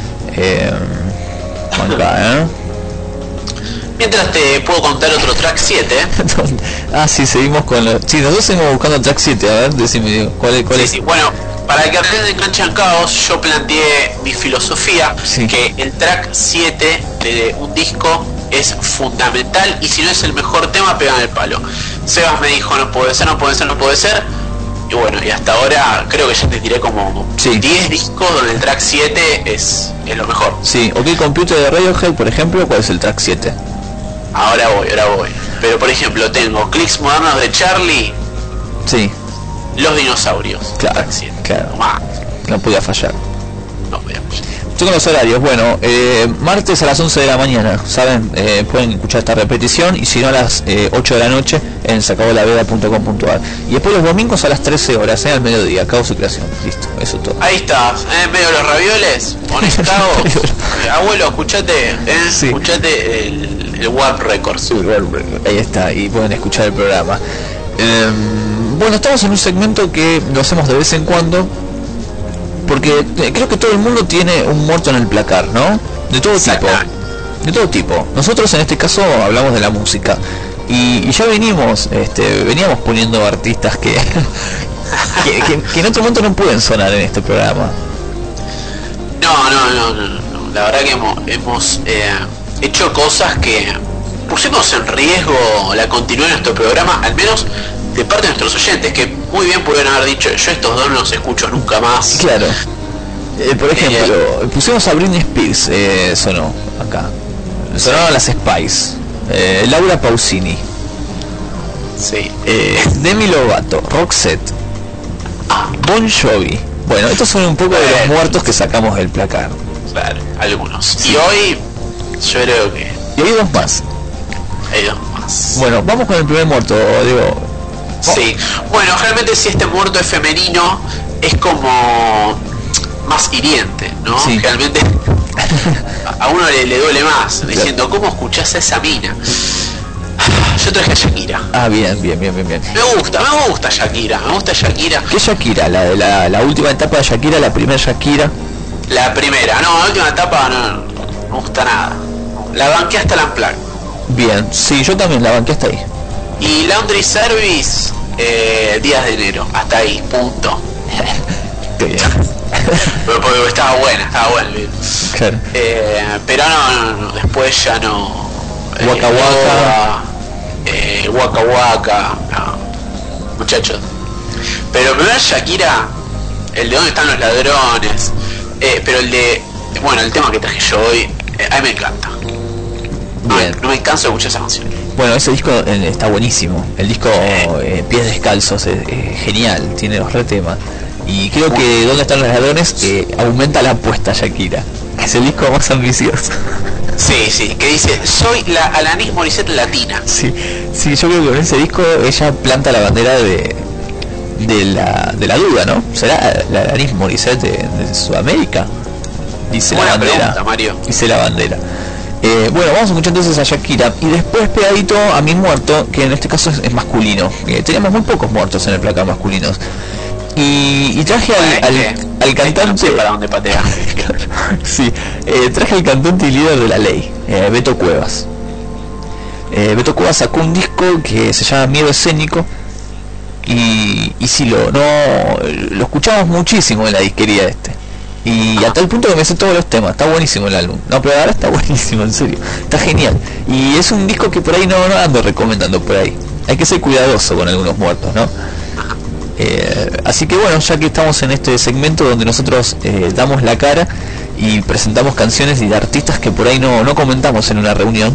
Acá, Mientras te puedo contar otro track 7. Sí, seguimos con los... Sí, nosotros seguimos buscando track 7. A ver, decime, ¿cuál es? Sí, bueno, para que de Cancha en Caos, yo planteé mi filosofía, que el track 7 de un disco es fundamental, y si no es el mejor tema, pegan el palo. Sebas me dijo, no puede ser. Y bueno, y hasta ahora creo que ya te tiré como 10 discos donde el track 7 es lo mejor. Sí, OK Computer de Radiohead, por ejemplo, ¿cuál es el track 7? Ahora voy. Pero por ejemplo, tengo Clics Modernos de Charlie. Sí. Los Dinosaurios. Claro, track 7. Claro. No podía fallar. No podía fallar. Estoy con los horarios. Bueno, martes a las 11 de la mañana, ¿saben? Pueden escuchar esta repetición, y si no a las 8 de la noche en sacabolaveda.com.ar. Y después los domingos a las 13 horas, al mediodía, Caos y Creación. Listo, eso es todo. Ahí está, en medio de los ravioles, ponés Caos. Abuelo, escuchate el Warp Records. Ahí está, y pueden escuchar el programa. Bueno, estamos en un segmento que lo hacemos de vez en cuando, porque creo que todo el mundo tiene un muerto en el placar, ¿no? De todo tipo. Nosotros en este caso hablamos de la música, y ya veníamos poniendo artistas que en otro momento no pueden sonar en este programa. No. La verdad que hemos hecho cosas que pusimos en riesgo la continuidad de nuestro programa, al menos de parte de nuestros oyentes, que muy bien pudieron haber dicho, yo estos dos no los escucho nunca más. Claro. Por ejemplo, pusimos a Britney Spears, sonó acá. Sonaron las Spice, Laura Pausini, Demi Lovato, Roxette, Bon Jovi. Bueno, estos son un poco de los muertos que sacamos del placar. Claro, algunos. Y hoy, yo creo que... Y hay dos más. Bueno, vamos con el primer muerto, digo. Sí, bueno, realmente si este muerto es femenino, es como más hiriente, ¿no? Sí. Realmente a uno le duele más, diciendo, ¿cómo escuchás a esa mina? Yo traje a Shakira. Bien. Me gusta Shakira. ¿Qué Shakira? ¿La de la última etapa de Shakira, la primera Shakira? La primera, la última etapa no me gusta nada. La banqué hasta la Unplugged. Bien, sí, yo también la banqué hasta ahí. Y Laundry Service, días de enero, hasta ahí, punto. Qué bien. Porque estaba buena. Claro. Pero no, después ya no. Waka Waka, no, muchachos. Pero primero Shakira, el de dónde están los ladrones, pero el tema que traje yo hoy, a mí me encanta. No me canso de escuchar esa canción. Bueno, ese disco está buenísimo. El disco Pies Descalzos es genial, tiene los re temas. Y creo que ¿Dónde están los ladrones? Aumenta la apuesta Shakira. Es el disco más ambicioso. Sí, que dice, soy la Alanis Morissette latina. Sí, yo creo que con ese disco ella planta la bandera de la duda, ¿no? ¿Será la Alanis Morissette de Sudamérica? Dice buena la bandera. Pregunta, Mario. Dice la bandera. Bueno, vamos a escuchar entonces a Shakira, y después pegadito a mi muerto, que en este caso es masculino. Teníamos muy pocos muertos en el placar masculinos. Y traje al cantante... No sé para dónde patea. Sí, traje al cantante y líder de La Ley, Beto Cuevas. Beto Cuevas sacó un disco que se llama Miedo Escénico, y sí, lo escuchamos muchísimo en la disquería y a tal punto que me sé todos los temas. Está buenísimo el álbum. No, pero ahora está buenísimo, en serio. Está genial. Y es un disco que por ahí no ando recomendando por ahí. Hay que ser cuidadoso con algunos muertos, ¿no? Así que bueno, ya que estamos en este segmento donde nosotros damos la cara y presentamos canciones y de artistas que por ahí no comentamos en una reunión,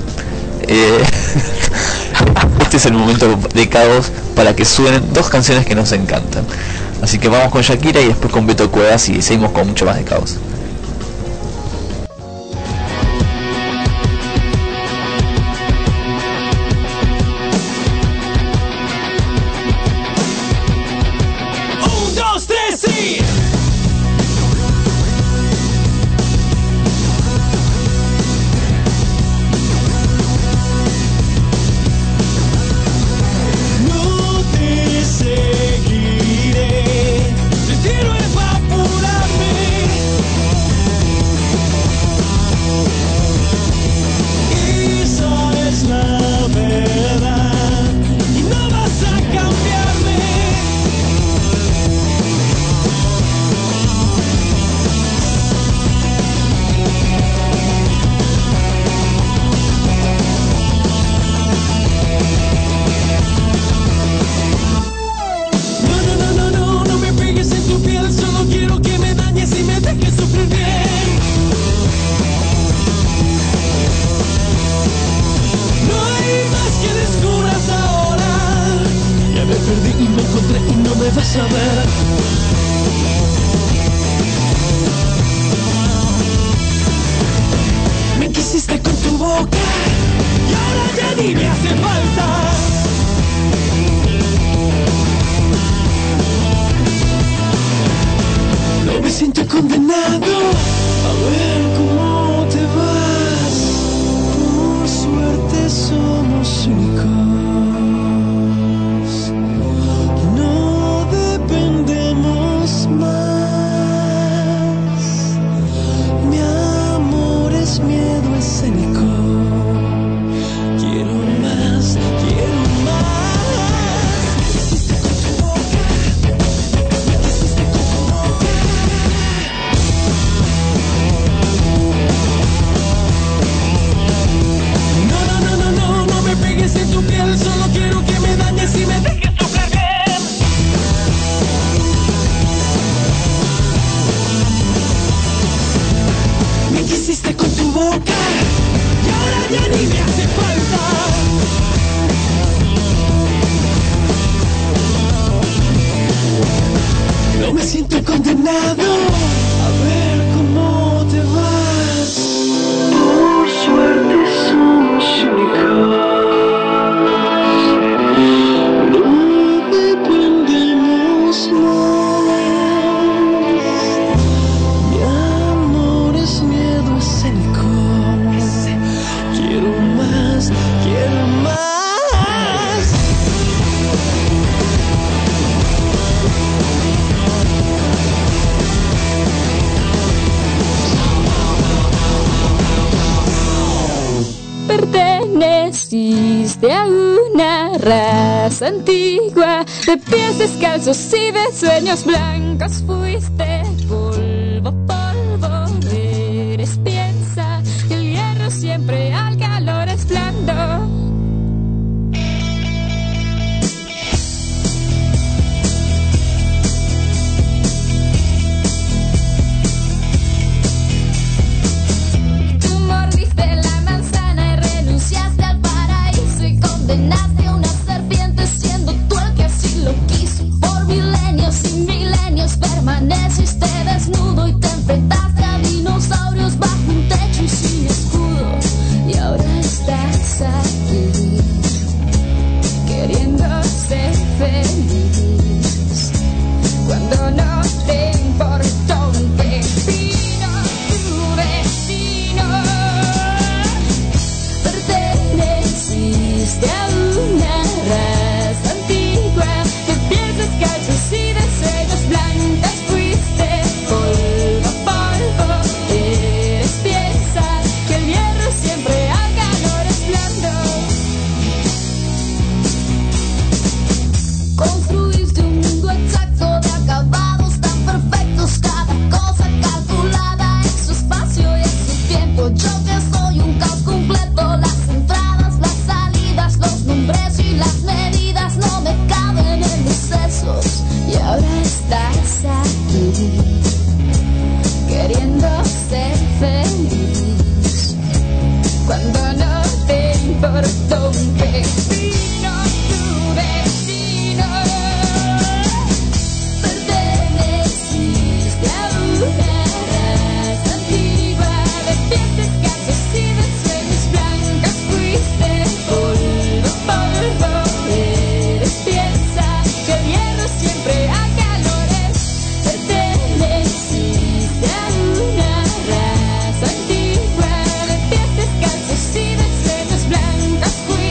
este es el momento de Caos para que suenen dos canciones que nos encantan. Así que vamos con Shakira y después con Beto Cuevas y seguimos con mucho más de Caos. volver. Me quisiste con tu boca y ahora ya ni me hace falta. No me siento condenado a ver cómo te vas. Por suerte somos únicos. No dependemos más. Mi amor es miedo escénico. Quiero más, quiero más. En tu piel solo quiero que me dañes y me dejes sufrir bien. Me quisiste con tu boca y ahora ya ni me hace falta. No me siento condenado a ver cómo te vas. Por suerte somos únicos. Perteneciste a una raza antigua de pies descalzos y de sueños blancos. Fuiste polvo, polvo, eres piensa que el hierro siempre al calor es blando. Condenaste a una serpiente siendo tú el que así lo quiso. Por milenios y milenios permaneciste desnudo y te enfrentaste a dinosaurios bajo un techo y sin escudo. Y ahora estás aquí, queriendo ser feliz, cuando no te importó un pepino tu destino. Perteneciste a una raza antigua de pies descalzos y de sueños blancos. Fuiste polvo, polvo, eres piensa que el hierro siempre al calor es blando. Construiste un mundo exacto de acabados tan perfectos, cada cosa calculada en su espacio y en su tiempo. Yo que soy un caos completo, las entradas, las salidas, los nombres y las medidas no me caben en mis sesos. Y ahora estás aquí, queriendo ser feliz, cuando no te importó un pepino tu destino. Perteneciste a una raza antigua de pies descalzos y de sueños blancos. Fuiste polvo, polvo, eres piensa que el hierro siempre a calores. Perteneciste a una raza antigua de pies descalzos y de sueños blancos.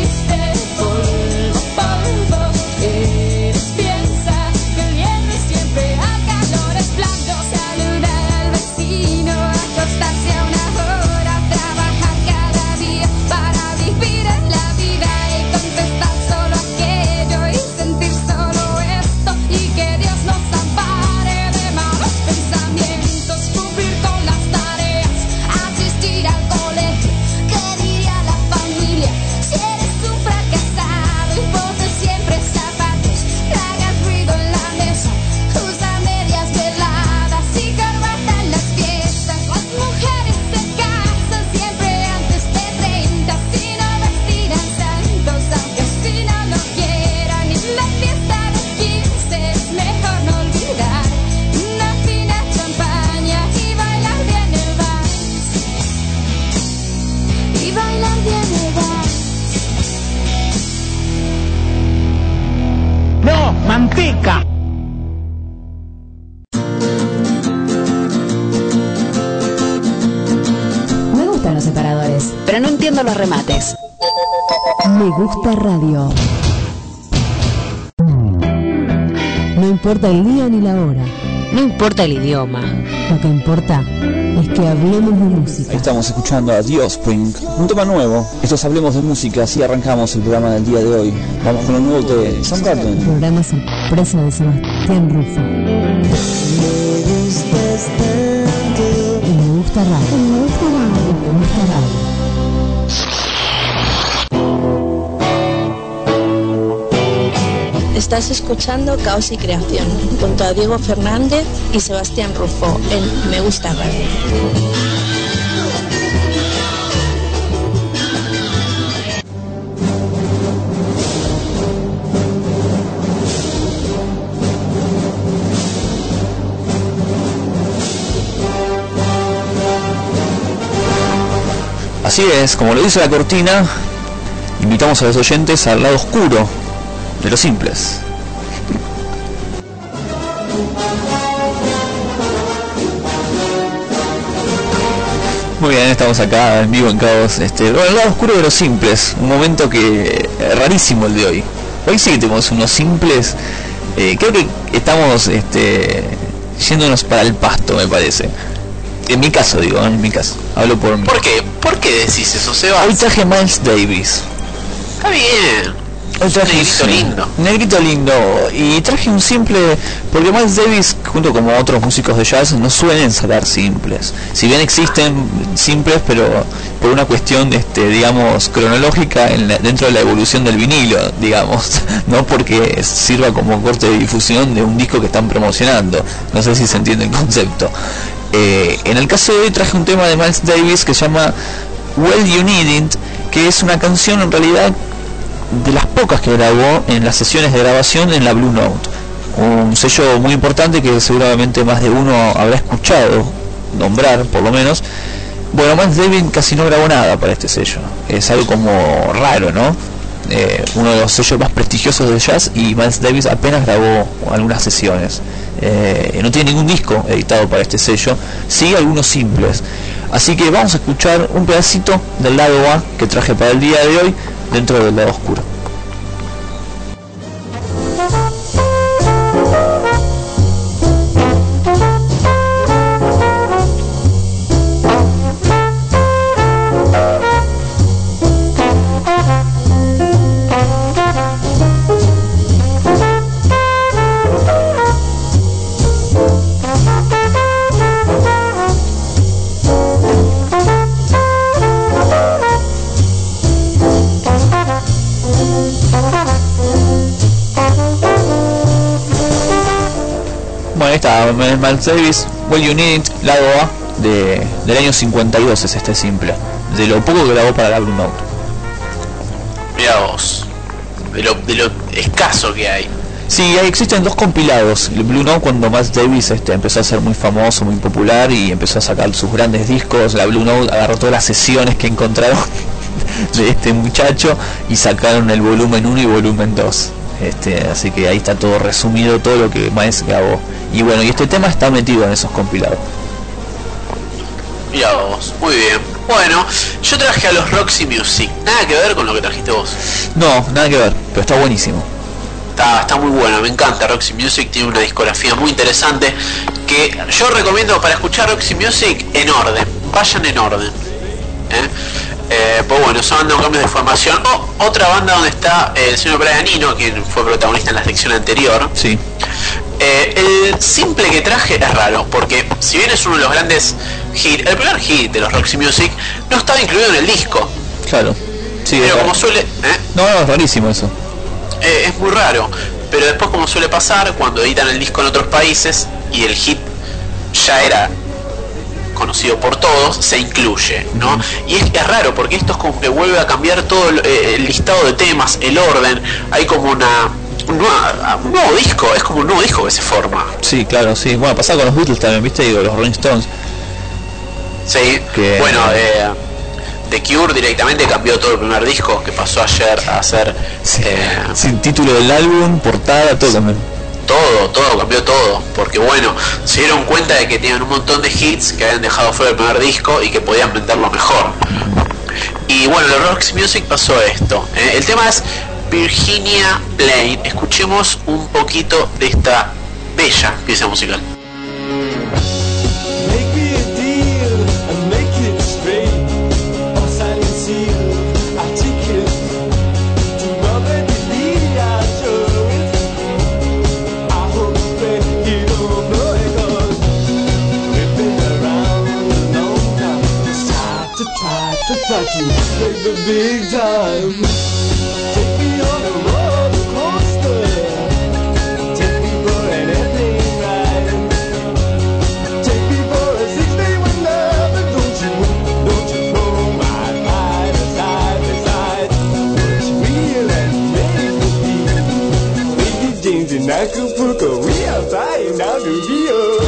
haciendo los remates. Me gusta radio. No importa el día ni la hora. No importa el idioma. Lo que importa es que hablemos de música. Ahí estamos escuchando a The Offspring, un tema nuevo. Esto es Hablemos de Música, así arrancamos el programa del día de hoy. Vamos con lo nuevo de Soundgarden. Programa sorpresa de Sebastián Rufo. Y me gusta radio. Me gusta radio. Me gusta radio. Estás escuchando Caos y Creación junto a Diego Fernández y Sebastián Rufo en Me Gusta Radio. Así es, como lo dice la cortina, invitamos a los oyentes al lado oscuro de los simples. Muy bien, estamos acá en vivo en Caos, el lado oscuro de los simples, un momento que rarísimo el de hoy. Hoy sí que tenemos unos simples, creo que estamos yéndonos para el pasto, me parece. En mi caso, digo, en mi caso, hablo por mí. ¿Por qué? ¿Por qué decís eso, Seba? Hoy traje Miles Davis. Está bien. Hoy traje negrito lindo. Negrito lindo. Y traje un simple, porque Miles Davis, junto con otros músicos de jazz, no suelen sacar simples. Si bien existen simples, pero por una cuestión, digamos, cronológica dentro de la evolución del vinilo, digamos, no porque sirva como corte de difusión de un disco que están promocionando. No sé si se entiende el concepto. En el caso de hoy traje un tema de Miles Davis que se llama Well You Need It, que es una canción en realidad de las pocas que grabó en las sesiones de grabación en la Blue Note, un sello muy importante que seguramente más de uno habrá escuchado nombrar, por lo menos. Bueno, Miles Davis casi no grabó nada para este sello, es algo como raro, ¿no? Uno de los sellos más prestigiosos de jazz, y Miles Davis apenas grabó algunas sesiones. No tiene ningún disco editado para este sello, sí algunos simples. Así que vamos a escuchar un pedacito del lado A que traje para el día de hoy dentro del lado oscuro. Miles Davis, Well You Need It, lado A, del año 52 es este simple, de lo poco que grabó para la Blue Note. Mirá vos, de lo escaso que hay. Sí, existen dos compilados. El Blue Note, cuando Miles Davis empezó a ser muy famoso, muy popular y empezó a sacar sus grandes discos, la Blue Note agarró todas las sesiones que encontraron de este muchacho y sacaron el volumen 1 y volumen 2. Así que ahí está todo resumido, todo lo que Miles grabó. Y bueno, y este tema está metido en esos compilados. Mirá vos, muy bien. Bueno, yo traje a los Roxy Music. Nada que ver con lo que trajiste vos. No, nada que ver, pero está buenísimo. Está muy bueno, me encanta Roxy Music, tiene una discografía muy interesante que yo recomiendo para escuchar Roxy Music en orden, vayan en orden. Pues bueno, son dando cambios de formación. Otra banda donde está el señor Brian Eno, quien fue protagonista en la sección anterior. Sí. El simple que traje es raro, porque si bien es uno de los grandes hits, el primer hit de los Roxy Music, no estaba incluido en el disco. Claro. Sí, pero como suele... No, es rarísimo eso. Es muy raro, pero después, como suele pasar cuando editan el disco en otros países y el hit ya era conocido por todos, se incluye, ¿no? Y es raro porque esto es como que vuelve a cambiar todo el listado de temas, el orden. Hay como un nuevo disco, es como un nuevo disco que se forma. Sí, claro, sí. Bueno, pasaba con los Beatles también, ¿viste? Digo, los Rolling Stones. Sí, que... bueno, The Cure directamente cambió todo el primer disco, que pasó ayer a ser... sin título del álbum, portada, todo también. Todo, cambió todo, porque bueno, se dieron cuenta de que tenían un montón de hits que habían dejado fuera del primer disco y que podían venderlo mejor. Y bueno, los Roxy Music pasó esto. El tema es Virginia Plain. Escuchemos un poquito de esta bella pieza musical. Make the big time. Take me on a roller coaster. Take me for an ending ride. Take me for a 6-day wonder. Don't you throw my mind aside. What's real and make believe. Lady James in Acapulco, we are flying down to Rio.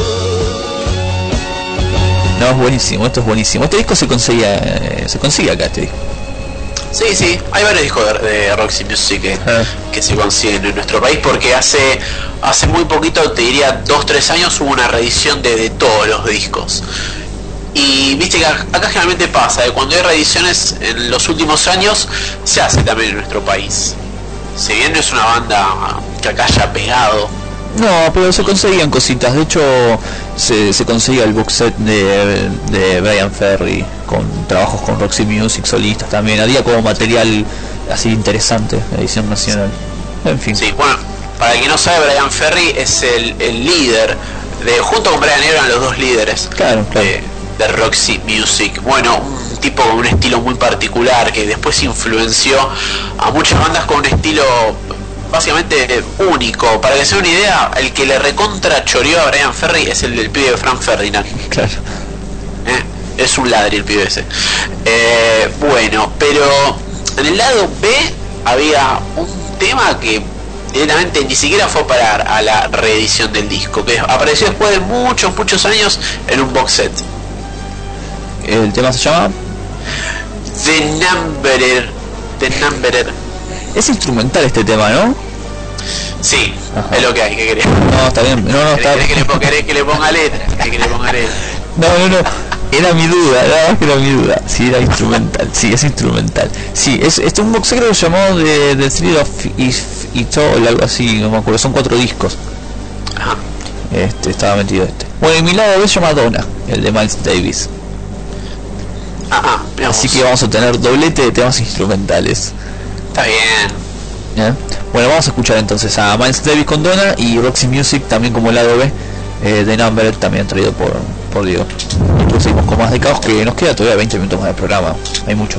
No, es buenísimo, esto es buenísimo. Este disco se consigue acá, este disco. Sí, hay varios discos de Roxy Music que se consiguen en nuestro país, porque hace muy poquito, te diría 2-3 años, hubo una reedición de todos los discos. Y viste que acá generalmente pasa, de cuando hay reediciones en los últimos años, se hace también en nuestro país. Si bien no es una banda que acá haya pegado, no, pero se conseguían cositas. De hecho, se conseguía el box set de Bryan Ferry, con trabajos con Roxy Music, solistas también. Había como material así interesante, edición nacional. En fin. Sí, bueno, para el que no sabe, Bryan Ferry es el líder, junto con Brian Eno eran los dos líderes de Roxy Music. Bueno, un tipo con un estilo muy particular que después influenció a muchas bandas con un estilo básicamente único. Para que se den una idea, el que le recontra choreó a Bryan Ferry es el del pibe de Frank Ferdinand. Claro. Es un ladri el pibe ese. Bueno, pero en el lado B había un tema que directamente ni siquiera fue a parar a la reedición del disco, que apareció después de muchos años en un box set. ¿El tema se llama? The Numberer. Es instrumental este tema, ¿no? Sí, ajá. Es lo que hay, ¿qué querés? No, está bien. ¿Querés que le ponga letra? No. Era mi duda, nada más que era mi duda. Sí, era instrumental. Sí, es instrumental. Sí, es un box set que se llamó The Thrill of It All, algo así, no me acuerdo. Son 4 discos. Ajá. Estaba metido este. Bueno, y mi lado B se llama Donna, el de Miles Davis. Ajá. Así que vamos a tener doblete de temas instrumentales. Está bien. Bueno, vamos a escuchar entonces a Miles Davis con Donna y Roxy Music también como lado B de Number, también traído por Diego. Y después seguimos con más de Caos, que nos queda todavía 20 minutos más de programa. Hay mucho.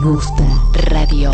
gusta radio.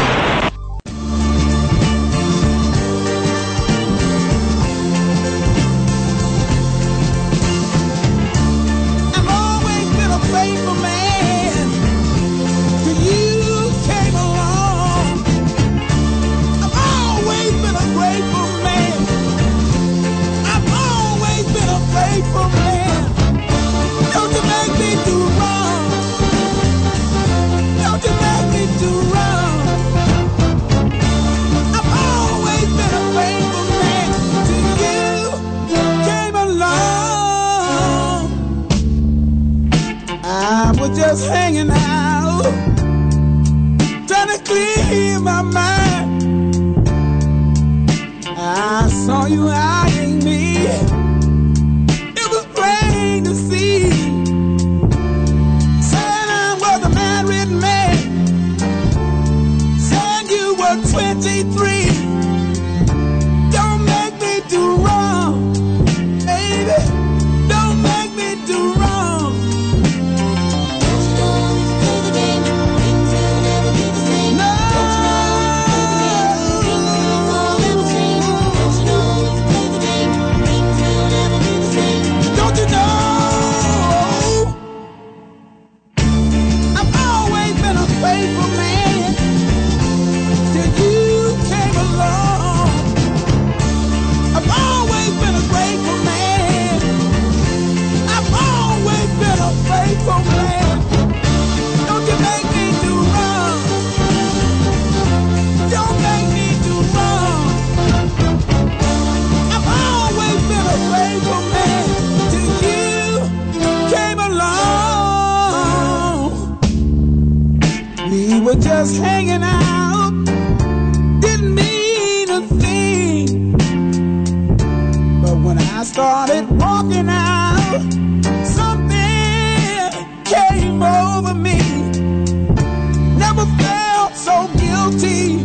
Just hanging out, trying to clear my mind. I saw you eyeing me. It was plain to see. Said I was a married man. Said you were 23. Don't make me do wrong, baby. Don't make me do wrong. Just hanging out, didn't mean a thing. But when I started walking out, something came over me. Never felt so guilty,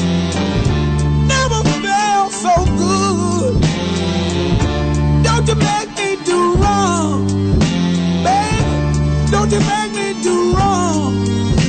never felt so good. Don't you make me do wrong, baby. Don't you make me do wrong.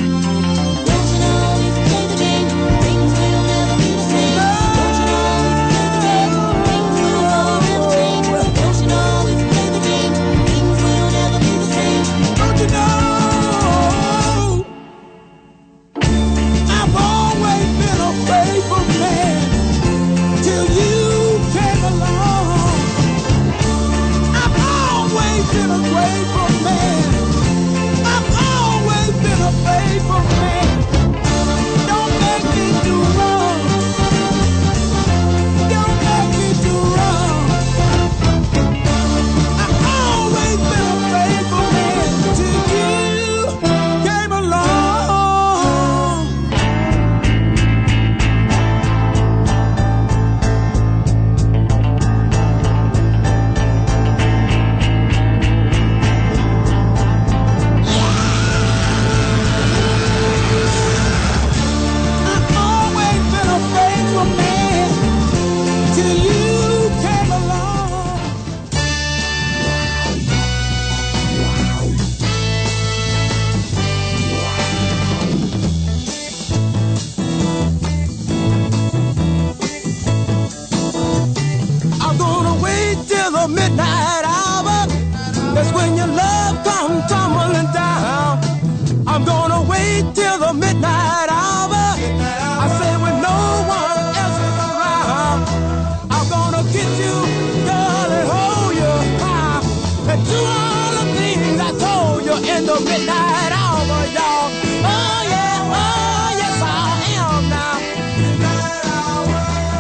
Midnight hour, that's when your love comes tumbling down. I'm gonna wait till the midnight hour. I say when no one else is around. I'm gonna get you, girl, and hold you high, and do all the things I told you in the midnight hour, y'all. Oh yeah, oh yes I am now. Midnight hour.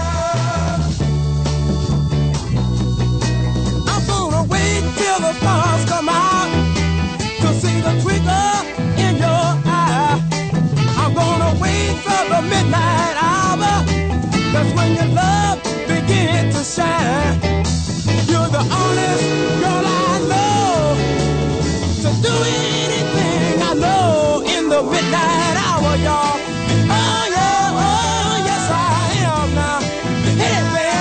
Till the stars come out to see the twinkle in your eye. I'm gonna wait for the midnight hour. That's when your love begins to shine. You're the honest girl I know to do anything I know in the midnight hour, y'all. Oh yeah, oh yes I am now. Hit it, baby.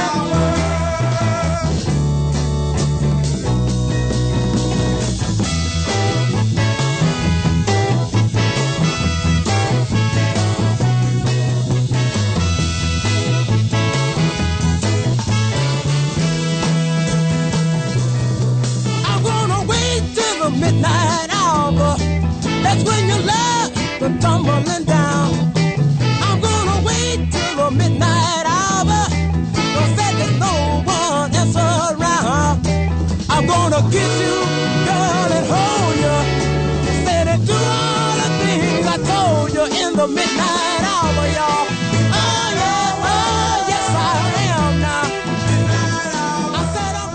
coming down. I'm gonna wait till the midnight hour. Don't say there's no one else around. I'm gonna kiss you, girl, and hold you. Say and do all the things I told you in the midnight hour, y'all. Oh yeah, oh yes I am now. I said I'm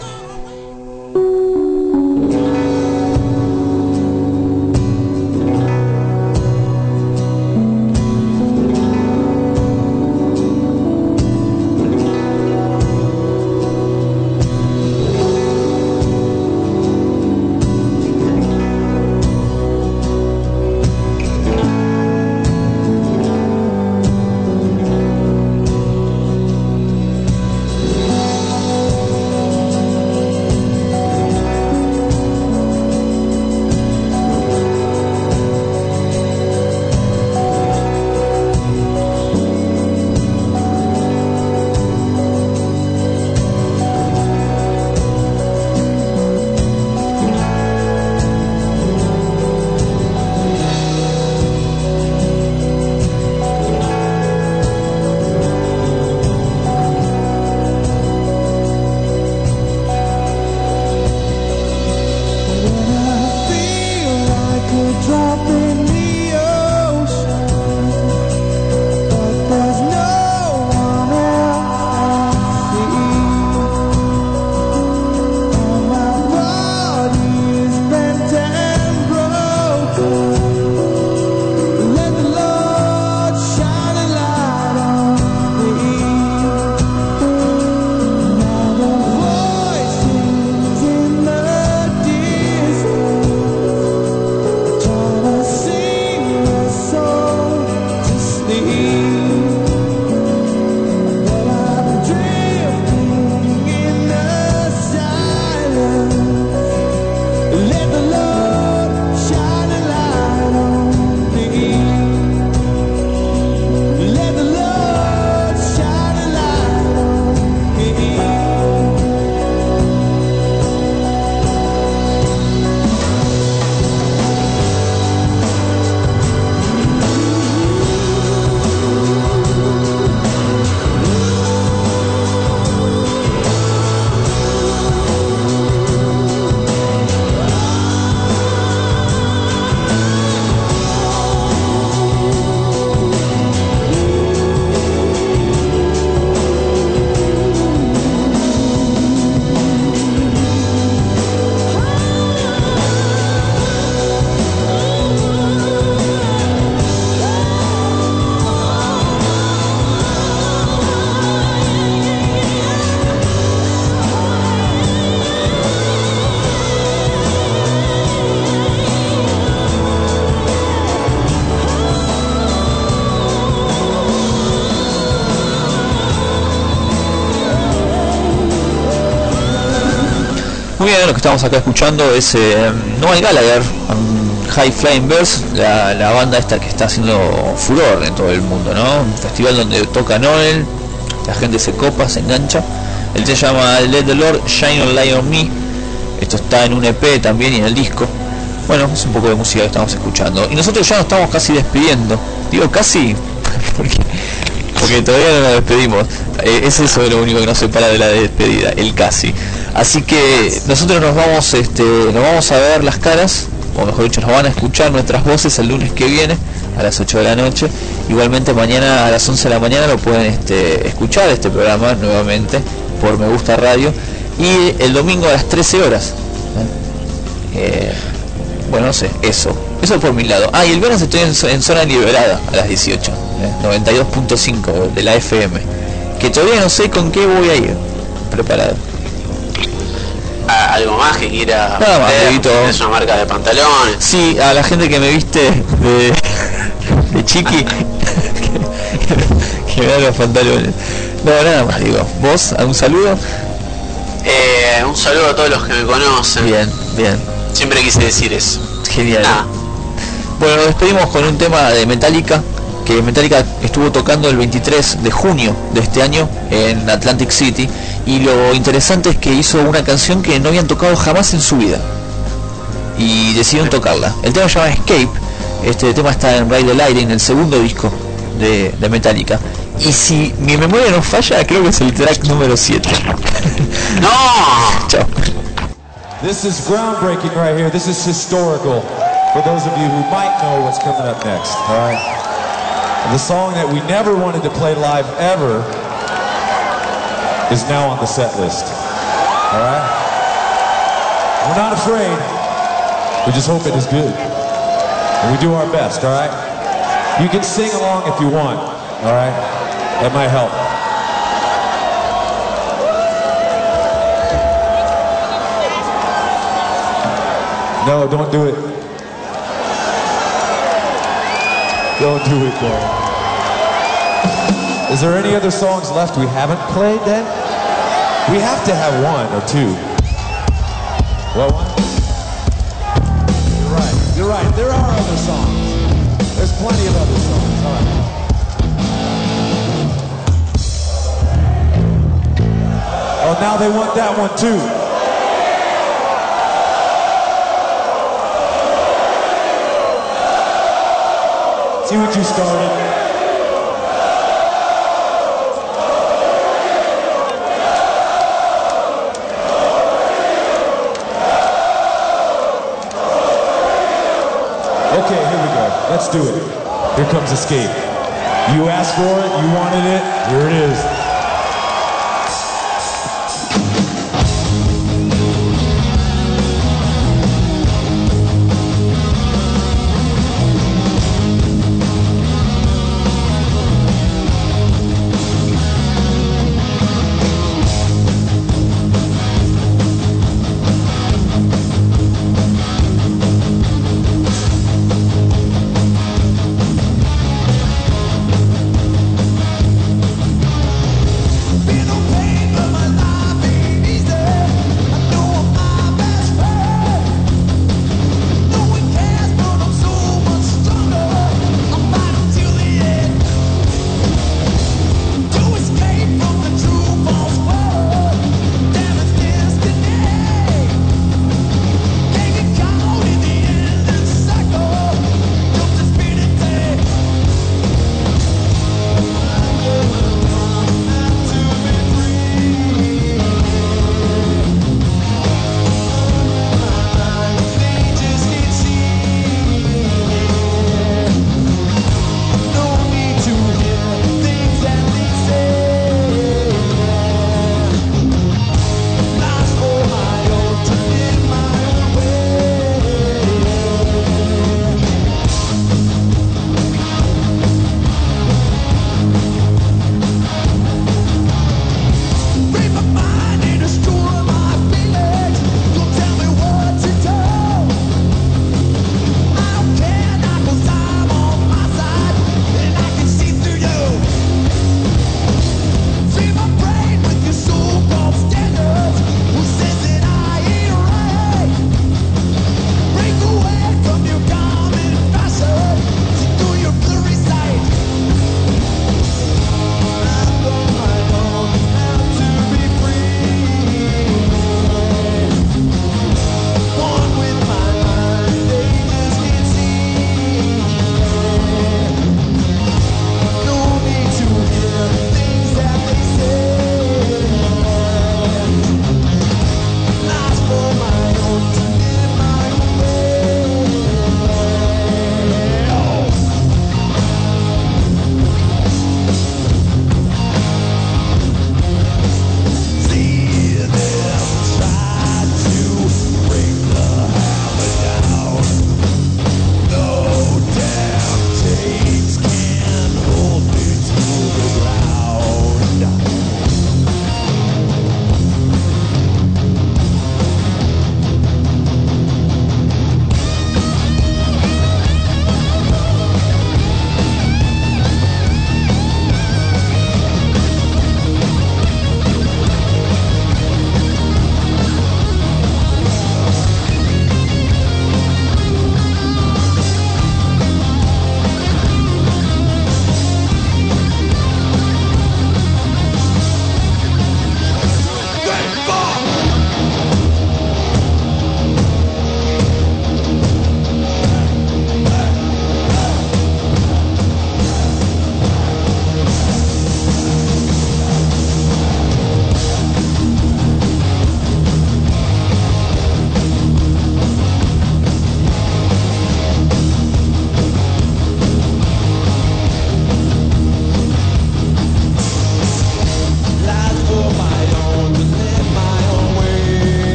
Muy bien, lo que estamos acá escuchando es Noel Gallagher, High Flying Birds, la banda esta que está haciendo furor en todo el mundo, ¿no? Un festival donde toca Noel, la gente se copa, se engancha. Él se llama Let the Lord Shine a Light on Me. Esto está en un EP también y en el disco. Bueno, es un poco de música que estamos escuchando. Y nosotros ya nos estamos casi despidiendo. Digo casi porque todavía no nos despedimos. Es eso lo único que nos separa de la despedida, el casi. Así que nosotros nos vamos a ver las caras, o mejor dicho, nos van a escuchar nuestras voces el lunes que viene a las 8 de la noche. Igualmente mañana a las 11 de la mañana lo pueden escuchar este programa nuevamente por Me Gusta Radio, y el domingo a las 13 horas. Bueno, no sé, eso por mi lado. Y el viernes estoy en Zona Liberada a las 18, 92.5 de la FM, que todavía no sé con qué voy a ir preparado. ¿Algo más que quiera? Nada más, es una marca de pantalones. Sí, a la gente que me viste de chiqui que me da los pantalones. No, nada más, digo. ¿Vos? ¿Algún saludo? Un saludo a todos los que me conocen. Bien. Siempre quise decir eso. Genial. Bueno, nos despedimos con un tema de Metallica, que Metallica estuvo tocando el 23 de junio de este año en Atlantic City, y lo interesante es que hizo una canción que no habían tocado jamás en su vida y decidieron tocarla. El tema se llama Escape, Este tema está en Ride the Lightning, el segundo disco de Metallica. Y si mi memoria no falla, creo que es el track número 7. ¡No! Chao. This is groundbreaking right here. This is historical for those of you who might know what's coming up next. All right. The song that we never wanted to play live ever is now on the set list. All right. We're not afraid. We just hope it is good. And we do our best. All right. You can sing along if you want. All right. That might help. No, don't do it. Don't do it, though. Is there any other songs left we haven't played then? We have to have one or two. What one? You're right. You're right. There are other songs. There's plenty of other songs. All right. Oh, now they want that one too. See what you started? Okay, here we go. Let's do it. Here comes Escape. You asked for it, you wanted it, here it is.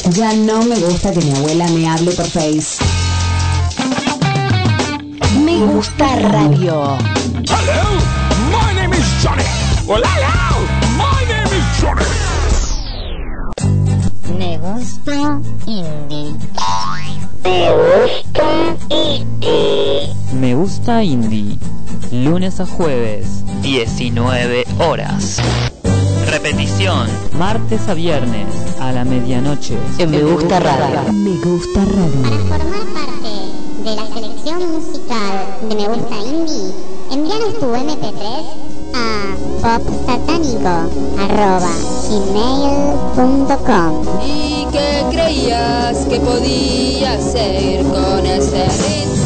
Ya no me gusta que mi abuela me hable por Face. Me gusta radio. Hello, my name is Johnny. Well, hello, my name is Johnny. Me gusta indie. Me gusta indie. Me gusta indie. Lunes a jueves, 19 horas. Repetición, martes a viernes, a la medianoche. En Me Gusta Radio. Me Gusta Radio. Para formar parte de la selección musical de Me Gusta Indie, envíanos tu MP3 a popsatánico@gmail.com. ¿Y qué creías que podías seguir con ese ritmo?